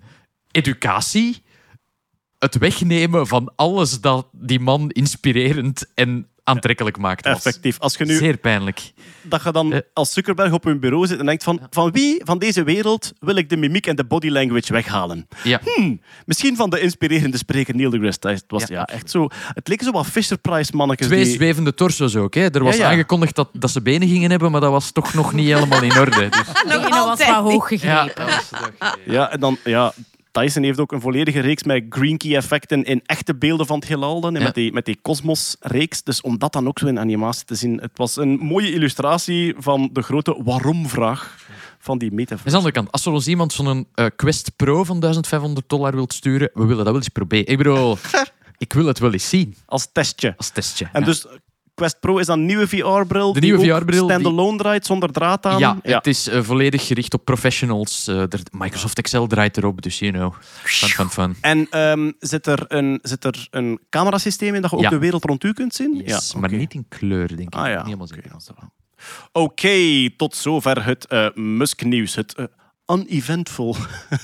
educatie, het wegnemen van alles dat die man inspirerend en aantrekkelijk maakt. Effectief. Als je nu, Zeer pijnlijk. dat je dan als Zuckerberg op hun bureau zit en denkt van wie van deze wereld wil ik de mimiek en de body language weghalen? Ja. Misschien van de inspirerende spreker Neil deGrasse Tyson. Het was echt zo. Het leek zo wat Fisher-Price-mannetjes. 2 zwevende torso's ook. Hè. Er was aangekondigd dat ze benen gingen hebben, maar dat was toch nog niet helemaal in orde. Dus. Dat was wat hoog gegrepen. En dan... Tyson heeft ook een volledige reeks met green key effecten in echte beelden van het heelal dan, en met die Cosmos-reeks. Dus om dat dan ook zo in animatie te zien, het was een mooie illustratie van de grote waarom-vraag van die metaverse. Aan de andere kant, als er ons iemand zo'n Quest Pro van $1.500 wilt sturen, we willen dat wel eens proberen. Ik bedoel, ik wil het wel eens zien. Als testje. En dus Quest Pro is dan een nieuwe VR-bril die VR-bril standalone draait, zonder draad aan. Ja, het is volledig gericht op professionals. Microsoft Excel draait erop, dus fun. En zit er een camerasysteem in dat je ook de wereld rond u kunt zien? Yes, maar niet in kleur, denk ik. Ja. Niet Oké, tot zover het Musk-nieuws. Het uneventful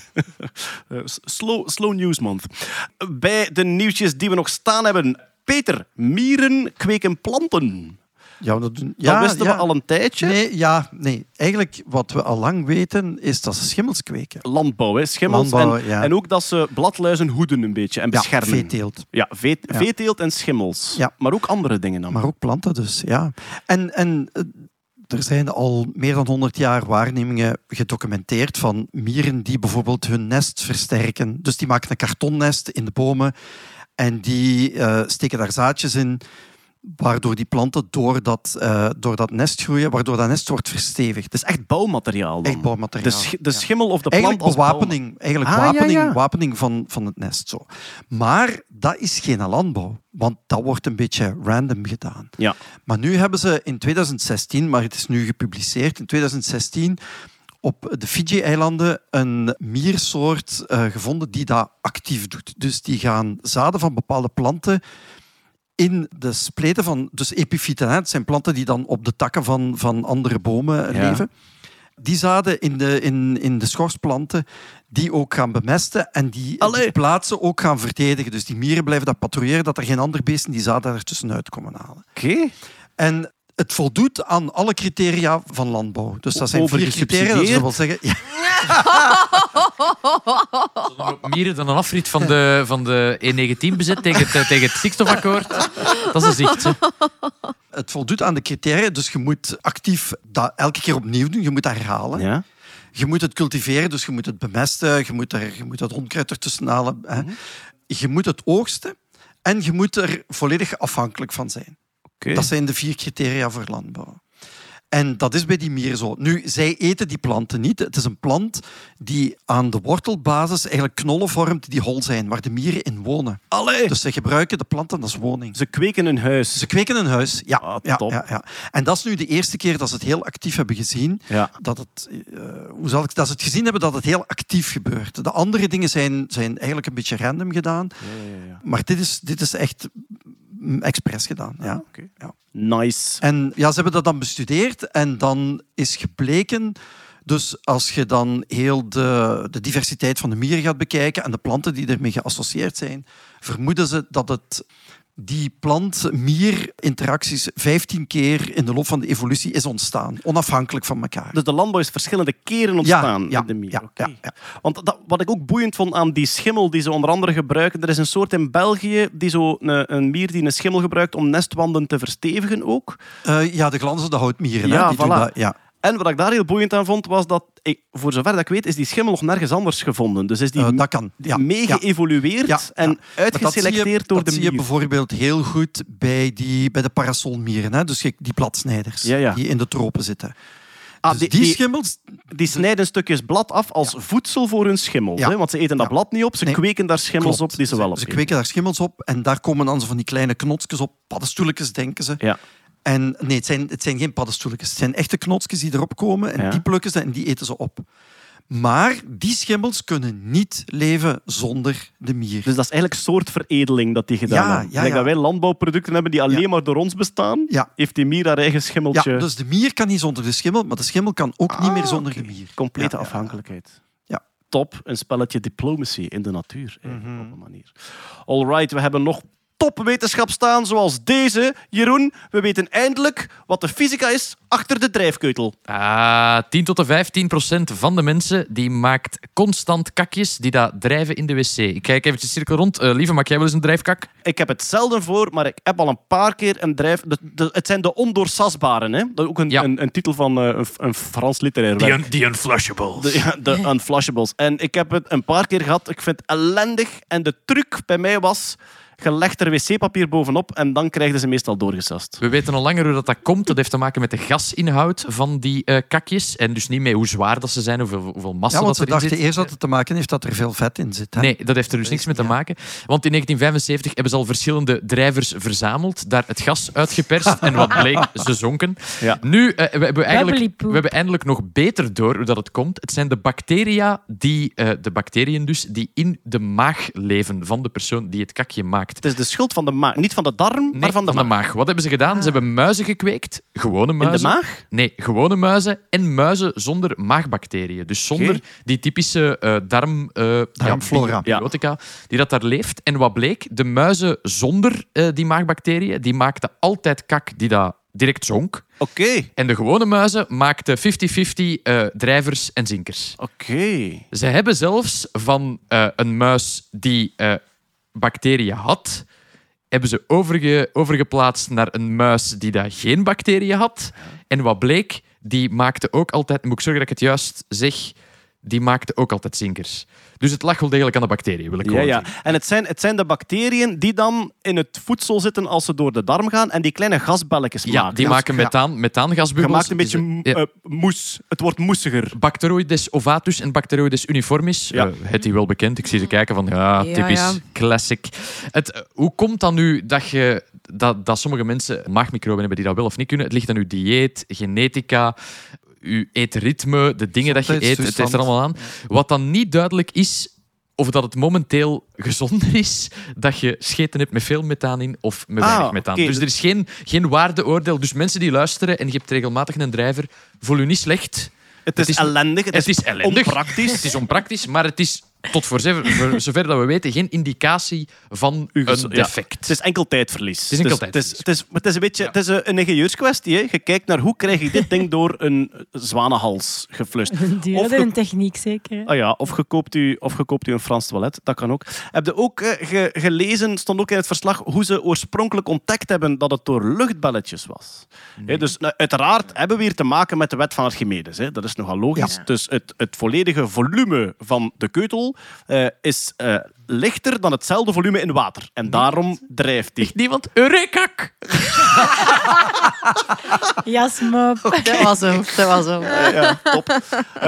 slow news month. Bij de nieuwtjes die we nog staan hebben... Peter, mieren kweken planten. Ja, dat wisten we al een tijdje. Nee. Eigenlijk wat we al lang weten, is dat ze schimmels kweken. Landbouw, hè? Schimmels. En ook dat ze bladluizen hoeden een beetje en beschermen. Veeteelt. Ja, veeteelt en schimmels. Ja. Maar ook andere dingen dan. Maar ook planten dus, ja. En er zijn al meer dan 100 jaar waarnemingen gedocumenteerd van mieren die bijvoorbeeld hun nest versterken. Dus die maken een kartonnest in de bomen en die steken daar zaadjes in, waardoor die planten door dat nest groeien, waardoor dat nest wordt verstevigd. Het is echt bouwmateriaal dan? Echt bouwmateriaal. De schimmel of de plant als wapening van het nest. Zo. Maar dat is geen landbouw, want dat wordt een beetje random gedaan. Ja. Maar nu hebben ze in 2016, maar het is nu gepubliceerd, in 2016 op de Fiji-eilanden een miersoort gevonden die dat actief doet. Dus die gaan zaden van bepaalde planten in de spleten van... Dus epifieten, het zijn planten die dan op de takken van andere bomen leven. Die zaden in de schorsplanten die ook gaan bemesten en die plaatsen ook gaan verdedigen. Dus die mieren blijven dat patrouilleren, dat er geen andere beesten die zaden er tussenuit komen halen. Oké. En het voldoet aan alle criteria van landbouw. Dus dat zijn 4 criteria. Dat wil zeggen... Ja. Mieren dan een afrit van de E19 bezet tegen het stikstofakkoord. Dat is een zicht. Hè. Het voldoet aan de criteria, dus je moet actief dat elke keer opnieuw doen. Je moet dat herhalen. Ja. Je moet het cultiveren, dus je moet het bemesten. Je moet het onkruid ertussen halen. Hè. Je moet het oogsten. En je moet er volledig afhankelijk van zijn. Okay. Dat zijn de 4 criteria voor landbouw. En dat is bij die mieren zo. Nu, zij eten die planten niet. Het is een plant die aan de wortelbasis eigenlijk knollen vormt die hol zijn, waar de mieren in wonen. Allee. Dus ze gebruiken de planten als woning. Ze kweken een huis. Ze kweken een huis, ja. Top. Ja. En dat is nu de eerste keer dat ze het heel actief hebben gezien. Ja. Dat ze het gezien hebben dat het heel actief gebeurt. De andere dingen zijn eigenlijk een beetje random gedaan. Ja. Maar dit is echt expres gedaan. Ja. Okay. Ja. Nice. En ze hebben dat dan bestudeerd en dan is gebleken, dus als je dan heel de diversiteit van de mieren gaat bekijken en de planten die ermee geassocieerd zijn, vermoeden ze dat die plant-mier-interacties 15 keer in de loop van de evolutie is ontstaan, onafhankelijk van elkaar. Dus de landbouw is verschillende keren ontstaan in de mier. Ja. Want wat ik ook boeiend vond aan die schimmel die ze onder andere gebruiken, er is een soort in België die een mier die een schimmel gebruikt om nestwanden te verstevigen ook. De glanzende houtmieren. Ja, die voilà. doen dat, ja. En wat ik daar heel boeiend aan vond, was dat, voor zover dat ik weet, is die schimmel nog nergens anders gevonden. Dus is die dat kan. mee geëvolueerd en uitgeselecteerd door de mier. Dat zie je bijvoorbeeld heel goed bij de parasolmieren, hè? Dus die platsnijders die in de tropen zitten. Dus die schimmels... Die snijden stukjes blad af als voedsel voor hun schimmels. Hè? Want ze eten dat blad niet op, ze kweken daar schimmels op die ze wel op. Ze kweken daar schimmels op en daar komen dan zo van die kleine knotsjes op, paddenstoeltjes denken ze. Ja. En nee, het zijn geen paddenstoeltjes. Het zijn echte knotsjes die erop komen en die plukken ze en die eten ze op. Maar die schimmels kunnen niet leven zonder de mier. Dus dat is eigenlijk soortveredeling dat die gedaan hebben. Like dat wij landbouwproducten hebben die alleen maar door ons bestaan, heeft die mier haar eigen schimmeltje. Ja, dus de mier kan niet zonder de schimmel, maar de schimmel kan ook niet meer zonder de mier. Complete afhankelijkheid. Ja. Top, een spelletje diplomacy in de natuur. Op een manier. Alright, we hebben nog topwetenschap staan, zoals deze. Jeroen, we weten eindelijk wat de fysica is achter de drijfkeutel. 10 tot de 15% van de mensen die maakt constant kakjes die dat drijven in de wc. Ik kijk eventjes cirkel rond. Lieve, maak jij wel eens een drijfkak? Ik heb het zelden voor, maar ik heb al een paar keer een drijf... Het zijn de ondoorsasbaren. Hè? Dat is ook een titel van een Frans literair werk. The Unflushables. De Unflushables. En ik heb het een paar keer gehad. Ik vind het ellendig. En de truc bij mij was... Je legt er wc-papier bovenop en dan krijgen ze meestal doorgesast. We weten al langer hoe dat komt. Dat heeft te maken met de gasinhoud van die kakjes. En dus niet met hoe zwaar dat ze zijn, hoeveel massa dat erin zit. Dachten eerst dat het te maken heeft dat er veel vet in zit. Hè? Nee, dat heeft er dus niks mee te maken. Want in 1975 hebben ze al verschillende drijvers verzameld, daar het gas uitgeperst en wat bleek, ze zonken. Ja. Nu, we hebben eindelijk nog beter door hoe dat het komt. Het zijn de bacteriën die in de maag leven van de persoon die het kakje maakt. Het is de schuld van de maag. Niet van de darm, maar van de maag. Wat hebben ze gedaan? Ze hebben muizen gekweekt. Gewone muizen. In de maag? Nee, gewone muizen en muizen zonder maagbacteriën. Dus zonder die typische darmflora, biotica, die dat daar leeft. En wat bleek? De muizen zonder die maagbacteriën, die maakten altijd kak die dat direct zonk. Oké. En de gewone muizen maakten 50-50 drijvers en zinkers. Oké. Ze hebben zelfs van een muis die... bacteriën had, hebben ze overgeplaatst naar een muis die daar geen bacteriën had. En wat bleek, die maakte ook altijd, moet ik zorgen dat ik het juist zeg, die maakte ook altijd zinkers. Dus het lag wel degelijk aan de bacteriën, wil ik gewoon zeggen. En het zijn de bacteriën die dan in het voedsel zitten als ze door de darm gaan en die kleine gasbelletjes maken. Ja, die maken methaangasbubbels. Je maakt een beetje moes. Het wordt moesiger. Bacteroides ovatus en Bacteroides uniformis. Het die wel bekend. Ik zie ze kijken van, typisch, classic. Hoe komt dan nu dat sommige mensen maagmicroben hebben die dat wel of niet kunnen? Het ligt aan uw dieet, genetica, uw eetritme, de dingen dat je eet, het heeft er allemaal aan. Wat dan niet duidelijk is, of dat het momenteel gezonder is dat je scheten hebt met veel methaan in of met weinig methaan. Okay. Dus er is geen waardeoordeel. Dus mensen die luisteren en je hebt regelmatig een drijver, voel je niet slecht. Het is ellendig. Het is onpraktisch. Het is onpraktisch, maar het is tot voor zover dat we weten geen indicatie van een defect. Het is enkel tijdverlies. Het is een beetje een ingenieurskwestie. Hè. Je kijkt naar hoe krijg ik dit ding door een zwanenhals geflust. Een techniek zeker. Of je koopt u een Frans toilet. Dat kan ook. Heb je ook gelezen, stond ook in het verslag, hoe ze oorspronkelijk ontdekt hebben dat het door luchtbelletjes was. Nee. Dus uiteraard hebben we hier te maken met de wet van Archimedes. Hè. Dat is nogal logisch. Ja. Dus het volledige volume van de keutel is lichter dan hetzelfde volume in water. En daarom drijft die. Niemand? Eurekak! Ja, smop. Dat was hem. Ja, top.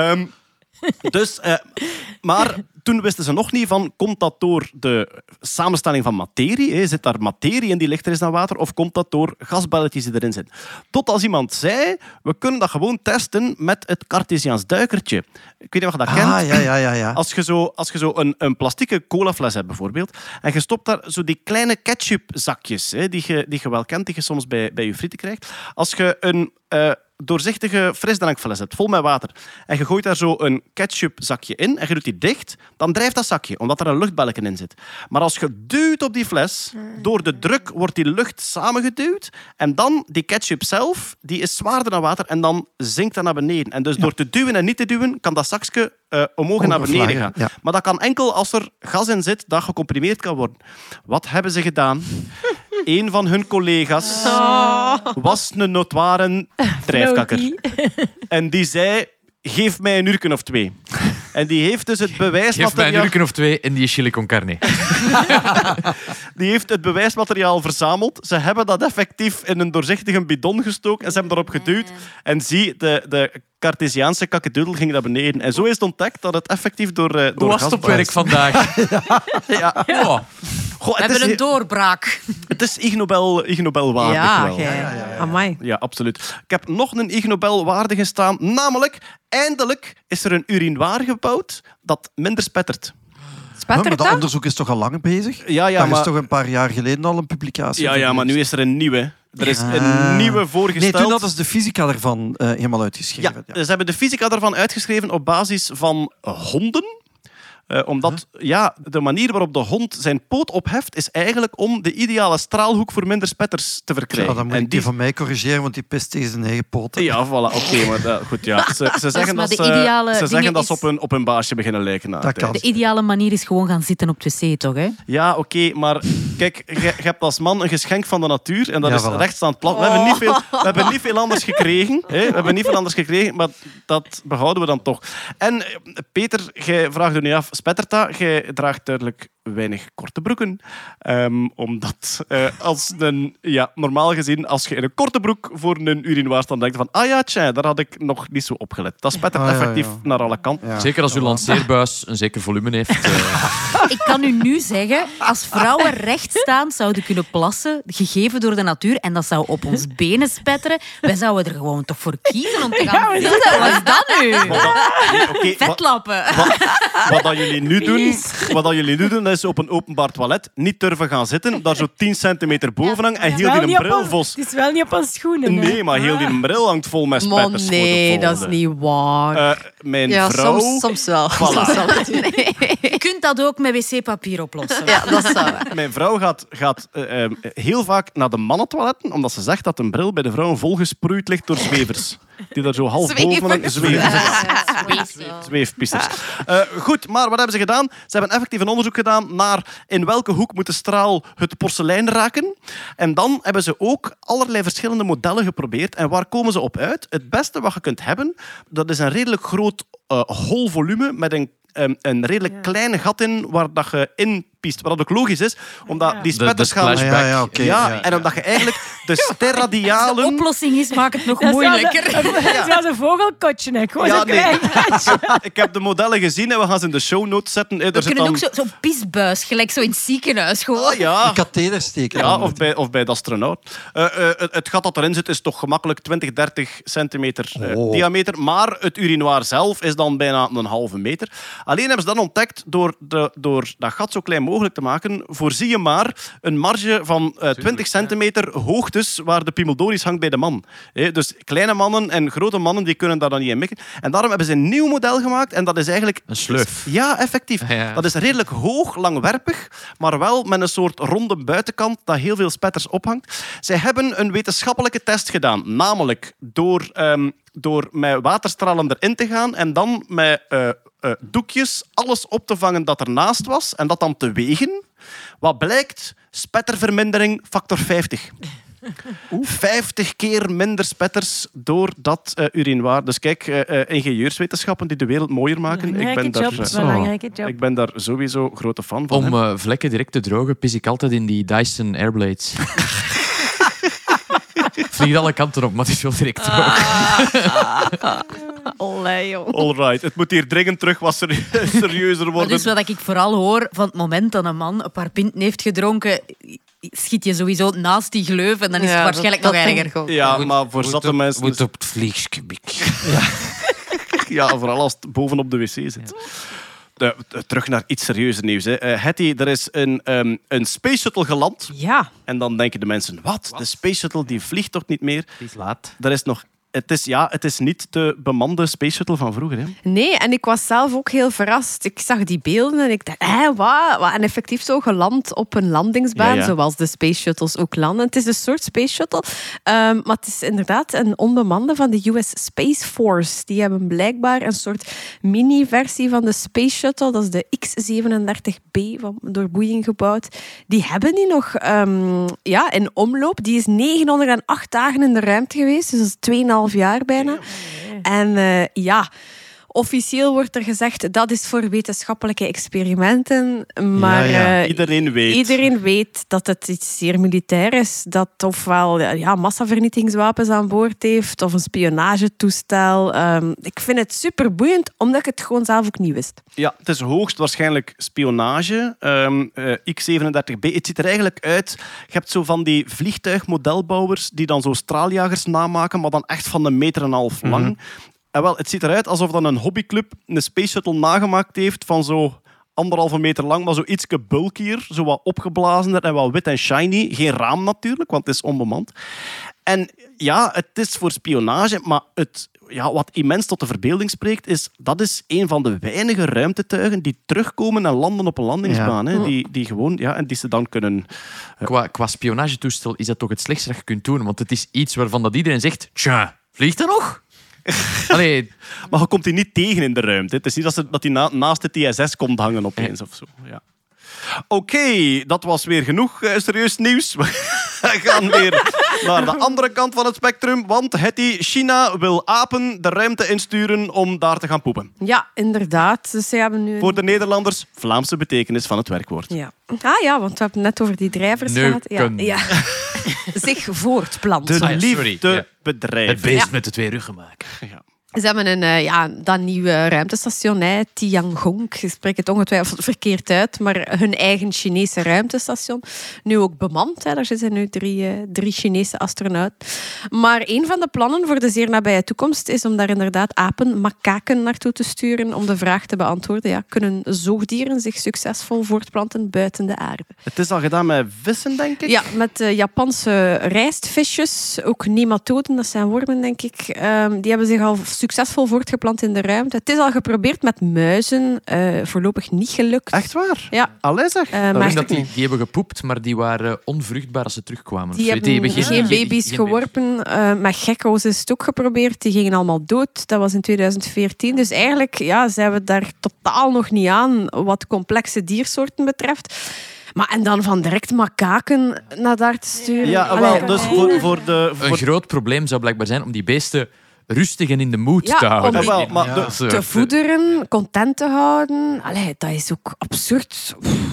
Maar toen wisten ze nog niet van, komt dat door de samenstelling van materie? Zit daar materie in die lichter is dan water? Of komt dat door gasbelletjes die erin zitten? Tot als iemand zei, we kunnen dat gewoon testen met het Cartesiaans duikertje. Ik weet niet of je dat kent. Ja. Als je zo een plastieke colafles hebt bijvoorbeeld, en je stopt daar zo die kleine ketchupzakjes, die je wel kent, die je soms bij je frieten krijgt. Als je een doorzichtige frisdrankfles hebt, vol met water, en je gooit daar zo een ketchupzakje in en je doet die dicht, dan drijft dat zakje, omdat er een luchtbelletje in zit. Maar als je duwt op die fles, door de druk wordt die lucht samengeduwd en dan die ketchup zelf, die is zwaarder dan water en dan zinkt dat naar beneden. En dus door te duwen en niet te duwen, kan dat zakje omhoog en naar beneden gaan. Ja. Maar dat kan enkel als er gas in zit dat gecomprimeerd kan worden. Wat hebben ze gedaan? Een van hun collega's was een notoire drijfkakker. En die zei, geef mij een uurtje of 2. En die heeft dus het bewijsmateriaal... Geef mij een uurtje of 2 en die is chili con carne. Die heeft het bewijsmateriaal verzameld. Ze hebben dat effectief in een doorzichtige bidon gestoken en ze hebben erop geduwd. En zie, de Cartesiaanse kakkedoodle ging naar beneden. En zo is het ontdekt dat het effectief door gas... Hoe was het op werk vandaag? Ja. We hebben een doorbraak. Het is Ig Nobel waardig wel. Amai. Ja, absoluut. Ik heb nog een Ig Nobel waardige staan. Namelijk, eindelijk is er een urinoir gebouwd dat minder spettert. Maar dat onderzoek is toch al lang bezig? Ja, Daar is toch een paar jaar geleden al een publicatie. Ja, maar nu is er een nieuwe. Er is een nieuwe voorgesteld. Nee, toen hadden ze de fysica ervan helemaal uitgeschreven. Ja, ze hebben de fysica ervan uitgeschreven op basis van honden. Omdat de manier waarop de hond zijn poot opheft, is eigenlijk om de ideale straalhoek voor minder spetters te verkrijgen. Ja, dan moet die van mij corrigeren, want die pist tegen zijn eigen poten. Ja, voilà. Oké, maar goed, ja. Ze zeggen dat ze op een baasje beginnen lijken. Dat kan. De ideale manier is gewoon gaan zitten op het wc, toch? Hè? Ja, oké, maar kijk, je hebt als man een geschenk van de natuur en dat is voilà. rechtstaand plat. We hebben niet veel anders gekregen. Hè? We hebben niet veel anders gekregen, maar dat behouden we dan toch. En Peter, jij vraagt er nu af, spettert dat? Jij draagt duidelijk weinig korte broeken. Omdat normaal gezien, als je in een korte broek voor een urinoir staat, denkt van, daar had ik nog niet zo opgelet. Dat spettert effectief naar alle kanten. Ja. Zeker als uw lanceerbuis een zeker volume heeft. Ik kan u nu zeggen, als vrouwen rechtstaand zouden kunnen plassen, gegeven door de natuur, en dat zou op ons benen spetteren, wij zouden er gewoon toch voor kiezen om te gaan zitten. Wat is dat nu? Vetlappen. Wat dat jullie nu doen, dat is op een openbaar toilet niet durven gaan zitten, daar zo 10 centimeter boven hangen en heel die bril vol. Het is wel niet op ons schoenen. Nee, maar heel die bril hangt vol met spetters. Nee, dat is niet waar. Mijn vrouw... Soms wel. Je kunt dat ook met wc-papier oplossen. Ja, dat is waar. Mijn vrouw gaat heel vaak naar de mannentoiletten, omdat ze zegt dat een bril bij de vrouwen volgesproeid ligt door zwevers. Die daar zo half boven hangen. Zweefpissers. Goed, maar wat hebben ze gedaan? Ze hebben effectief een onderzoek gedaan naar in welke hoek moet de straal het porselein raken. En dan hebben ze ook allerlei verschillende modellen geprobeerd. En waar komen ze op uit? Het beste wat je kunt hebben, dat is een redelijk groot hol volume met een redelijk klein gat in waar dat je in piest. Wat ook logisch is, omdat die spetters gaan... En omdat je eigenlijk de sterradialen... De oplossing is, maak het nog Dat is moeilijker. Zoals een vogelkotje. Hè. Gewoon zo klein. Ik heb de modellen gezien en we gaan ze in de show notes zetten. We kunnen ook zo'n pisbuis, gelijk zo in het ziekenhuis. Gewoon. Een katheder steken. Ja, of bij de astronaut. Het gat dat erin zit is toch gemakkelijk 20-30 centimeter diameter, maar het urinoir zelf is dan bijna een halve meter. Alleen hebben ze dan ontdekt, door dat gat zo klein mogelijk te maken, voorzie je maar een marge van 20 centimeter hoogtes waar de pimeldoris hangt bij de man. Dus kleine mannen en grote mannen die kunnen daar dan niet in mikken. En daarom hebben ze een nieuw model gemaakt en dat is eigenlijk... Een sleuf. Ja, effectief. Ja. Dat is redelijk hoog, langwerpig, maar wel met een soort ronde buitenkant dat heel veel spetters ophangt. Zij hebben een wetenschappelijke test gedaan, namelijk door met waterstralen erin te gaan en dan met doekjes alles op te vangen dat ernaast was en dat dan te wegen. Wat blijkt? Spettervermindering factor 50. 50 keer minder spetters door dat urinoir. Dus kijk, ingenieurswetenschappen die de wereld mooier maken. Ik ben daar sowieso grote fan van. Om vlekken direct te drogen, pis ik altijd in die Dyson Airblades. Vliegt alle kanten op, maar het is wel direct droog. Alright, het moet hier dringend terug wat serieuzer worden. Dus wat ik vooral hoor, van het moment dat een man een paar pinten heeft gedronken, schiet je sowieso naast die gleuf en dan is het waarschijnlijk nog erger. Ja, maar voor zatte mensen... Moet op het vliegskubik. Ja, vooral als het bovenop de wc zit. Terug naar iets serieuzer nieuws. Hetty, er is een Space Shuttle geland. Ja. En dan denken de mensen, wat? De Space Shuttle die vliegt toch niet meer? Het is laat. Er is nog... Het is niet de bemande Space Shuttle van vroeger. Hè? Nee, en ik was zelf ook heel verrast. Ik zag die beelden en ik dacht, wat? En effectief zo geland op een landingsbaan, zoals de Space Shuttles ook landen. Het is een soort Space Shuttle, maar het is inderdaad een onbemande van de US Space Force. Die hebben blijkbaar een soort mini-versie van de Space Shuttle. Dat is de X-37B, door Boeing gebouwd. Die hebben die nog in omloop. Die is 908 dagen in de ruimte geweest, dus dat is 2,5 jaar bijna. En officieel wordt er gezegd dat is voor wetenschappelijke experimenten. Maar iedereen weet dat het iets zeer militair is. Dat ofwel massavernietigingswapens aan boord heeft of een spionagetoestel. Ik vind het super boeiend, omdat ik het gewoon zelf ook niet wist. Ja, het is hoogstwaarschijnlijk spionage. X-37B. Het ziet er eigenlijk uit... Je hebt zo van die vliegtuigmodelbouwers die dan zo straaljagers namaken, maar dan echt van 1,5 meter lang. En wel, het ziet eruit alsof dan een hobbyclub een Space Shuttle nagemaakt heeft van zo 1,5 meter lang, maar zo ietske bulkier, zo wat opgeblazener en wat wit en shiny. Geen raam natuurlijk, want het is onbemand. En ja, het is voor spionage, maar wat immens tot de verbeelding spreekt, is dat is een van de weinige ruimtetuigen die terugkomen en landen op een landingsbaan. Hè, die gewoon, en die ze dan kunnen... Qua spionagetoestel is dat toch het slechtste dat je kunt doen, want het is iets waarvan dat iedereen zegt, tja, vliegt er nog? Allee. Maar je komt die niet tegen in de ruimte. Het is niet dat die naast de TSS komt hangen opeens of zo. Ja. Oké, dat was weer genoeg serieus nieuws. We gaan weer naar de andere kant van het spectrum. Want China wil apen de ruimte insturen om daar te gaan poepen. Ja, inderdaad. Dus ze hebben nu... Voor de Nederlanders, Vlaamse betekenis van het werkwoord. Ja. Want we hebben net over die drijvers gehad. Ja. Zich voortplanten. De liefdebedrijf. Het beest met de 2 ruggen maken. Ja. Ze hebben dat nieuwe ruimtestation, Tiangong. Ik spreek het ongetwijfeld verkeerd uit, maar hun eigen Chinese ruimtestation. Nu ook bemand. Daar zitten nu 3 Chinese astronauten. Maar een van de plannen voor de zeer nabije toekomst is om daar inderdaad makaken naartoe te sturen om de vraag te beantwoorden. Ja, kunnen zoogdieren zich succesvol voortplanten buiten de aarde? Het is al gedaan met vissen, denk ik? Ja, met Japanse rijstvisjes. Ook nematoden, dat zijn wormen, denk ik. Die hebben zich al succesvol voortgeplant in de ruimte. Het is al geprobeerd met muizen. Voorlopig niet gelukt. Echt waar? Ja. Allee zeg. Die hebben gepoept, maar die waren onvruchtbaar als ze terugkwamen. Die hebben geen baby's geworpen. Met gekko's is het ook geprobeerd. Die gingen allemaal dood. Dat was in 2014. Dus eigenlijk zijn we daar totaal nog niet aan wat complexe diersoorten betreft. En dan van direct makaken naar daar te sturen. Ja, dus voor de... Een groot probleem zou blijkbaar zijn om die beesten rustig en in de moed te houden. Om te voederen, content te houden. Dat is ook absurd.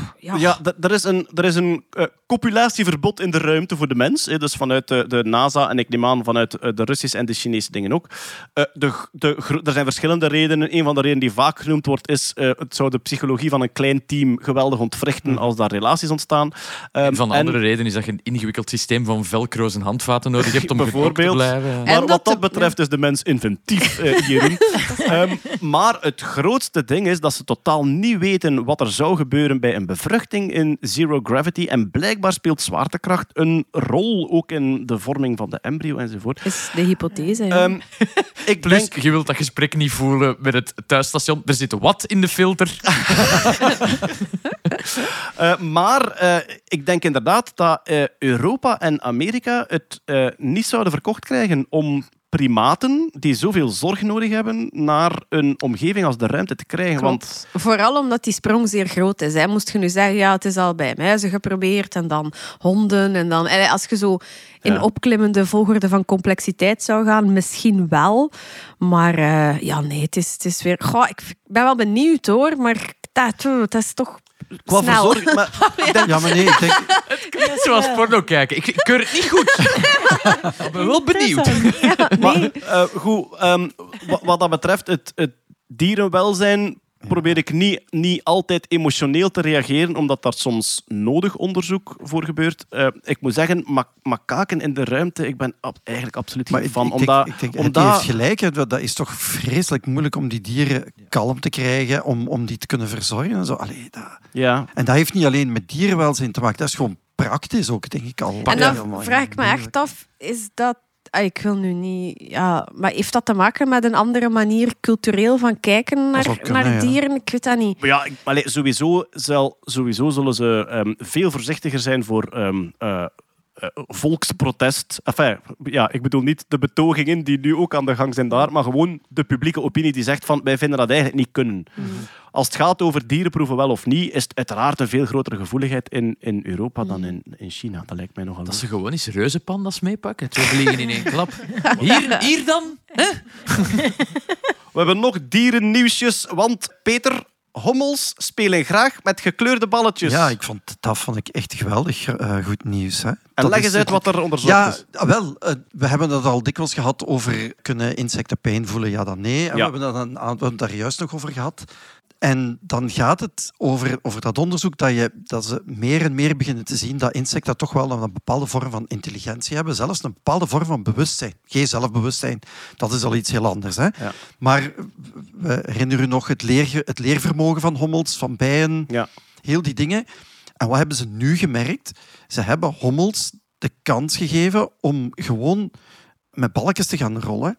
Er is een copulatieverbod in de ruimte voor de mens. Dus vanuit de NASA en ik neem aan vanuit de Russische en de Chinese dingen ook. Er zijn verschillende redenen. Een van de redenen die vaak genoemd wordt is het zou de psychologie van een klein team geweldig ontwrichten als daar relaties ontstaan. Een van de andere redenen is dat je een ingewikkeld systeem van velcro's en handvaten nodig hebt om bijvoorbeeld te blijven. Maar wat dat betreft is de mens inventief hierin. Maar het grootste ding is dat ze totaal niet weten wat er zou gebeuren bij een bevruchting in zero gravity. En blijkbaar speelt zwaartekracht een rol, ook in de vorming van de embryo enzovoort. Dat is de hypothese. Je wilt dat gesprek niet voelen met het thuisstation. Er zit wat in de filter. Maar ik denk inderdaad dat Europa en Amerika het niet zouden verkocht krijgen om primaten die zoveel zorg nodig hebben naar een omgeving als de ruimte te krijgen. Want... Vooral omdat die sprong zeer groot is. Moest je nu zeggen, het is al bij muizen geprobeerd en dan honden. En dan, als je zo in opklimmende volgorde van complexiteit zou gaan, misschien wel. Maar nee, het is weer... ik ben wel benieuwd hoor, maar dat is toch... Qua verzorging... ik denk... Het klinkt zoals porno kijken. Ik keur het niet goed. Ik ben wel benieuwd. Wat dat betreft, het dierenwelzijn probeer ik niet altijd emotioneel te reageren, omdat daar soms nodig onderzoek voor gebeurt. Ik moet zeggen, makaken in de ruimte, ik ben eigenlijk absoluut geen fan. Die heeft gelijk. Hè. Dat is toch vreselijk moeilijk om die dieren kalm te krijgen, om die te kunnen verzorgen. En zo. En dat heeft niet alleen met dierenwelzijn te maken, dat is gewoon praktisch ook, denk ik al. En dan vraag ik me echt af, is dat... Ik wil nu niet... Ja, maar heeft dat te maken met een andere manier cultureel van kijken naar dieren? Ik weet dat niet. Ja, sowieso zullen ze veel voorzichtiger zijn voor volksprotest. Ik bedoel niet de betogingen die nu ook aan de gang zijn daar, maar gewoon de publieke opinie die zegt van wij vinden dat eigenlijk niet kunnen. Als het gaat over dierenproeven wel of niet, is het uiteraard een veel grotere gevoeligheid in Europa dan in China. Dat lijkt mij nogal. Dat ze gewoon eens reuzenpandas meepakken. 2 vliegen in 1 klap. Hier dan? Hè? We hebben nog dierennieuwsjes, want Peter... Hommels spelen graag met gekleurde balletjes. Ja, dat vond ik echt geweldig goed nieuws. Hè. En leg eens uit wat er onderzocht is. We hebben het al dikwijls gehad over kunnen insecten pijn voelen, ja dan nee. En we hebben het daar juist nog over gehad. En dan gaat het over dat onderzoek dat ze meer en meer beginnen te zien dat insecten toch wel een bepaalde vorm van intelligentie hebben. Zelfs een bepaalde vorm van bewustzijn. Geen zelfbewustzijn, dat is al iets heel anders. Hè? Ja. Maar we herinneren u nog het leervermogen van hommels, van bijen, heel die dingen. En wat hebben ze nu gemerkt? Ze hebben hommels de kans gegeven om gewoon met balkjes te gaan rollen.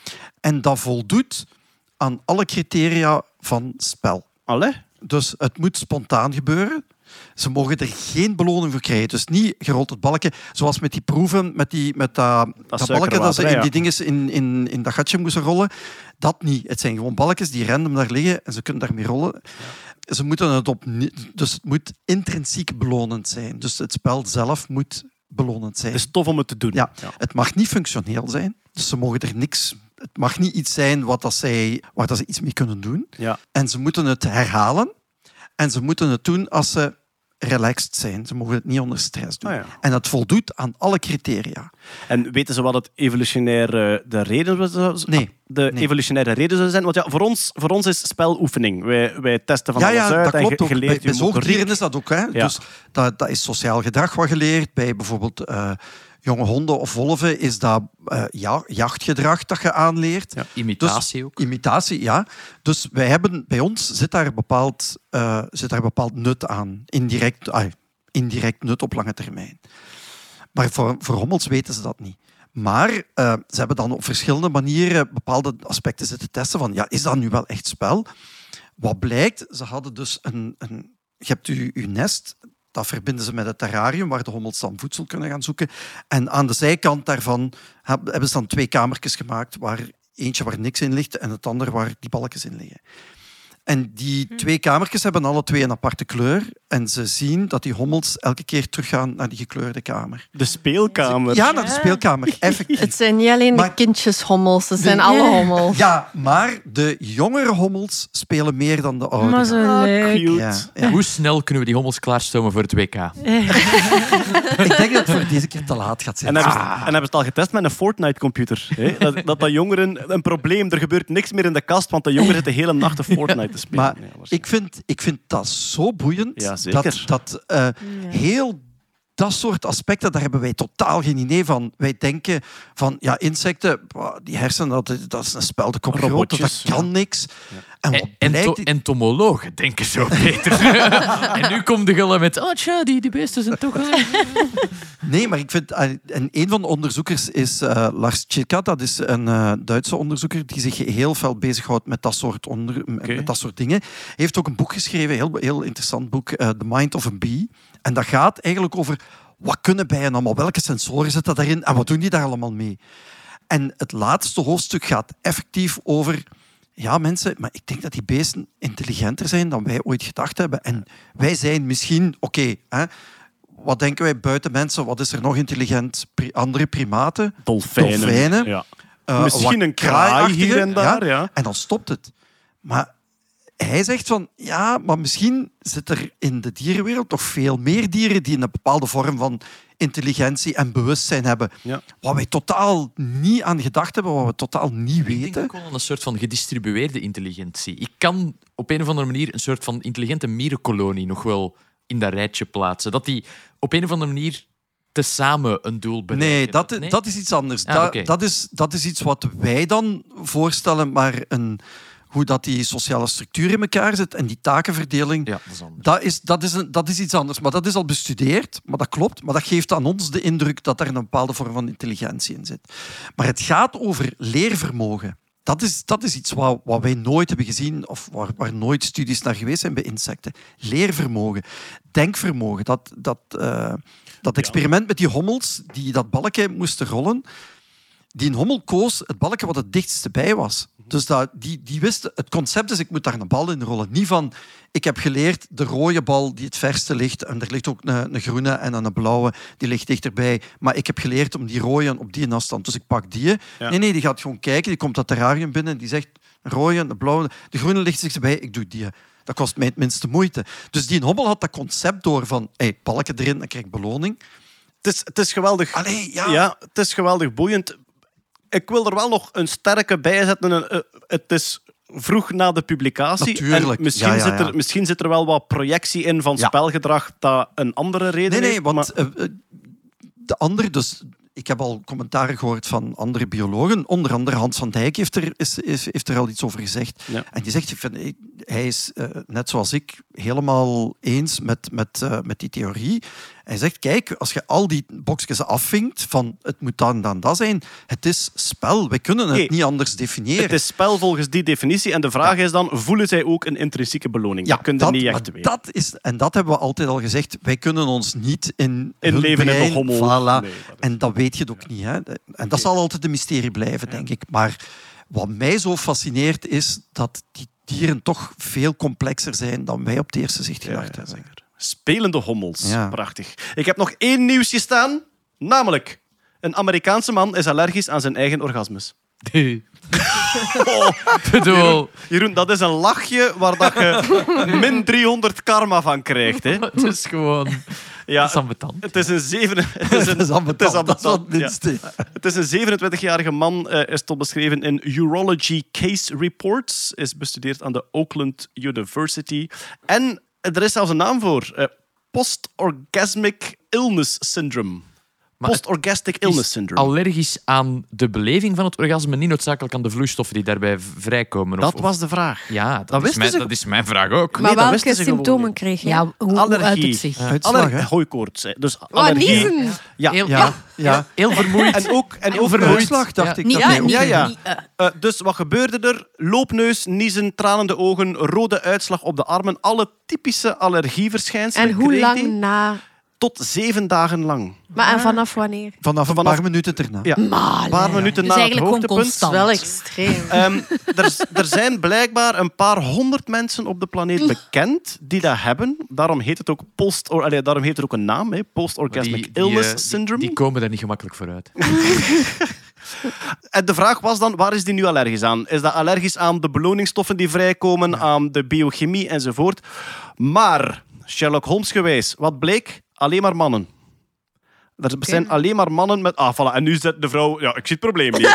En dat voldoet aan alle criteria van spel. Allee? Dus het moet spontaan gebeuren. Ze mogen er geen beloning voor krijgen. Dus niet gerold het balkje, zoals met die proeven, met dat balkje dat ze in die dinges in dat gatje moesten rollen. Dat niet. Het zijn gewoon balkjes die random daar liggen en ze kunnen daarmee rollen. Ze moeten dus het moet intrinsiek belonend zijn. Dus het spel zelf moet belonend zijn. Het is tof om het te doen. Ja. Het mag niet functioneel zijn. Dus ze mogen er niks... Het mag niet iets zijn waar ze iets mee kunnen doen. Ja. En ze moeten het herhalen. En ze moeten het doen als ze relaxed zijn. Ze mogen het niet onder stress doen. En dat voldoet aan alle criteria. En weten ze wat het evolutionaire de reden was? Nee. Evolutionaire reden zou zijn? Want ja, voor ons is speloefening. Wij testen van alles uit. Dat klopt ook. Geleerd, bij zoogdieren is dat ook. Hè? Ja. Dus dat is sociaal gedrag wat geleerd. Bij bijvoorbeeld jonge honden of wolven is dat jachtgedrag dat je aanleert. Ja. Imitatie ook. Imitatie, ja. Dus bij ons zit daar bepaald nut aan. Indirect nut op lange termijn. Maar voor hommels weten ze dat niet. Maar ze hebben dan op verschillende manieren bepaalde aspecten zitten testen van, is dat nu wel echt spel? Wat blijkt, ze hadden dus je hebt uw nest, dat verbinden ze met het terrarium, waar de hommels dan voedsel kunnen gaan zoeken. En aan de zijkant daarvan hebben ze dan 2 kamertjes gemaakt, eentje waar niks in ligt en het andere waar die balkjes in liggen. En die 2 kamertjes hebben alle 2 een aparte kleur. En ze zien dat die hommels elke keer teruggaan naar die gekleurde kamer. De speelkamer? Ja, naar de speelkamer. Effectief. Het zijn niet alleen de kindjeshommels, het zijn alle hommels. Ja, maar de jongere hommels spelen meer dan de oudere. Maar zo leuk. Cute. Ja. Hoe snel kunnen we die hommels klaarstomen voor het WK? Ik denk dat het voor deze keer te laat gaat zijn. En hebben ze het al getest met een Fortnite-computer? Dat jongeren een probleem, er gebeurt niks meer in de kast, want de jongeren zitten de hele nacht de Fortnite te spelen. Maar ik vind dat zo boeiend. Ja, zeker. Dat heel dat soort aspecten, daar hebben wij totaal geen idee van. Wij denken van, insecten, die hersenen, dat is een spel, de kop groot, dat kan niks. Ja. En entomologen denken zo, Peter. En nu komt de gullen met, die beesten zijn toch... Nee, maar ik vind... En een van de onderzoekers is Lars Čirka. Dat is een Duitse onderzoeker die zich heel veel bezighoudt met dat soort dingen. Hij heeft ook een boek geschreven, heel interessant boek, The Mind of a Bee. En dat gaat eigenlijk over wat kunnen bijen allemaal, welke sensoren zitten daarin en wat doen die daar allemaal mee. En het laatste hoofdstuk gaat effectief over... Ja, mensen, maar ik denk dat die beesten intelligenter zijn dan wij ooit gedacht hebben. En wij zijn misschien... Wat denken wij buiten mensen? Wat is er nog intelligent? Andere primaten? Dolfijnen. Ja. Misschien een kraai hier en daar. Ja. En dan stopt het. Maar hij zegt van... Ja, maar misschien zit er in de dierenwereld nog veel meer dieren die een bepaalde vorm van intelligentie en bewustzijn hebben. Ja. Wat wij totaal niet aan gedacht hebben, wat we totaal niet weten. Ik denk ook wel aan een soort van gedistribueerde intelligentie. Ik kan op een of andere manier een soort van intelligente mierenkolonie nog wel in dat rijtje plaatsen. Dat die op een of andere manier tezamen een doel bereiken. Nee, dat is iets anders. Dat is iets wat wij dan voorstellen, maar hoe dat die sociale structuur in elkaar zit en die takenverdeling, dat is iets anders. Maar dat is al bestudeerd, maar dat klopt. Maar dat geeft aan ons de indruk dat er een bepaalde vorm van intelligentie in zit. Maar het gaat over leervermogen. Dat is iets wat wij nooit hebben gezien of waar nooit studies naar geweest zijn bij insecten. Leervermogen, denkvermogen. Dat experiment met die hommels die dat balkje moesten rollen, die hommel koos het balkje wat het dichtst bij was. Dus die wist, het concept is, ik moet daar een bal in rollen. Niet van, ik heb geleerd, de rode bal die het verste ligt, en er ligt ook een groene en een blauwe, die ligt dichterbij. Maar ik heb geleerd om die rode op die afstand. Dus ik pak die. Ja. Nee, die gaat gewoon kijken, die komt dat terrarium binnen en die zegt, een rode, een blauwe, de groene ligt dichterbij, ik doe die. Dat kost mij het minste moeite. Dus die hommel had dat concept door van, balken erin, dan krijg ik beloning. Het is geweldig. Allee, ja, het is geweldig boeiend. Ik wil er wel nog een sterke bij zetten. Het is vroeg na de publicatie. Natuurlijk. En misschien zit er wel wat projectie in van spelgedrag dat een andere reden heeft. Nee, want de andere... Dus, ik heb al commentaren gehoord van andere biologen. Onder andere Hans van Dijk heeft er al iets over gezegd. Ja. En die zegt, hij is, net zoals ik, helemaal eens met die theorie. Hij zegt, kijk, als je al die boxjes afvinkt van het moet dan dat zijn, het is spel. Wij kunnen het niet anders definiëren. Het is spel volgens die definitie. En de vraag is dan, voelen zij ook een intrinsieke beloning? Ja, dat kun je niet echt weten. En dat hebben we altijd al gezegd. Wij kunnen ons niet in leven brein, in de hommel. Voilà. Nee, en dat weet je ook niet. Hè. En dat zal altijd een mysterie blijven, denk ik. Maar wat mij zo fascineert is dat die dieren toch veel complexer zijn dan wij op het eerste zicht gedacht hebben. Zeker. Spelende hommels. Ja. Prachtig. Ik heb nog 1 nieuwsje staan. Namelijk, een Amerikaanse man is allergisch aan zijn eigen orgasmes. Jeroen, dat is een lachje waar dat je min 300 karma van krijgt. Hè? Het is gewoon... Ja, dat is ambetant. Het is een Het is een 27-jarige man, is tot beschreven in Urology Case Reports, is bestudeerd aan de Oakland University. En er is zelfs een naam voor. Post-orgasmic illness syndrome. Post-orgastic illness syndrome. Allergisch aan de beleving van het orgasme, niet noodzakelijk aan de vloeistoffen die daarbij vrijkomen. Dat was de vraag. Ja, dat is mijn vraag ook. Maar welke symptomen kreeg je? Ja, hoe uit het zich? Hooikoorts. Dus allergie. Niezen. Heel vermoeid. En ook vermoeid. Uitslag, dacht ik. Dus wat gebeurde er? Loopneus, niezen, tranende ogen, rode uitslag op de armen. Alle typische allergieverschijnselen. En hoe kreeg lang hij na? Tot 7 dagen lang. Maar en vanaf wanneer? Vanaf een paar minuten erna. Ja, een paar minuten Dus na het eigenlijk gewoon hoogtepunt. constant. Wel extreem. Er zijn blijkbaar een paar 100 mensen op de planeet bekend die dat hebben. Daarom heet het ook daarom heeft het ook een naam, post-orgasmic illness syndrome. Die komen daar niet gemakkelijk vooruit. En de vraag was dan, waar is die nu allergisch aan? Is dat allergisch aan de beloningsstoffen die vrijkomen, aan de biochemie enzovoort? Maar, Sherlock Holmes gewijs, wat bleek? Alleen maar mannen. Er zijn alleen maar mannen met... voilà. En nu zit de vrouw... Ja, ik zie het probleem niet.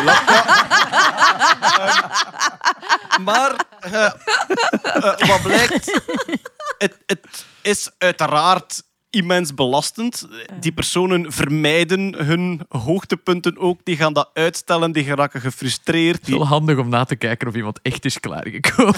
Maar wat blijkt... Het is uiteraard immens belastend. Die personen vermijden hun hoogtepunten ook. Die gaan dat uitstellen, die geraken gefrustreerd. Het is wel handig om na te kijken of iemand echt is klaargekomen.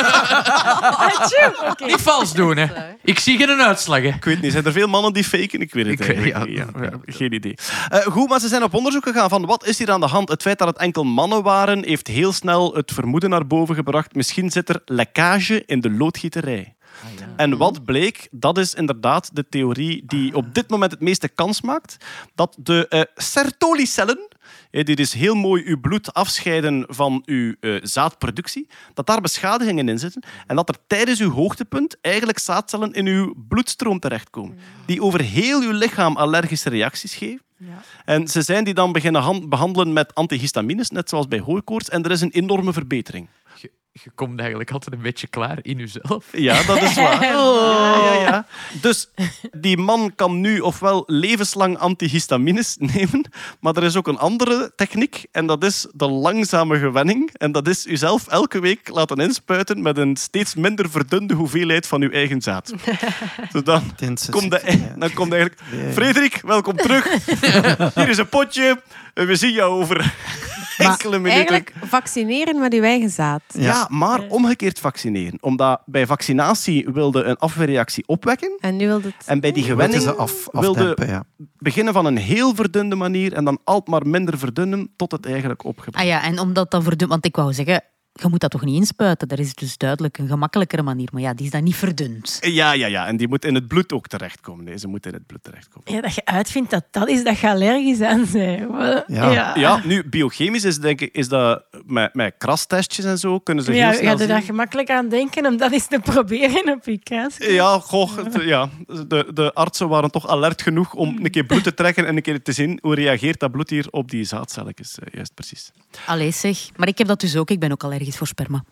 Niet vals doen, hè. Ik zie geen uitslag, hè. Ik weet niet, zijn er veel mannen die faken? Ik weet het eigenlijk niet. Geen idee. Goed, maar ze zijn op onderzoek gegaan van wat is hier aan de hand. Het feit dat het enkel mannen waren, heeft heel snel het vermoeden naar boven gebracht. Misschien zit er lekkage in de loodgieterij. En wat bleek, dat is inderdaad de theorie die op dit moment het meeste kans maakt, dat de Sertoli-cellen, die dus heel mooi uw bloed afscheiden van uw zaadproductie, dat daar beschadigingen in zitten en dat er tijdens uw hoogtepunt eigenlijk zaadcellen in uw bloedstroom terechtkomen, die over heel uw lichaam allergische reacties geven. Ja. En ze zijn die dan beginnen behandelen met antihistamines, net zoals bij hooikoorts, en er is een enorme verbetering. Je komt eigenlijk altijd een beetje klaar in jezelf. Ja, dat is waar. Ja. Dus die man kan nu ofwel levenslang antihistamines nemen, maar er is ook een andere techniek en dat is de langzame gewenning. En dat is uzelf elke week laten inspuiten met een steeds minder verdunde hoeveelheid van uw eigen zaad. Dus dan komt eigenlijk... Frederik, welkom terug. Hier is een potje. We zien jou over... Eigenlijk vaccineren met uw eigen zaad. Ja, maar omgekeerd vaccineren. Omdat bij vaccinatie wilde een afweerreactie opwekken. En nu wilde het... En bij die gewenning wilde beginnen van een heel verdunde manier en dan altijd maar minder verdunnen tot het eigenlijk opgebouwd. En omdat dat verdund... Want ik wou zeggen, je moet dat toch niet inspuiten? Er is dus duidelijk een gemakkelijkere manier. Maar ja, die is dan niet verdund. Ja. En die moet in het bloed ook terechtkomen. Deze moet in het bloed terechtkomen. Ja, dat je uitvindt dat is dat je allergisch aan bent. Ja, nu, biochemisch is dat met krastestjes en zo. Kunnen ze heel snel ga je zien. daar gemakkelijk aan denken om dat eens te proberen op je kras? Ja, de artsen waren toch alert genoeg om een keer bloed te trekken en een keer te zien hoe reageert dat bloed hier op die zaadcelletjes. Juist precies. Allee zeg, maar ik heb dat dus ook. Ik ben ook allergisch voor sperma.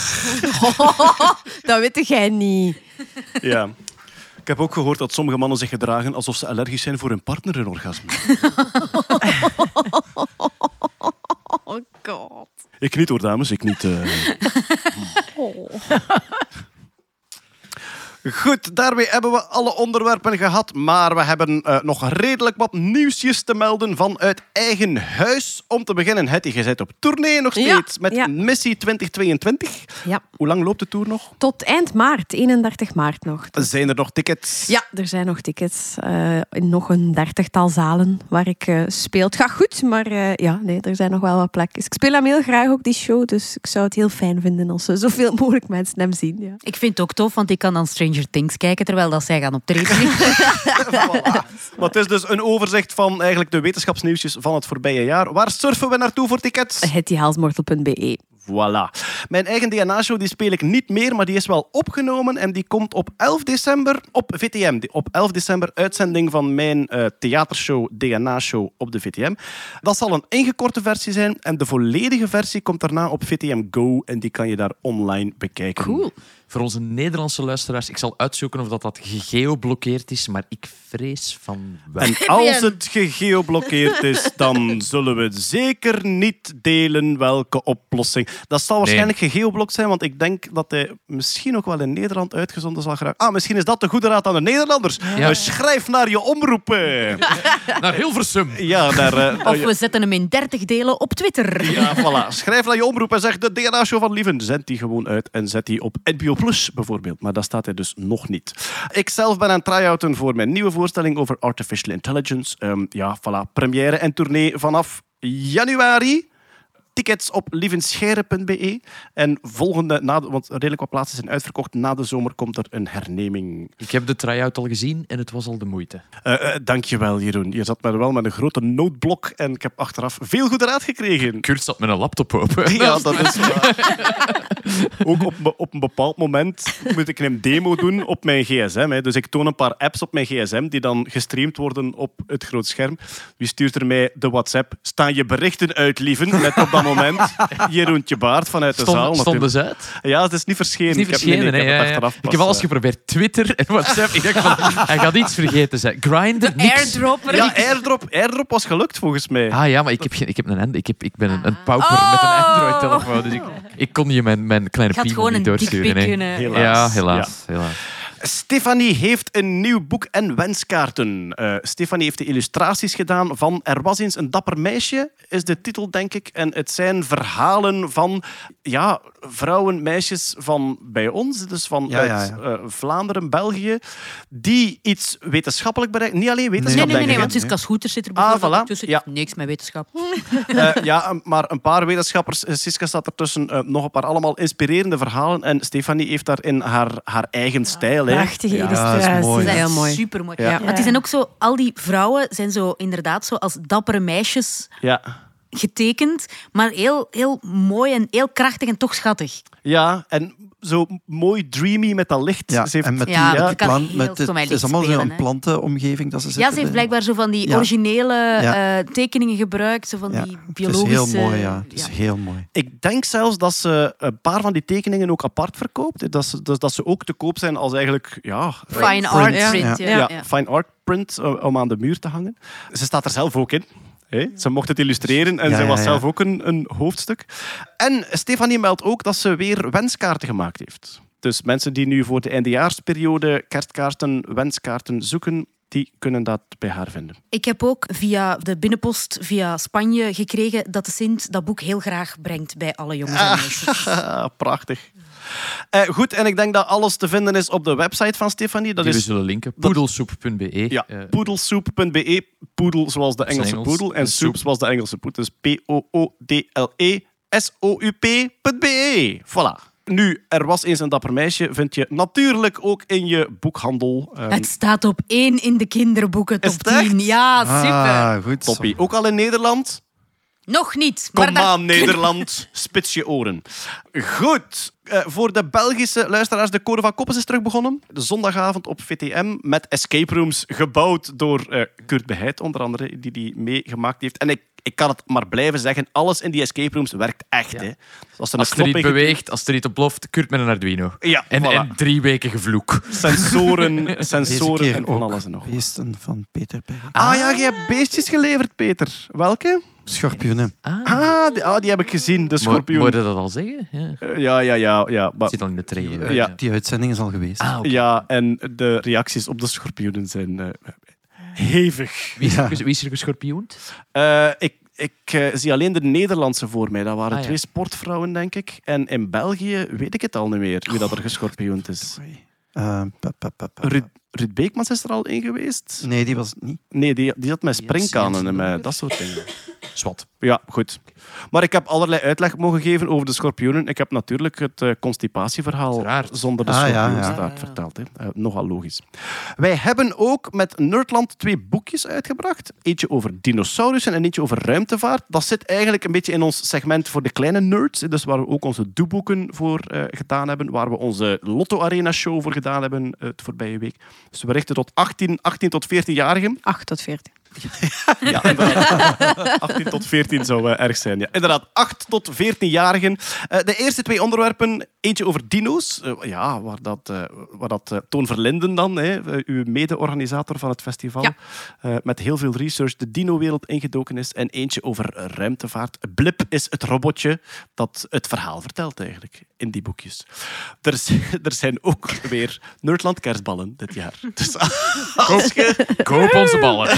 Dat weet jij niet. Ja. Ik heb ook gehoord dat sommige mannen zich gedragen alsof ze allergisch zijn voor hun partner in orgasme. Oh god. Ik niet hoor, dames. Ik niet. Goed, daarmee hebben we alle onderwerpen gehad, maar we hebben nog redelijk wat nieuwsjes te melden vanuit eigen huis. Om te beginnen, Hetty, je bent op tournee nog steeds met Missie 2022. Ja. Hoe lang loopt de tour nog? Tot eind maart, 31 maart nog. Zijn er nog tickets? Ja, er zijn nog tickets. In nog een 30-tal zalen waar ik speel. Het gaat goed, maar er zijn nog wel wat plekjes. Ik speel hem heel graag ook, die show, dus ik zou het heel fijn vinden als zoveel mogelijk mensen hem zien. Ja. Ik vind het ook tof, want ik kan dan Stranger Things kijken terwijl dat zij gaan optreden. Voilà. Maar het is dus een overzicht van eigenlijk de wetenschapsnieuwsjes van het voorbije jaar. Waar surfen we naartoe voor tickets? hettyhaalsmortel.be. Voilà. Mijn eigen DNA-show die speel ik niet meer, maar die is wel opgenomen en die komt op 11 december op VTM. Op 11 december uitzending van mijn theatershow DNA-show op de VTM. Dat zal een ingekorte versie zijn en de volledige versie komt daarna op VTM Go en die kan je daar online bekijken. Cool. Voor onze Nederlandse luisteraars, ik zal uitzoeken of dat gegeoblokkeerd is, maar ik vrees van wel. En als het gegeoblokkeerd is, dan zullen we zeker niet delen welke oplossing. Dat zal waarschijnlijk gegeoblokt zijn, want ik denk dat hij misschien ook wel in Nederland uitgezonden zal geraken. Misschien is dat de goede raad aan de Nederlanders. Ja. Schrijf naar je omroepen. Naar Hilversum. Ja, Of we zetten hem in 30 delen op Twitter. Ja, voilà. Schrijf naar je omroep en zeg de DNA-show van Lieven. Zend die gewoon uit en zet die op NPO Plus bijvoorbeeld. Maar daar staat hij dus nog niet. Ik zelf ben aan het try-outen voor mijn nieuwe voorstelling over artificial intelligence. Voilà. Première en tournee vanaf januari. Tickets op lievenscheire.be. En volgende, want redelijk wat plaatsen zijn uitverkocht, na de zomer komt er een herneming. Ik heb de try-out al gezien en het was al de moeite. Dankjewel, Jeroen. Je zat wel met een grote noodblok en ik heb achteraf veel goede raad gekregen. Kurt zat met een laptop open. Ja, dat is waar. Ook op een bepaald moment moet ik een demo doen op mijn gsm. Hè. Dus ik toon een paar apps op mijn gsm die dan gestreamd worden op het groot scherm. Wie stuurt er mij de WhatsApp? Staan je berichten uit, Lieven? Net op dat moment. Jeroentje Baart vanuit de zaal. Stond dus uit? Ja, het is niet verschenen. Het is niet verschenen, ik heb het achteraf Ik heb alles geprobeerd. Twitter en WhatsApp. Ik dacht van, hij gaat iets vergeten zijn. Grindr, niks. Airdropper. Ja, airdrop was gelukt volgens mij. Ah ja, maar ik ben een pauper met een Android-telefoon. Dus ik kon je mijn kleine piemel niet doorsturen. Helaas. Ja, helaas. Stefanie heeft een nieuw boek en wenskaarten. Stefanie heeft de illustraties gedaan van Er was eens een dapper meisje, is de titel, denk ik. En het zijn verhalen van vrouwen, meisjes van bij ons, dus vanuit Vlaanderen, België, die iets wetenschappelijk bereiken. Niet alleen wetenschap, Nee, want Siska Schoeters zit er bijvoorbeeld tussen. Ja. Niks met wetenschap. Maar een paar wetenschappers. Siska staat ertussen, nog een paar allemaal inspirerende verhalen. En Stefanie heeft daarin haar eigen stijl. Prachtige illustraties. dat is mooi. Dat is Heel mooi. supermooi. Ja. Maar die zijn ook zo, al die vrouwen zijn zo inderdaad zo als dappere meisjes getekend, maar heel, heel mooi en heel krachtig en toch schattig. Ja, en zo mooi dreamy met dat licht. Ja, Ze heeft, en met Ja, die dat kan plant, heel met stom het is allemaal spelen, zo'n hè. plantenomgeving dat ze Ja, zitten. ze heeft blijkbaar zo van die Ja. originele tekeningen gebruikt, zo van die Het is biologische... heel mooi, ja. Het is heel mooi. Ik denk zelfs dat ze een paar van die tekeningen ook apart verkoopt. Dat ze ook te koop zijn als eigenlijk... Fine art print. print. Ja. fine art print om aan de muur te hangen. Ze staat er zelf ook in. Ze mocht het illustreren en Ja, zij was ja. zelf ook een hoofdstuk. En Stefanie meldt ook dat ze weer wenskaarten gemaakt heeft. Dus mensen die nu voor de eindejaarsperiode kerstkaarten, wenskaarten zoeken, die kunnen dat bij haar vinden. Ik heb ook via de binnenpost, via Spanje, gekregen dat de Sint dat boek heel graag brengt bij alle jongens en meisjes. Prachtig. Goed, en ik denk dat alles te vinden is op de website van Stefanie. Dat Die we is zullen linken. Poedelsoep.be. poedelsoep.be. Poedel zoals de Engelse Engels. poedel en En soep soep. zoals de Engelse poet. Dus POODLESOUP.be. Voilà. Nu, Er was eens een dapper meisje vind je natuurlijk ook in je boekhandel. Het staat op 1 in de kinderboeken Is top het echt? 10. Ja, super. Ah, goed. Toppie. Ook al in Nederland? Nog niet. Maar Kom dat- aan, Nederland. Spits je oren. Goed. Voor de Belgische luisteraars, de Code van Koppes is terug begonnen. De zondagavond op VTM met escape rooms gebouwd door Kurt Beheid, onder andere, die meegemaakt heeft. En ik kan het maar blijven zeggen, alles in die escape rooms werkt echt. Ja. Hè. Als er Als er iets beweegt, als er iets ontploft, Kurt met een Arduino. Ja, En voilà. 3 weken gevloek. Sensoren Deze en keer van ook alles en nog. beesten van Peter Berg. Ah ja, je hebt beestjes geleverd, Peter. Welke? Schorpioenen. Die heb ik gezien, de schorpioen. Moet je dat al zeggen? Ja. Ja. Maar, Zit al in de trailer. Ja. Die uitzending is al geweest. Okay. Ja, en de reacties op de schorpioenen zijn hevig. Wie is er geschorpioend? Ik zie alleen de Nederlandse voor mij. Dat waren 2 sportvrouwen, denk ik. En in België weet ik het al niet meer, wie dat er geschorpioend is. Ruud Beekmans is er al in geweest? Nee, die was het niet. Nee, die had met springkanen en met dat soort dingen. Zwat. Ja, goed. Maar ik heb allerlei uitleg mogen geven over de schorpioenen. Ik heb natuurlijk het constipatieverhaal zonder de schorpioenstaart verteld. Hè. Nogal logisch. Wij hebben ook met Nerdland 2 boekjes uitgebracht. Eentje over dinosaurussen en eentje over ruimtevaart. Dat zit eigenlijk een beetje in ons segment voor de kleine nerds. Dus waar we ook onze doeboeken voor gedaan hebben. Waar we onze Lotto Arena show voor gedaan hebben de voorbije week. Dus we richten tot 18 tot 14-jarigen. 8 tot 14. Ja, inderdaad. 18 tot 14 zou erg zijn. Ja. Inderdaad, 8 tot 14-jarigen. De eerste 2 onderwerpen. Eentje over dino's. Waar dat Toon Verlinden dan, uw mede-organisator van het festival, met heel veel research de dino-wereld ingedoken is. En eentje over ruimtevaart. Blip is het robotje dat het verhaal vertelt eigenlijk in die boekjes. Er zijn ook weer Nerdland kerstballen dit jaar. Dus Koop onze ballen.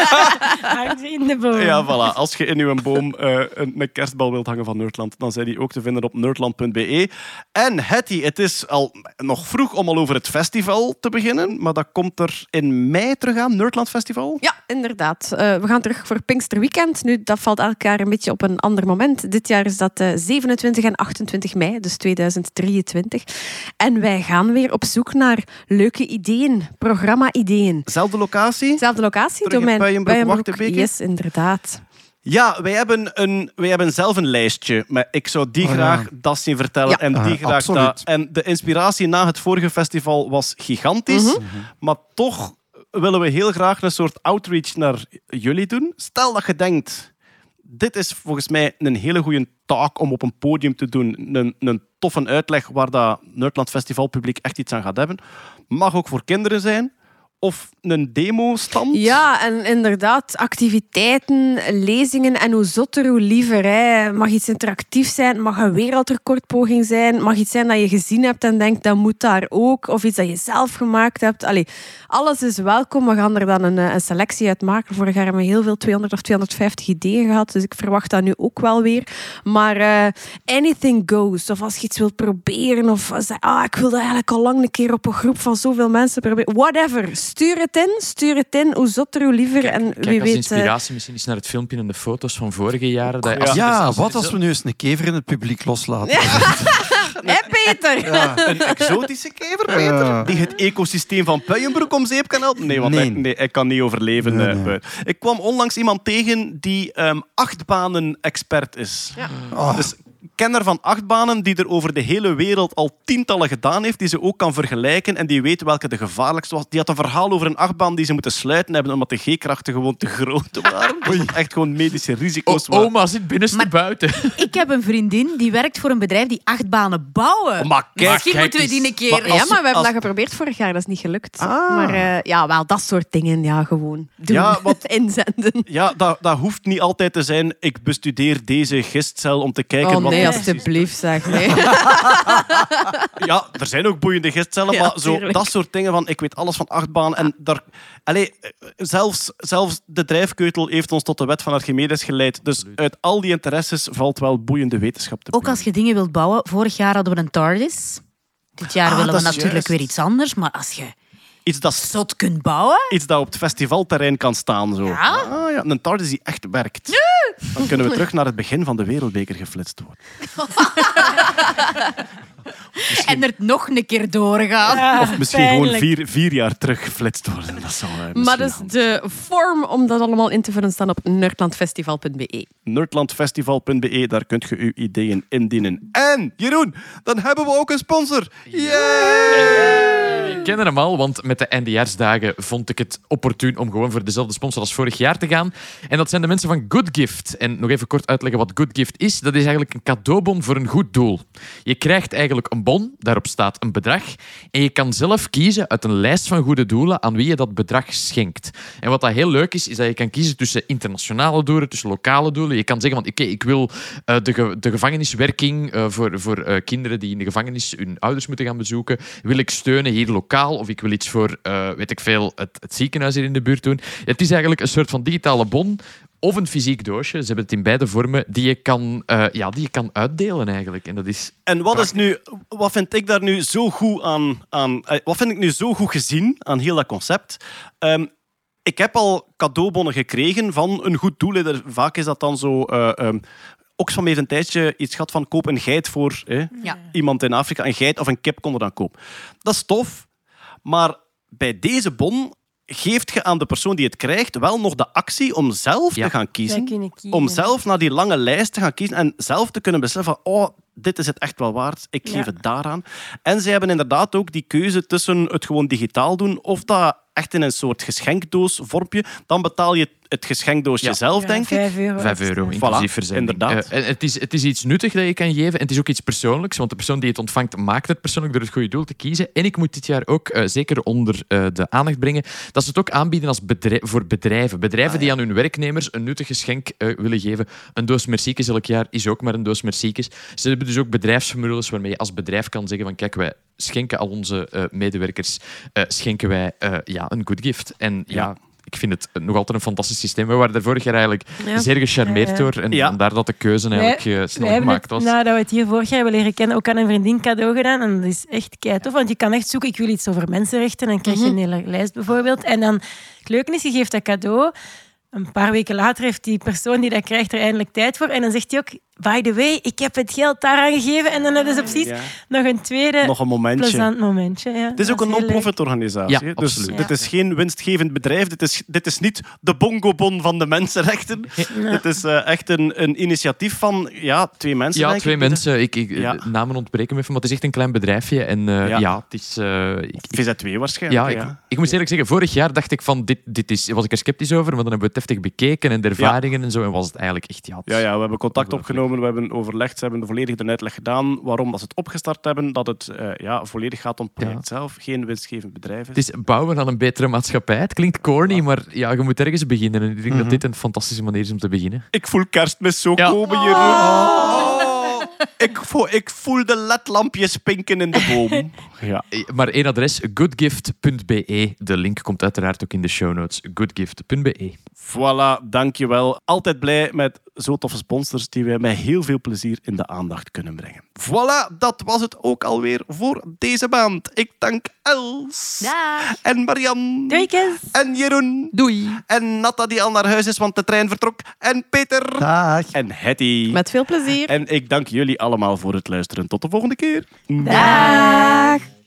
Hang ze in de boom. Ja, voilà. Als je in uw boom een kerstbal wilt hangen van Nerdland, dan zijn die ook te vinden op nerdland.be. En Hetty, het is al nog vroeg om al over het festival te beginnen, maar dat komt er in mei terug aan, Nerdland Festival. Ja, inderdaad. We gaan terug voor Pinksterweekend. Nu, dat valt elk jaar een beetje op een ander moment. Dit jaar is dat 27 en 28 mei, dus 2023. En wij gaan weer op zoek naar leuke ideeën, programma-ideeën. Zelfde locatie? Zelfde locatie, Terug in Puijenbroek-Wachtenbeke? Yes, inderdaad. Ja, wij hebben zelf een lijstje. Maar ik zou die graag dat zien vertellen en die graag absoluut. dat. En de inspiratie na het vorige festival was gigantisch. Maar toch willen we heel graag een soort outreach naar jullie doen. Stel dat je denkt, dit is volgens mij een hele goede taak om op een podium te doen. Een toffe uitleg waar dat Nerdland Festival publiek echt iets aan gaat hebben. Mag ook voor kinderen zijn. Of een demo-stand. Ja, en inderdaad, activiteiten, lezingen en hoe zotter, hoe liever. Hè. Mag iets interactief zijn, mag een wereldrecordpoging zijn, mag iets zijn dat je gezien hebt en denkt, dat moet daar ook. Of iets dat je zelf gemaakt hebt. Allee, alles is welkom. We gaan er dan een selectie uit maken. Vorig jaar hebben we heel veel 200 of 250 ideeën gehad, dus ik verwacht dat nu ook wel weer. Maar anything goes. Of als je iets wilt proberen, of zeg, ik wil dat eigenlijk al lang een keer op een groep van zoveel mensen proberen. Whatever. Stuur het in. Hoe zotter, hoe liever. Kijk, En wie als weet, inspiratie misschien eens naar het filmpje en de foto's van vorige jaren. Wat als we nu eens een kever in het publiek loslaten? Hé, Peter! Een exotische kever, Peter? Die het ecosysteem van Puijenbroek om zeep kan helpen? Nee, want hij kan niet overleven. Nee. Ik kwam onlangs iemand tegen die achtbanen-expert is. Ja. Dus kenner van achtbanen die er over de hele wereld al tientallen gedaan heeft, die ze ook kan vergelijken en die weet welke de gevaarlijkste was. Die had een verhaal over een achtbaan die ze moeten sluiten hebben omdat de G-krachten gewoon te groot waren. Dus dat echt gewoon medische risico's waren. Oma zit binnenste buiten. Ik heb een vriendin die werkt voor een bedrijf die achtbanen bouwen. Maar kijk, Misschien moeten we die een keer... Maar Ja, maar we hebben dat geprobeerd vorig jaar. Dat is niet gelukt. Maar wel dat soort dingen, gewoon doen. Ja, want- Inzenden. Ja, dat hoeft niet altijd te zijn. Ik bestudeer deze gistcel om te kijken Oh wat... nee, alsjeblieft, zeg. Nee. Ja, er zijn ook boeiende gistcellen, Ja, maar zo, tuurlijk. dat soort dingen van ik weet alles van achtbaan. En daar, zelfs de drijfkeutel heeft ons tot de wet van Archimedes geleid. Dus uit al die interesses valt wel boeiende wetenschap te Ook als je dingen wilt bouwen. Vorig jaar hadden we een TARDIS. Dit jaar willen we dat is natuurlijk juist. weer iets anders. Maar als je Iets dat, zot kunt bouwen... iets dat op het festivalterrein kan staan. Zo. Ja? Ja, een TARDIS die echt werkt. Dan kunnen we terug naar het begin van de wereldbeker geflitst worden. En er nog een keer doorgaan. Of misschien gewoon 4 jaar terug geflitst worden. Dat zou, Maar dus misschien de vorm om dat allemaal in te vullen staan op nerdlandfestival.be. nerdlandfestival.be, daar kunt je uw ideeën indienen. En, Jeroen, dan hebben we ook een sponsor. Yay! Jullie kennen hem al, want met de eindejaarsdagen vond ik het opportun om gewoon voor dezelfde sponsor als vorig jaar te gaan. En dat zijn de mensen van Good Gift. En nog even kort uitleggen wat Good Gift is. Dat is eigenlijk een cadeaubon voor een goed doel. Je krijgt eigenlijk een bon, daarop staat een bedrag. En je kan zelf kiezen uit een lijst van goede doelen aan wie je dat bedrag schenkt. En wat dat heel leuk is dat je kan kiezen tussen internationale doelen, tussen lokale doelen. Je kan zeggen van, oké, ik wil de gevangeniswerking voor kinderen die in de gevangenis hun ouders moeten gaan bezoeken. Wil ik steunen hier lokaal of ik wil iets voor, weet ik veel, het ziekenhuis hier in de buurt doen. Het is eigenlijk een soort van digitale bon of een fysiek doosje. Ze hebben het in beide vormen die je kan uitdelen eigenlijk. En dat is wat vind ik daar nu zo goed aan wat vind ik nu zo goed gezien aan heel dat concept? Ik heb al cadeaubonnen gekregen van een goed doel. Vaak is dat dan zo... Oxfam heeft een tijdje iets gehad van koop een geit voor iemand in Afrika. Een geit of een kip kon er dan kopen. Dat is tof. Maar bij deze bon geeft je aan de persoon die het krijgt wel nog de actie om zelf te gaan kiezen. Om zelf naar die lange lijst te gaan kiezen en zelf te kunnen beslissen van dit is het echt wel waard, ik geef het daaraan. En zij hebben inderdaad ook die keuze tussen het gewoon digitaal doen of dat echt in een soort geschenkdoosvormpje. Dan betaal je het geschenkdoosje zelf, denk ik. €5 inclusief verzending. Inderdaad. Het is iets nuttigs dat je kan geven. En het is ook iets persoonlijks, want de persoon die het ontvangt maakt het persoonlijk door het goede doel te kiezen. En ik moet dit jaar ook zeker onder de aandacht brengen dat ze het ook aanbieden als voor bedrijven. Bedrijven die aan hun werknemers een nuttig geschenk willen geven. Een doos Merciekes elk jaar is ook maar een doos Merciekes. Ze hebben dus ook bedrijfsformules waarmee je als bedrijf kan zeggen van kijk, wij schenken al onze medewerkers schenken wij een good gift. En ik vind het nog altijd een fantastisch systeem. We waren er vorig jaar eigenlijk zeer gecharmeerd door. En vandaar dat de keuze eigenlijk snel gemaakt was. Nadat we het hier vorig jaar hebben leren kennen, ook aan een vriendin cadeau gedaan. En dat is echt keitof. Want je kan echt zoeken, ik wil iets over mensenrechten. En dan krijg je een hele lijst bijvoorbeeld. En dan, het leuke is, je geeft dat cadeau. Een paar weken later heeft die persoon die dat krijgt er eindelijk tijd voor. En dan zegt hij ook, by the way, ik heb het geld daaraan gegeven. En dan hebben ze precies nog een tweede plezant momentje. Ja. Het is ook een non-profit organisatie. Ja, dus dit is geen winstgevend bedrijf. Dit is niet de bongobon van de mensenrechten. Het is echt een initiatief van twee mensen. Ja, twee mensen. Namen ontbreken me even, maar het is echt een klein bedrijfje. En het is... VZ2 waarschijnlijk. Ik moet eerlijk zeggen, vorig jaar dacht ik van, was ik er sceptisch over, maar dan hebben we het heftig bekeken en de ervaringen en zo. En was het eigenlijk echt... Ja, we hebben contact opgenomen. We hebben overlegd, ze hebben volledig de uitleg gedaan waarom dat ze het opgestart hebben, dat het volledig gaat om het project zelf, geen winstgevend bedrijf is. Het is bouwen aan een betere maatschappij. Het klinkt corny, maar je moet ergens beginnen. En ik denk dat dit een fantastische manier is om te beginnen. Ik voel Kerstmis zo komen, Jeroen. Ik voel de ledlampjes pinken in de boom. Maar één adres, goodgift.be. De link komt uiteraard ook in de show notes. goodgift.be. Voilà, dankjewel. Altijd blij met zo toffe sponsors die wij met heel veel plezier in de aandacht kunnen brengen. Voilà, dat was het ook alweer voor deze maand. Ik dank Els. Dag. En Marianne. Doeikes. En Jeroen. Doei. En Natta die al naar huis is, want de trein vertrok. En Peter. Dag. En Hetty. Met veel plezier. En ik dank jullie allemaal voor het luisteren. Tot de volgende keer. Dag.